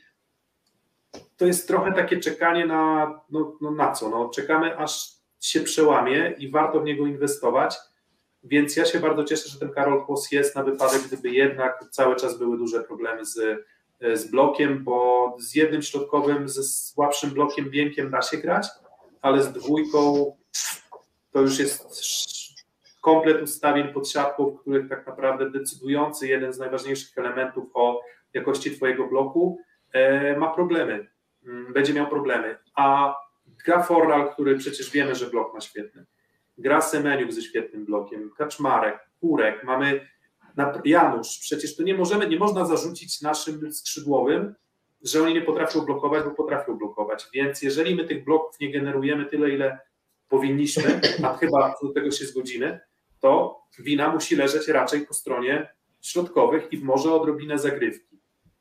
Speaker 3: to jest trochę takie czekanie na co? No, czekamy, aż się przełamie i warto w niego inwestować. Więc ja się bardzo cieszę, że ten Karol Kłos jest na wypadek, gdyby jednak cały czas były duże problemy z blokiem, bo z jednym środkowym, ze słabszym blokiem Bieńkiem da się grać, ale z dwójką to już jest komplet ustawień pod siatką, w których tak naprawdę decydujący jeden z najważniejszych elementów o jakości twojego bloku ma problemy, będzie miał problemy. A gra Fornal, który przecież wiemy, że blok ma świetny. Gra Semeniuk ze świetnym blokiem, Kaczmarek, Kurek, mamy Janusz. Przecież to nie można zarzucić naszym skrzydłowym, że oni nie potrafią blokować, bo potrafią blokować. Więc jeżeli my tych bloków nie generujemy tyle, ile powinniśmy, a chyba do tego się zgodzimy, to wina musi leżeć raczej po stronie środkowych i może odrobinę zagrywki.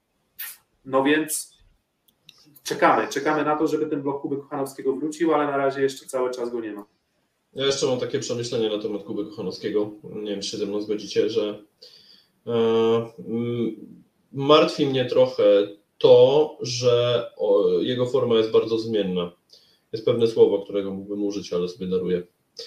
Speaker 3: No więc czekamy na to, żeby ten blok Kuby Kochanowskiego wrócił, ale na razie jeszcze cały czas go nie ma.
Speaker 4: Ja jeszcze mam takie przemyślenie na temat Kuby Kochanowskiego. Nie wiem, czy się ze mną zgodzicie, że martwi mnie trochę to, że jego forma jest bardzo zmienna. Jest pewne słowo, którego mógłbym użyć, ale sobie daruję.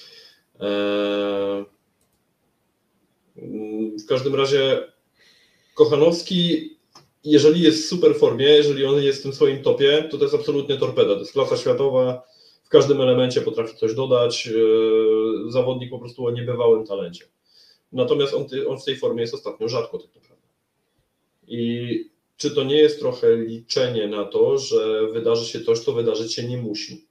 Speaker 4: W każdym razie Kochanowski, jeżeli jest w super formie, jeżeli on jest w tym swoim topie, to jest absolutnie torpeda. To jest klasa światowa. W każdym elemencie potrafi coś dodać, zawodnik po prostu o niebywałym talencie. Natomiast on w tej formie jest ostatnio rzadko tak naprawdę. I czy to nie jest trochę liczenie na to, że wydarzy się coś, co wydarzyć się nie musi?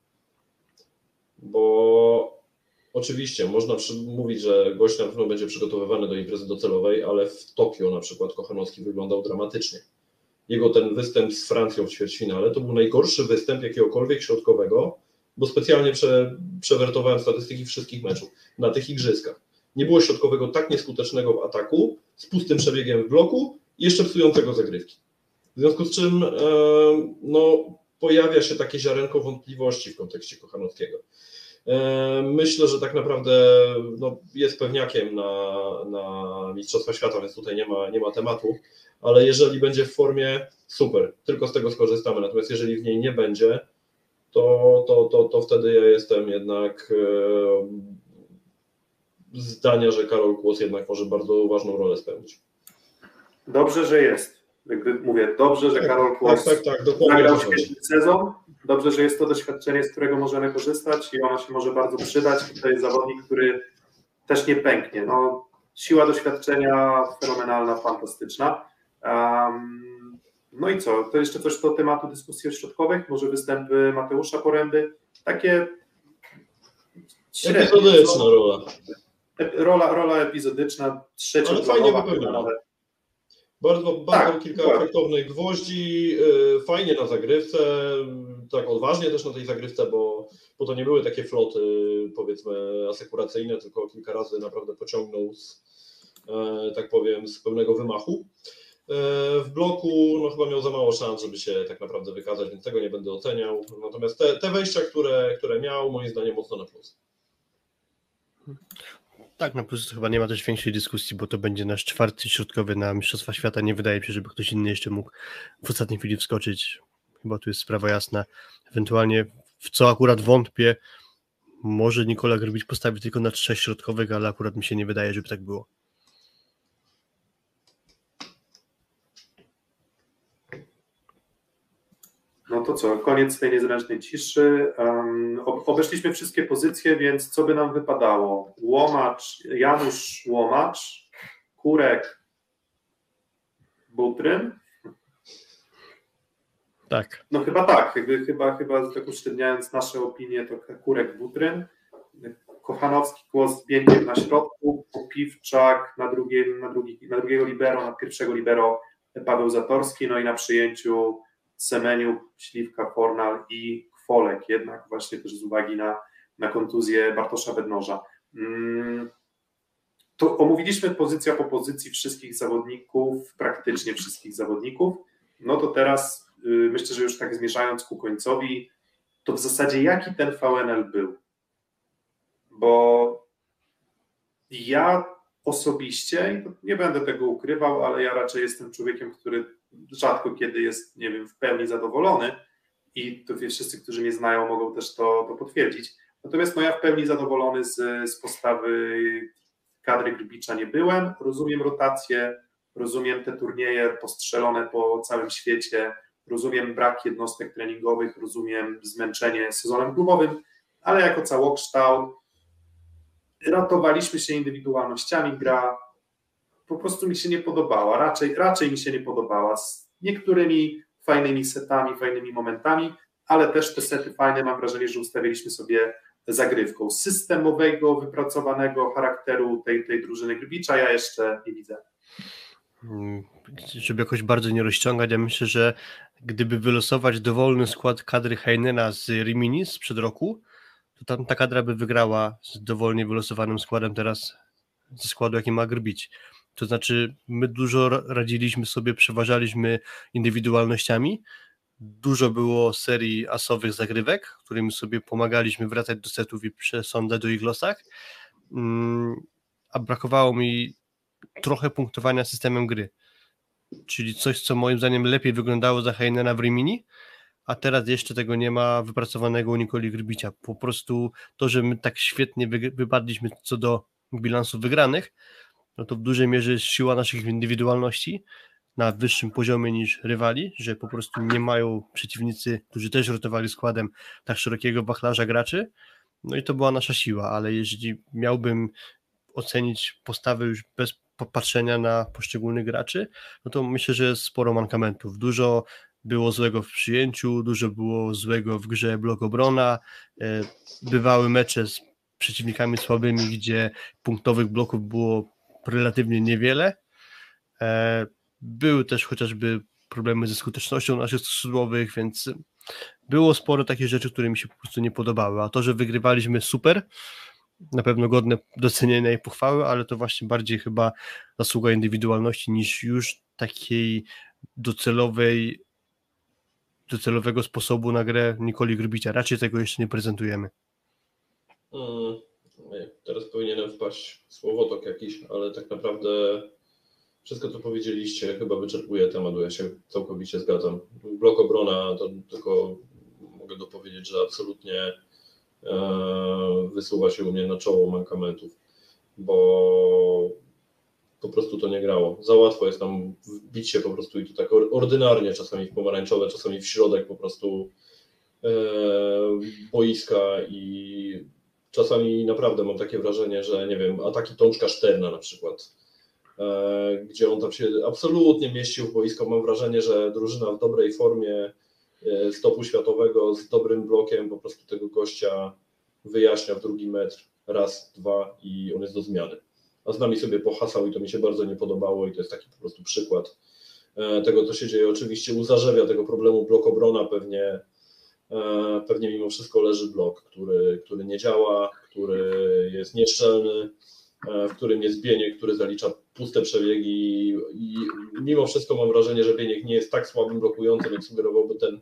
Speaker 4: Bo oczywiście można mówić, że gość na pewno będzie przygotowywany do imprezy docelowej, ale w Tokio na przykład Kochanowski wyglądał dramatycznie. Jego ten występ z Francją w ćwierćfinale to był najgorszy występ jakiegokolwiek środkowego, bo specjalnie przewertowałem statystyki wszystkich meczów na tych igrzyskach. Nie było środkowego tak nieskutecznego w ataku, z pustym przebiegiem w bloku i jeszcze psującego zagrywki. W związku z czym pojawia się takie ziarenko wątpliwości w kontekście Kochanowskiego. Myślę, że tak naprawdę jest pewniakiem na Mistrzostwa Świata, więc tutaj nie ma tematu, ale jeżeli będzie w formie, super, tylko z tego skorzystamy. Natomiast jeżeli w niej nie będzie, to wtedy ja jestem jednak zdania, że Karol Kłos jednak może bardzo ważną rolę spełnić.
Speaker 3: Dobrze, że jest. Jakby mówię, dobrze, że Karol Kłos zagrał świetny sezon. Dobrze, że jest to doświadczenie, z którego możemy korzystać i ono się może bardzo przydać. I to jest zawodnik, który też nie pęknie. Siła doświadczenia fenomenalna, fantastyczna. No i co? To jeszcze coś do tematu dyskusji o środkowych? Może występy Mateusza Poręby? takie
Speaker 4: epizodyczna
Speaker 3: rola epizodyczna,
Speaker 4: ale fajnie wypełniona. Bardzo
Speaker 3: Tak,
Speaker 4: kilka
Speaker 3: tak.
Speaker 4: efektownych gwoździ, fajnie na zagrywce, tak odważnie też na tej zagrywce, bo to nie były takie floty, powiedzmy, asekuracyjne, tylko kilka razy naprawdę pociągnął tak powiem, z pełnego wymachu. W bloku no, chyba miał za mało szans, żeby się tak naprawdę wykazać, więc tego nie będę oceniał. Natomiast te wejścia, które miał, moim zdaniem mocno na plus.
Speaker 5: Tak, na plus chyba nie ma też większej dyskusji, bo to będzie nasz 4. środkowy na Mistrzostwa Świata. Nie wydaje mi się, żeby ktoś inny jeszcze mógł w ostatniej chwili wskoczyć. Chyba tu jest sprawa jasna. Ewentualnie, w co akurat wątpię, może Nikola Grbić postawi tylko na 3 środkowych, ale akurat mi się nie wydaje, żeby tak było.
Speaker 3: No to co, koniec tej niezręcznej ciszy. Obeszliśmy wszystkie pozycje, więc co by nam wypadało? Janusz Łomacz, Kurek, Butryn?
Speaker 5: Tak.
Speaker 3: No chyba tak, chyba tak uszczędniając nasze opinie, to Kurek, Butryn, Kochanowski, Kłos z Bienkiem na środku, Piwczak na drugiego libero, na pierwszego libero Paweł Zatorski, no i na przyjęciu Semeniuk, Śliwka, Fornal i Kwolek, jednak właśnie też z uwagi na kontuzję Bartosza Bednoża. To omówiliśmy pozycja po pozycji wszystkich zawodników, praktycznie wszystkich zawodników, no to teraz myślę, że już tak zmierzając ku końcowi, to w zasadzie jaki ten VNL był? Bo ja osobiście, nie będę tego ukrywał, ale ja raczej jestem człowiekiem, który rzadko kiedy jest, nie wiem, w pełni zadowolony i to wszyscy, którzy mnie znają, mogą też to potwierdzić. Natomiast no ja w pełni zadowolony z postawy kadry Grbicza nie byłem. Rozumiem rotację, rozumiem te turnieje postrzelone po całym świecie, rozumiem brak jednostek treningowych, rozumiem zmęczenie sezonem klubowym, ale jako całokształt ratowaliśmy się indywidualnościami, gra po prostu mi się nie podobała, raczej mi się nie podobała, z niektórymi fajnymi setami, fajnymi momentami, ale też te sety fajne, mam wrażenie, że ustawiliśmy sobie zagrywką. Systemowego, wypracowanego charakteru tej drużyny Grbicza ja jeszcze nie widzę.
Speaker 5: Żeby jakoś bardzo nie rozciągać, ja myślę, że gdyby wylosować dowolny skład kadry Heinena z Rimini sprzed roku, to tam ta kadra by wygrała z dowolnie wylosowanym składem teraz ze składu, jaki ma Grbić. To znaczy my dużo radziliśmy sobie, przeważaliśmy indywidualnościami, dużo było serii asowych zagrywek, którymi sobie pomagaliśmy wracać do setów i przesądzać do ich losach, a brakowało mi trochę punktowania systemem gry, czyli coś, co moim zdaniem lepiej wyglądało za Heinena w Rimini, a teraz jeszcze tego nie ma wypracowanego u Nikoli Grbicia. Po prostu to, że my tak świetnie wypadliśmy co do bilansu wygranych, no to w dużej mierze jest siła naszych indywidualności na wyższym poziomie niż rywali, że po prostu nie mają przeciwnicy, którzy też rotowali składem, tak szerokiego wachlarza graczy, no i to była nasza siła, ale jeżeli miałbym ocenić postawę już bez patrzenia na poszczególnych graczy, no to myślę, że jest sporo mankamentów. Dużo było złego w przyjęciu, dużo było złego w grze blok obrona, bywały mecze z przeciwnikami słabymi, gdzie punktowych bloków było relatywnie niewiele. Były też chociażby problemy ze skutecznością naszych skrzydłowych, więc było sporo takich rzeczy, które mi się po prostu nie podobały, a to, że wygrywaliśmy super, na pewno godne docenienia i pochwały, ale to właśnie bardziej chyba zasługa indywidualności niż już takiej docelowego sposobu na grę Nikoli Grbicia. Raczej tego jeszcze nie prezentujemy.
Speaker 4: Teraz powinienem wpaść w słowotok jakiś, ale tak naprawdę wszystko, co powiedzieliście, chyba wyczerpuje temat, bo ja się całkowicie zgadzam. Blok obrona, to tylko mogę dopowiedzieć, że absolutnie wysuwa się u mnie na czoło mankamentów, bo po prostu to nie grało. Za łatwo jest tam wbić się po prostu i to tak ordynarnie, czasami w pomarańczowe, czasami w środek po prostu boiska i czasami naprawdę mam takie wrażenie, że nie wiem, ataki Tączka Szterna na przykład, gdzie on tam się absolutnie mieścił w boisko. Mam wrażenie, że drużyna w dobrej formie z topu światowego, z dobrym blokiem, po prostu tego gościa wyjaśnia w drugi metr, raz, dwa i on jest do zmiany. A z nami sobie pohasał i to mi się bardzo nie podobało i to jest taki po prostu przykład tego, co się dzieje. Oczywiście u Zarzewia tego problemu blok obrona pewnie mimo wszystko leży blok, który nie działa, który jest nieszczelny, w którym jest Bieniek, który zalicza puste przebiegi i mimo wszystko mam wrażenie, że Bieniek nie jest tak słabym blokującym, jak sugerowałby ten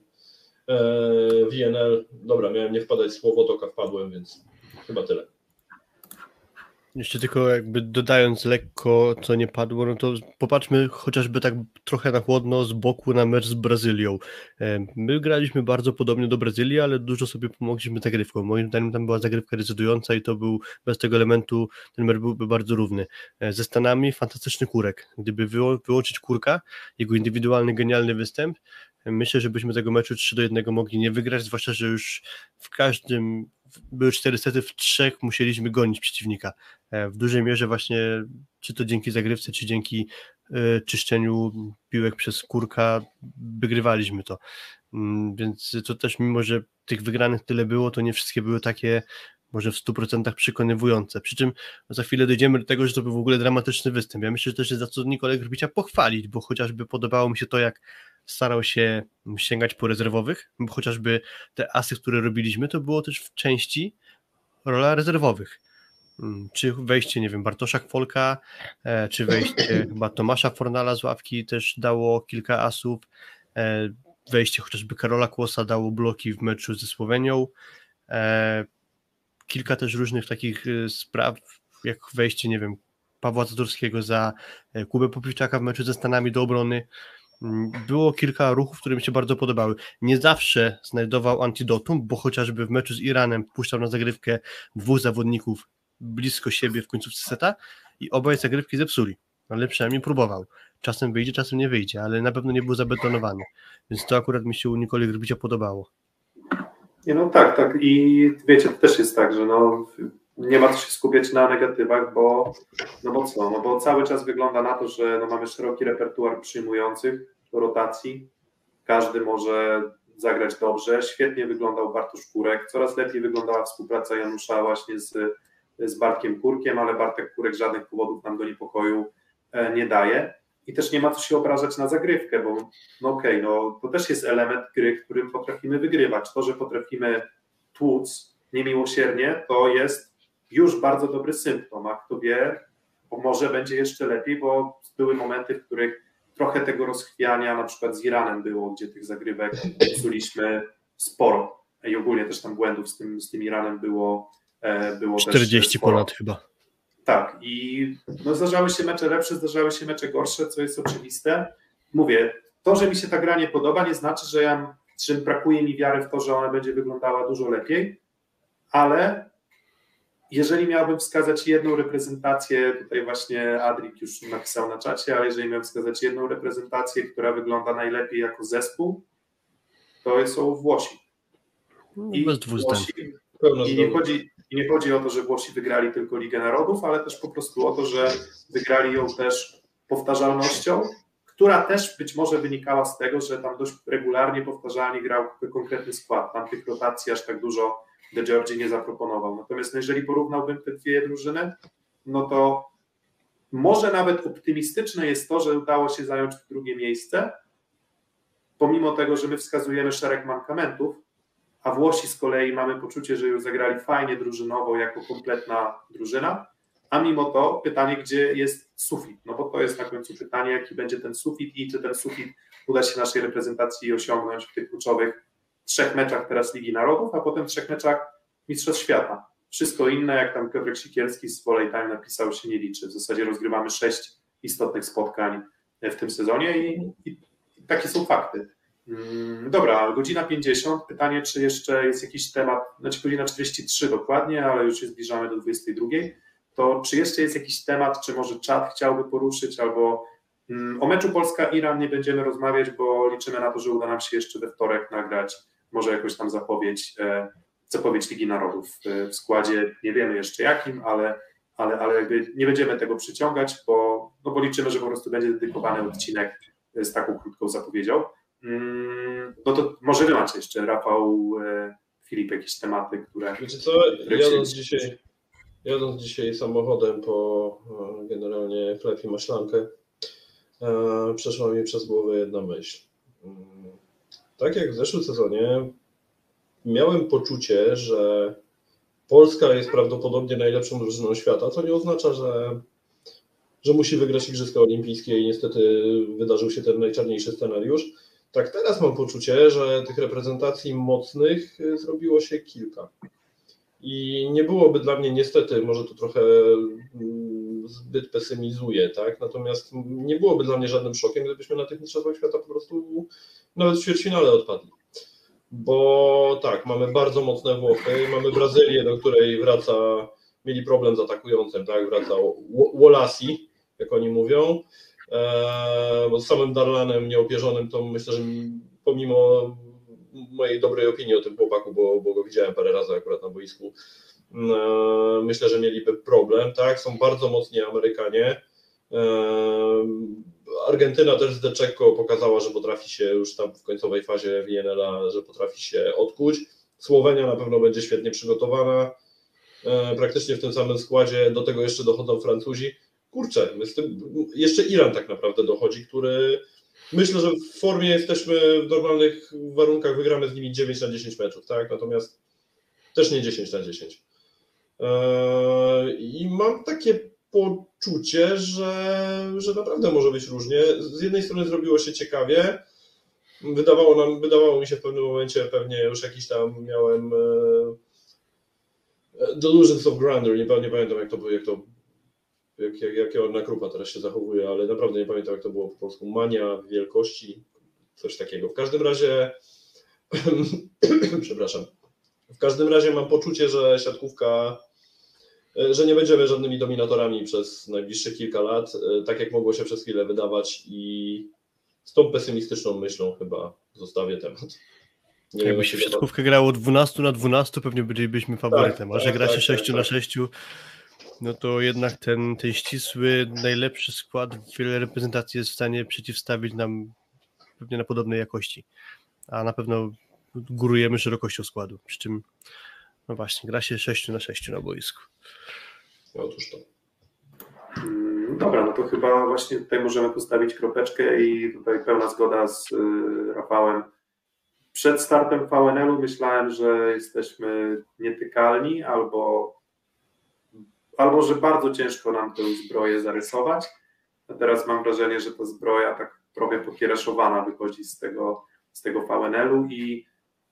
Speaker 4: WNL. Dobra, miałem nie wpadać w słowotok, a wpadłem, więc chyba tyle.
Speaker 5: Jeszcze tylko jakby dodając lekko, co nie padło, no to popatrzmy chociażby tak trochę na chłodno z boku na mecz z Brazylią. My graliśmy bardzo podobnie do Brazylii, ale dużo sobie pomogliśmy zagrywką. Moim zdaniem tam była zagrywka decydująca i to był, bez tego elementu ten mecz byłby bardzo równy. Ze Stanami fantastyczny Kurek. Gdyby wyłączyć Kurka, jego indywidualny, genialny występ, myślę, że byśmy tego meczu 3-1 mogli nie wygrać, zwłaszcza, że już w każdym były 4 sety, w 3 musieliśmy gonić przeciwnika. W dużej mierze właśnie, czy to dzięki zagrywce, czy dzięki czyszczeniu piłek przez Kurka, wygrywaliśmy to. Więc to też, mimo że tych wygranych tyle było, to nie wszystkie były takie może w 100% przekonywujące. Przy czym za chwilę dojdziemy do tego, że to był w ogóle dramatyczny występ. Ja myślę, że też jest za co Nikolę Grbicia pochwalić, bo chociażby podobało mi się to, jak starał się sięgać po rezerwowych, bo chociażby te asy, które robiliśmy, to było też w części rola rezerwowych. Czy wejście, nie wiem, Bartosza Kwolka, czy wejście chyba Tomasza Fornala z ławki też dało kilka asów, wejście chociażby Karola Kłosa dało bloki w meczu ze Słowenią, kilka też różnych takich spraw, jak wejście, nie wiem, Pawła Zatorskiego za Kubę Popiwczaka w meczu ze Stanami do obrony. Było kilka ruchów, które mi się bardzo podobały. Nie zawsze znajdował antidotum, bo chociażby w meczu z Iranem puszczał na zagrywkę 2 zawodników blisko siebie w końcówce seta i obaj zagrywki zepsuli, ale przynajmniej próbował. Czasem wyjdzie, czasem nie wyjdzie, ale na pewno nie był zabetonowany, więc to akurat mi się u Nikoli Grbicia podobało.
Speaker 3: No tak i wiecie, to też jest tak, że nie ma co się skupiać na negatywach, bo cały czas wygląda na to, że mamy szeroki repertuar przyjmujących do rotacji, każdy może zagrać dobrze, świetnie wyglądał Bartosz Kurek, coraz lepiej wyglądała współpraca Janusza właśnie z Bartkiem Kurkiem, ale Bartek Kurek żadnych powodów nam do niepokoju nie daje i też nie ma co się obrażać na zagrywkę, bo to też jest element gry, którym potrafimy wygrywać. To, że potrafimy tłuc niemiłosiernie, to jest już bardzo dobry symptom, a kto wie, może będzie jeszcze lepiej, bo były momenty, w których trochę tego rozchwiania, na przykład z Iranem było, gdzie tych zagrywek psuliśmy sporo i ogólnie też tam błędów z tym Iranem było
Speaker 5: 40
Speaker 3: też
Speaker 5: ponad chyba.
Speaker 3: Tak i zdarzały się mecze lepsze, zdarzały się mecze gorsze, co jest oczywiste. Mówię, to, że mi się ta gra nie podoba, nie znaczy, że brakuje mi wiary w to, że ona będzie wyglądała dużo lepiej, ale jeżeli miałbym wskazać jedną reprezentację, tutaj właśnie Adrik już napisał na czacie, ale jeżeli miałbym wskazać jedną reprezentację, która wygląda najlepiej jako zespół, to są Włosi. I
Speaker 5: bez dwóch zdań.
Speaker 3: I nie chodzi o to, że Włosi wygrali tylko Ligę Narodów, ale też po prostu o to, że wygrali ją też powtarzalnością, która też być może wynikała z tego, że tam dość regularnie, powtarzalnie grał konkretny skład. Tam tych rotacji aż tak dużo De Giorgi nie zaproponował. Natomiast jeżeli porównałbym te dwie drużyny, no to może nawet optymistyczne jest to, że udało się zająć drugie miejsce, pomimo tego, że my wskazujemy szereg mankamentów, a Włosi z kolei mamy poczucie, że już zagrali fajnie drużynowo jako kompletna drużyna, a mimo to pytanie, gdzie jest sufit, no bo to jest na końcu pytanie, jaki będzie ten sufit i czy ten sufit uda się naszej reprezentacji osiągnąć w tych kluczowych 3 meczach teraz Ligi Narodów, a potem 3 meczach Mistrzostw Świata. Wszystko inne, jak tam Piotrek Sikielski z Volley Time napisał, się nie liczy. W zasadzie rozgrywamy 6 istotnych spotkań w tym sezonie i takie są fakty. Dobra, godzina 50. Pytanie, czy jeszcze jest jakiś temat, znaczy godzina 43 dokładnie, ale już się zbliżamy do 22. To czy jeszcze jest jakiś temat, czy może czat chciałby poruszyć, albo o meczu Polska-Iran nie będziemy rozmawiać, bo liczymy na to, że uda nam się jeszcze we wtorek nagrać może jakąś tam zapowiedź Ligi Narodów w składzie, nie wiemy jeszcze jakim, ale jakby nie będziemy tego przyciągać, bo liczymy, że po prostu będzie dedykowany odcinek z taką krótką zapowiedzią. No to może wy macie jeszcze, Rafał, Filip, jakieś tematy, które...
Speaker 4: Wiecie co, jadąc dzisiaj samochodem po generalnie chleb i maślankę, przeszła mi przez głowę jedna myśl. Tak jak w zeszłym sezonie miałem poczucie, że Polska jest prawdopodobnie najlepszą drużyną świata, co nie oznacza, że musi wygrać Igrzyska Olimpijskie i niestety wydarzył się ten najczarniejszy scenariusz. Tak teraz mam poczucie, że tych reprezentacji mocnych zrobiło się kilka. I nie byłoby dla mnie niestety, może to trochę zbyt pesymizuje, tak? Natomiast nie byłoby dla mnie żadnym szokiem, gdybyśmy na tych mistrzostwach świata po prostu nawet w ćwierćfinale odpadli. Bo tak, mamy bardzo mocne Włochy, mamy Brazylię, do której mieli problem z atakującym, tak? Wraca Wolasi, jak oni mówią, bo z samym Darlanem nieopierzonym to myślę, że pomimo mojej dobrej opinii o tym chłopaku, bo go widziałem parę razy akurat na boisku, myślę, że mieliby problem, tak? Są bardzo mocni Amerykanie. Argentyna też z De Cecco pokazała, że potrafi się już tam w końcowej fazie WNL-a, że potrafi się odkuć. Słowenia na pewno będzie świetnie przygotowana, praktycznie w tym samym składzie, do tego jeszcze dochodzą Francuzi. Kurczę, jeszcze Iran tak naprawdę dochodzi, który myślę, że w formie jesteśmy w normalnych warunkach, wygramy z nimi 9 na 10 meczów, tak? Natomiast też nie 10 na 10. I mam takie poczucie, że naprawdę może być różnie. Z jednej strony zrobiło się ciekawie, wydawało mi się w pewnym momencie, pewnie już jakiś tam miałem delusions of grandeur, nie pamiętam jak Joanna Krupa teraz się zachowuje, ale naprawdę nie pamiętam, jak to było po polsku. Mania wielkości, coś takiego. W każdym razie przepraszam. W każdym razie mam poczucie, że siatkówka, że nie będziemy żadnymi dominatorami przez najbliższe kilka lat, tak jak mogło się przez chwilę wydawać, i z tą pesymistyczną myślą chyba zostawię temat.
Speaker 5: Jakby się w siatkówkę grało 12 na 12, pewnie bylibyśmy faworytem, a że gra się 6 na 6, no to jednak ten ścisły, najlepszy skład wiele reprezentacji jest w stanie przeciwstawić nam pewnie na podobnej jakości, a na pewno górujemy szerokością składu, przy czym no właśnie, gra się 6 na 6 na boisku.
Speaker 4: Otóż to.
Speaker 3: Dobra, no to chyba właśnie tutaj możemy postawić kropeczkę i tutaj pełna zgoda z Rafałem. Przed startem VNL-u myślałem, że jesteśmy nietykalni albo że bardzo ciężko nam tę zbroję zarysować. A teraz mam wrażenie, że ta zbroja tak trochę pokiereszowana wychodzi z tego VNL-u i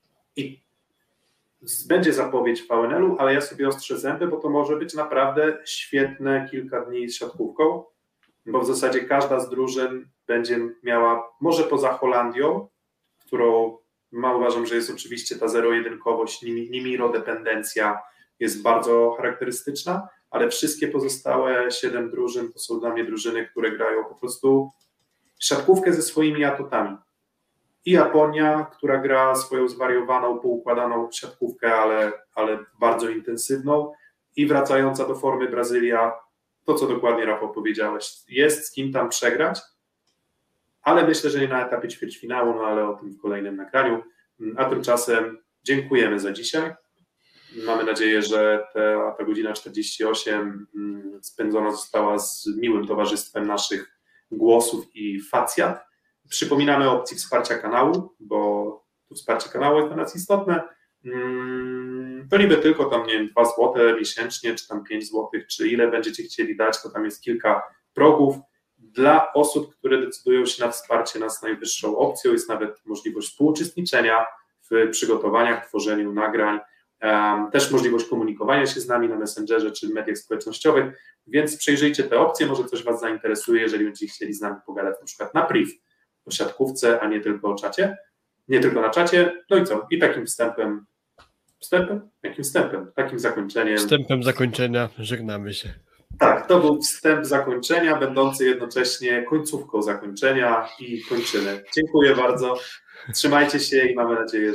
Speaker 3: będzie zapowiedź VNL-u, ale ja sobie ostrzę zęby, bo to może być naprawdę świetne kilka dni z siatkówką, bo w zasadzie każda z drużyn będzie miała, może poza Holandią, którą uważam, że jest oczywiście ta zero-jedynkowość, nimiro-dependencja jest bardzo charakterystyczna, ale wszystkie pozostałe 7 drużyn to są dla mnie drużyny, które grają po prostu siatkówkę ze swoimi atutami. I Japonia, która gra swoją zwariowaną, poukładaną siatkówkę, ale bardzo intensywną, i wracająca do formy Brazylia, to co dokładnie Rafał powiedziałeś, jest z kim tam przegrać, ale myślę, że nie na etapie ćwierćfinału, no ale o tym w kolejnym nagraniu. A tymczasem dziękujemy za dzisiaj. Mamy nadzieję, że ta godzina 48 spędzona została z miłym towarzystwem naszych głosów i facjat. Przypominamy o opcji wsparcia kanału, bo to wsparcie kanału jest dla nas istotne. To niby tylko tam, nie wiem, 2 zł miesięcznie, czy tam 5 zł, czy ile będziecie chcieli dać, to tam jest kilka progów. Dla osób, które decydują się na wsparcie nas najwyższą opcją, jest nawet możliwość współuczestniczenia w przygotowaniach, tworzeniu nagrań, też możliwość komunikowania się z nami na Messengerze czy w mediach społecznościowych, więc przejrzyjcie te opcje, może coś Was zainteresuje, jeżeli będziecie chcieli z nami pogadać na przykład na priv o siatkówce, a nie tylko o czacie, nie tylko na czacie. No i co? I takim wstępem? Jakim wstępem? Takim zakończeniem.
Speaker 5: Wstępem zakończenia żegnamy się.
Speaker 3: Tak, to był wstęp zakończenia, będący jednocześnie końcówką zakończenia, i kończymy. Dziękuję bardzo. Trzymajcie się i mamy nadzieję,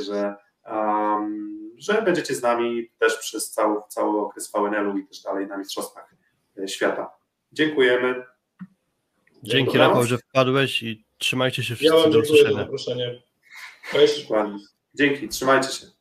Speaker 3: że będziecie z nami też przez cały okres VNL-u i też dalej na Mistrzostwach Świata. Dziękujemy.
Speaker 5: Dzięki, Rafał, że wpadłeś, i Trzymajcie się
Speaker 4: Ja
Speaker 5: wszyscy,
Speaker 4: wam
Speaker 5: do
Speaker 4: dziękuję za
Speaker 5: usłyszenia.
Speaker 4: zaproszenie. Cześć.
Speaker 3: Dokładnie. Dzięki, trzymajcie się.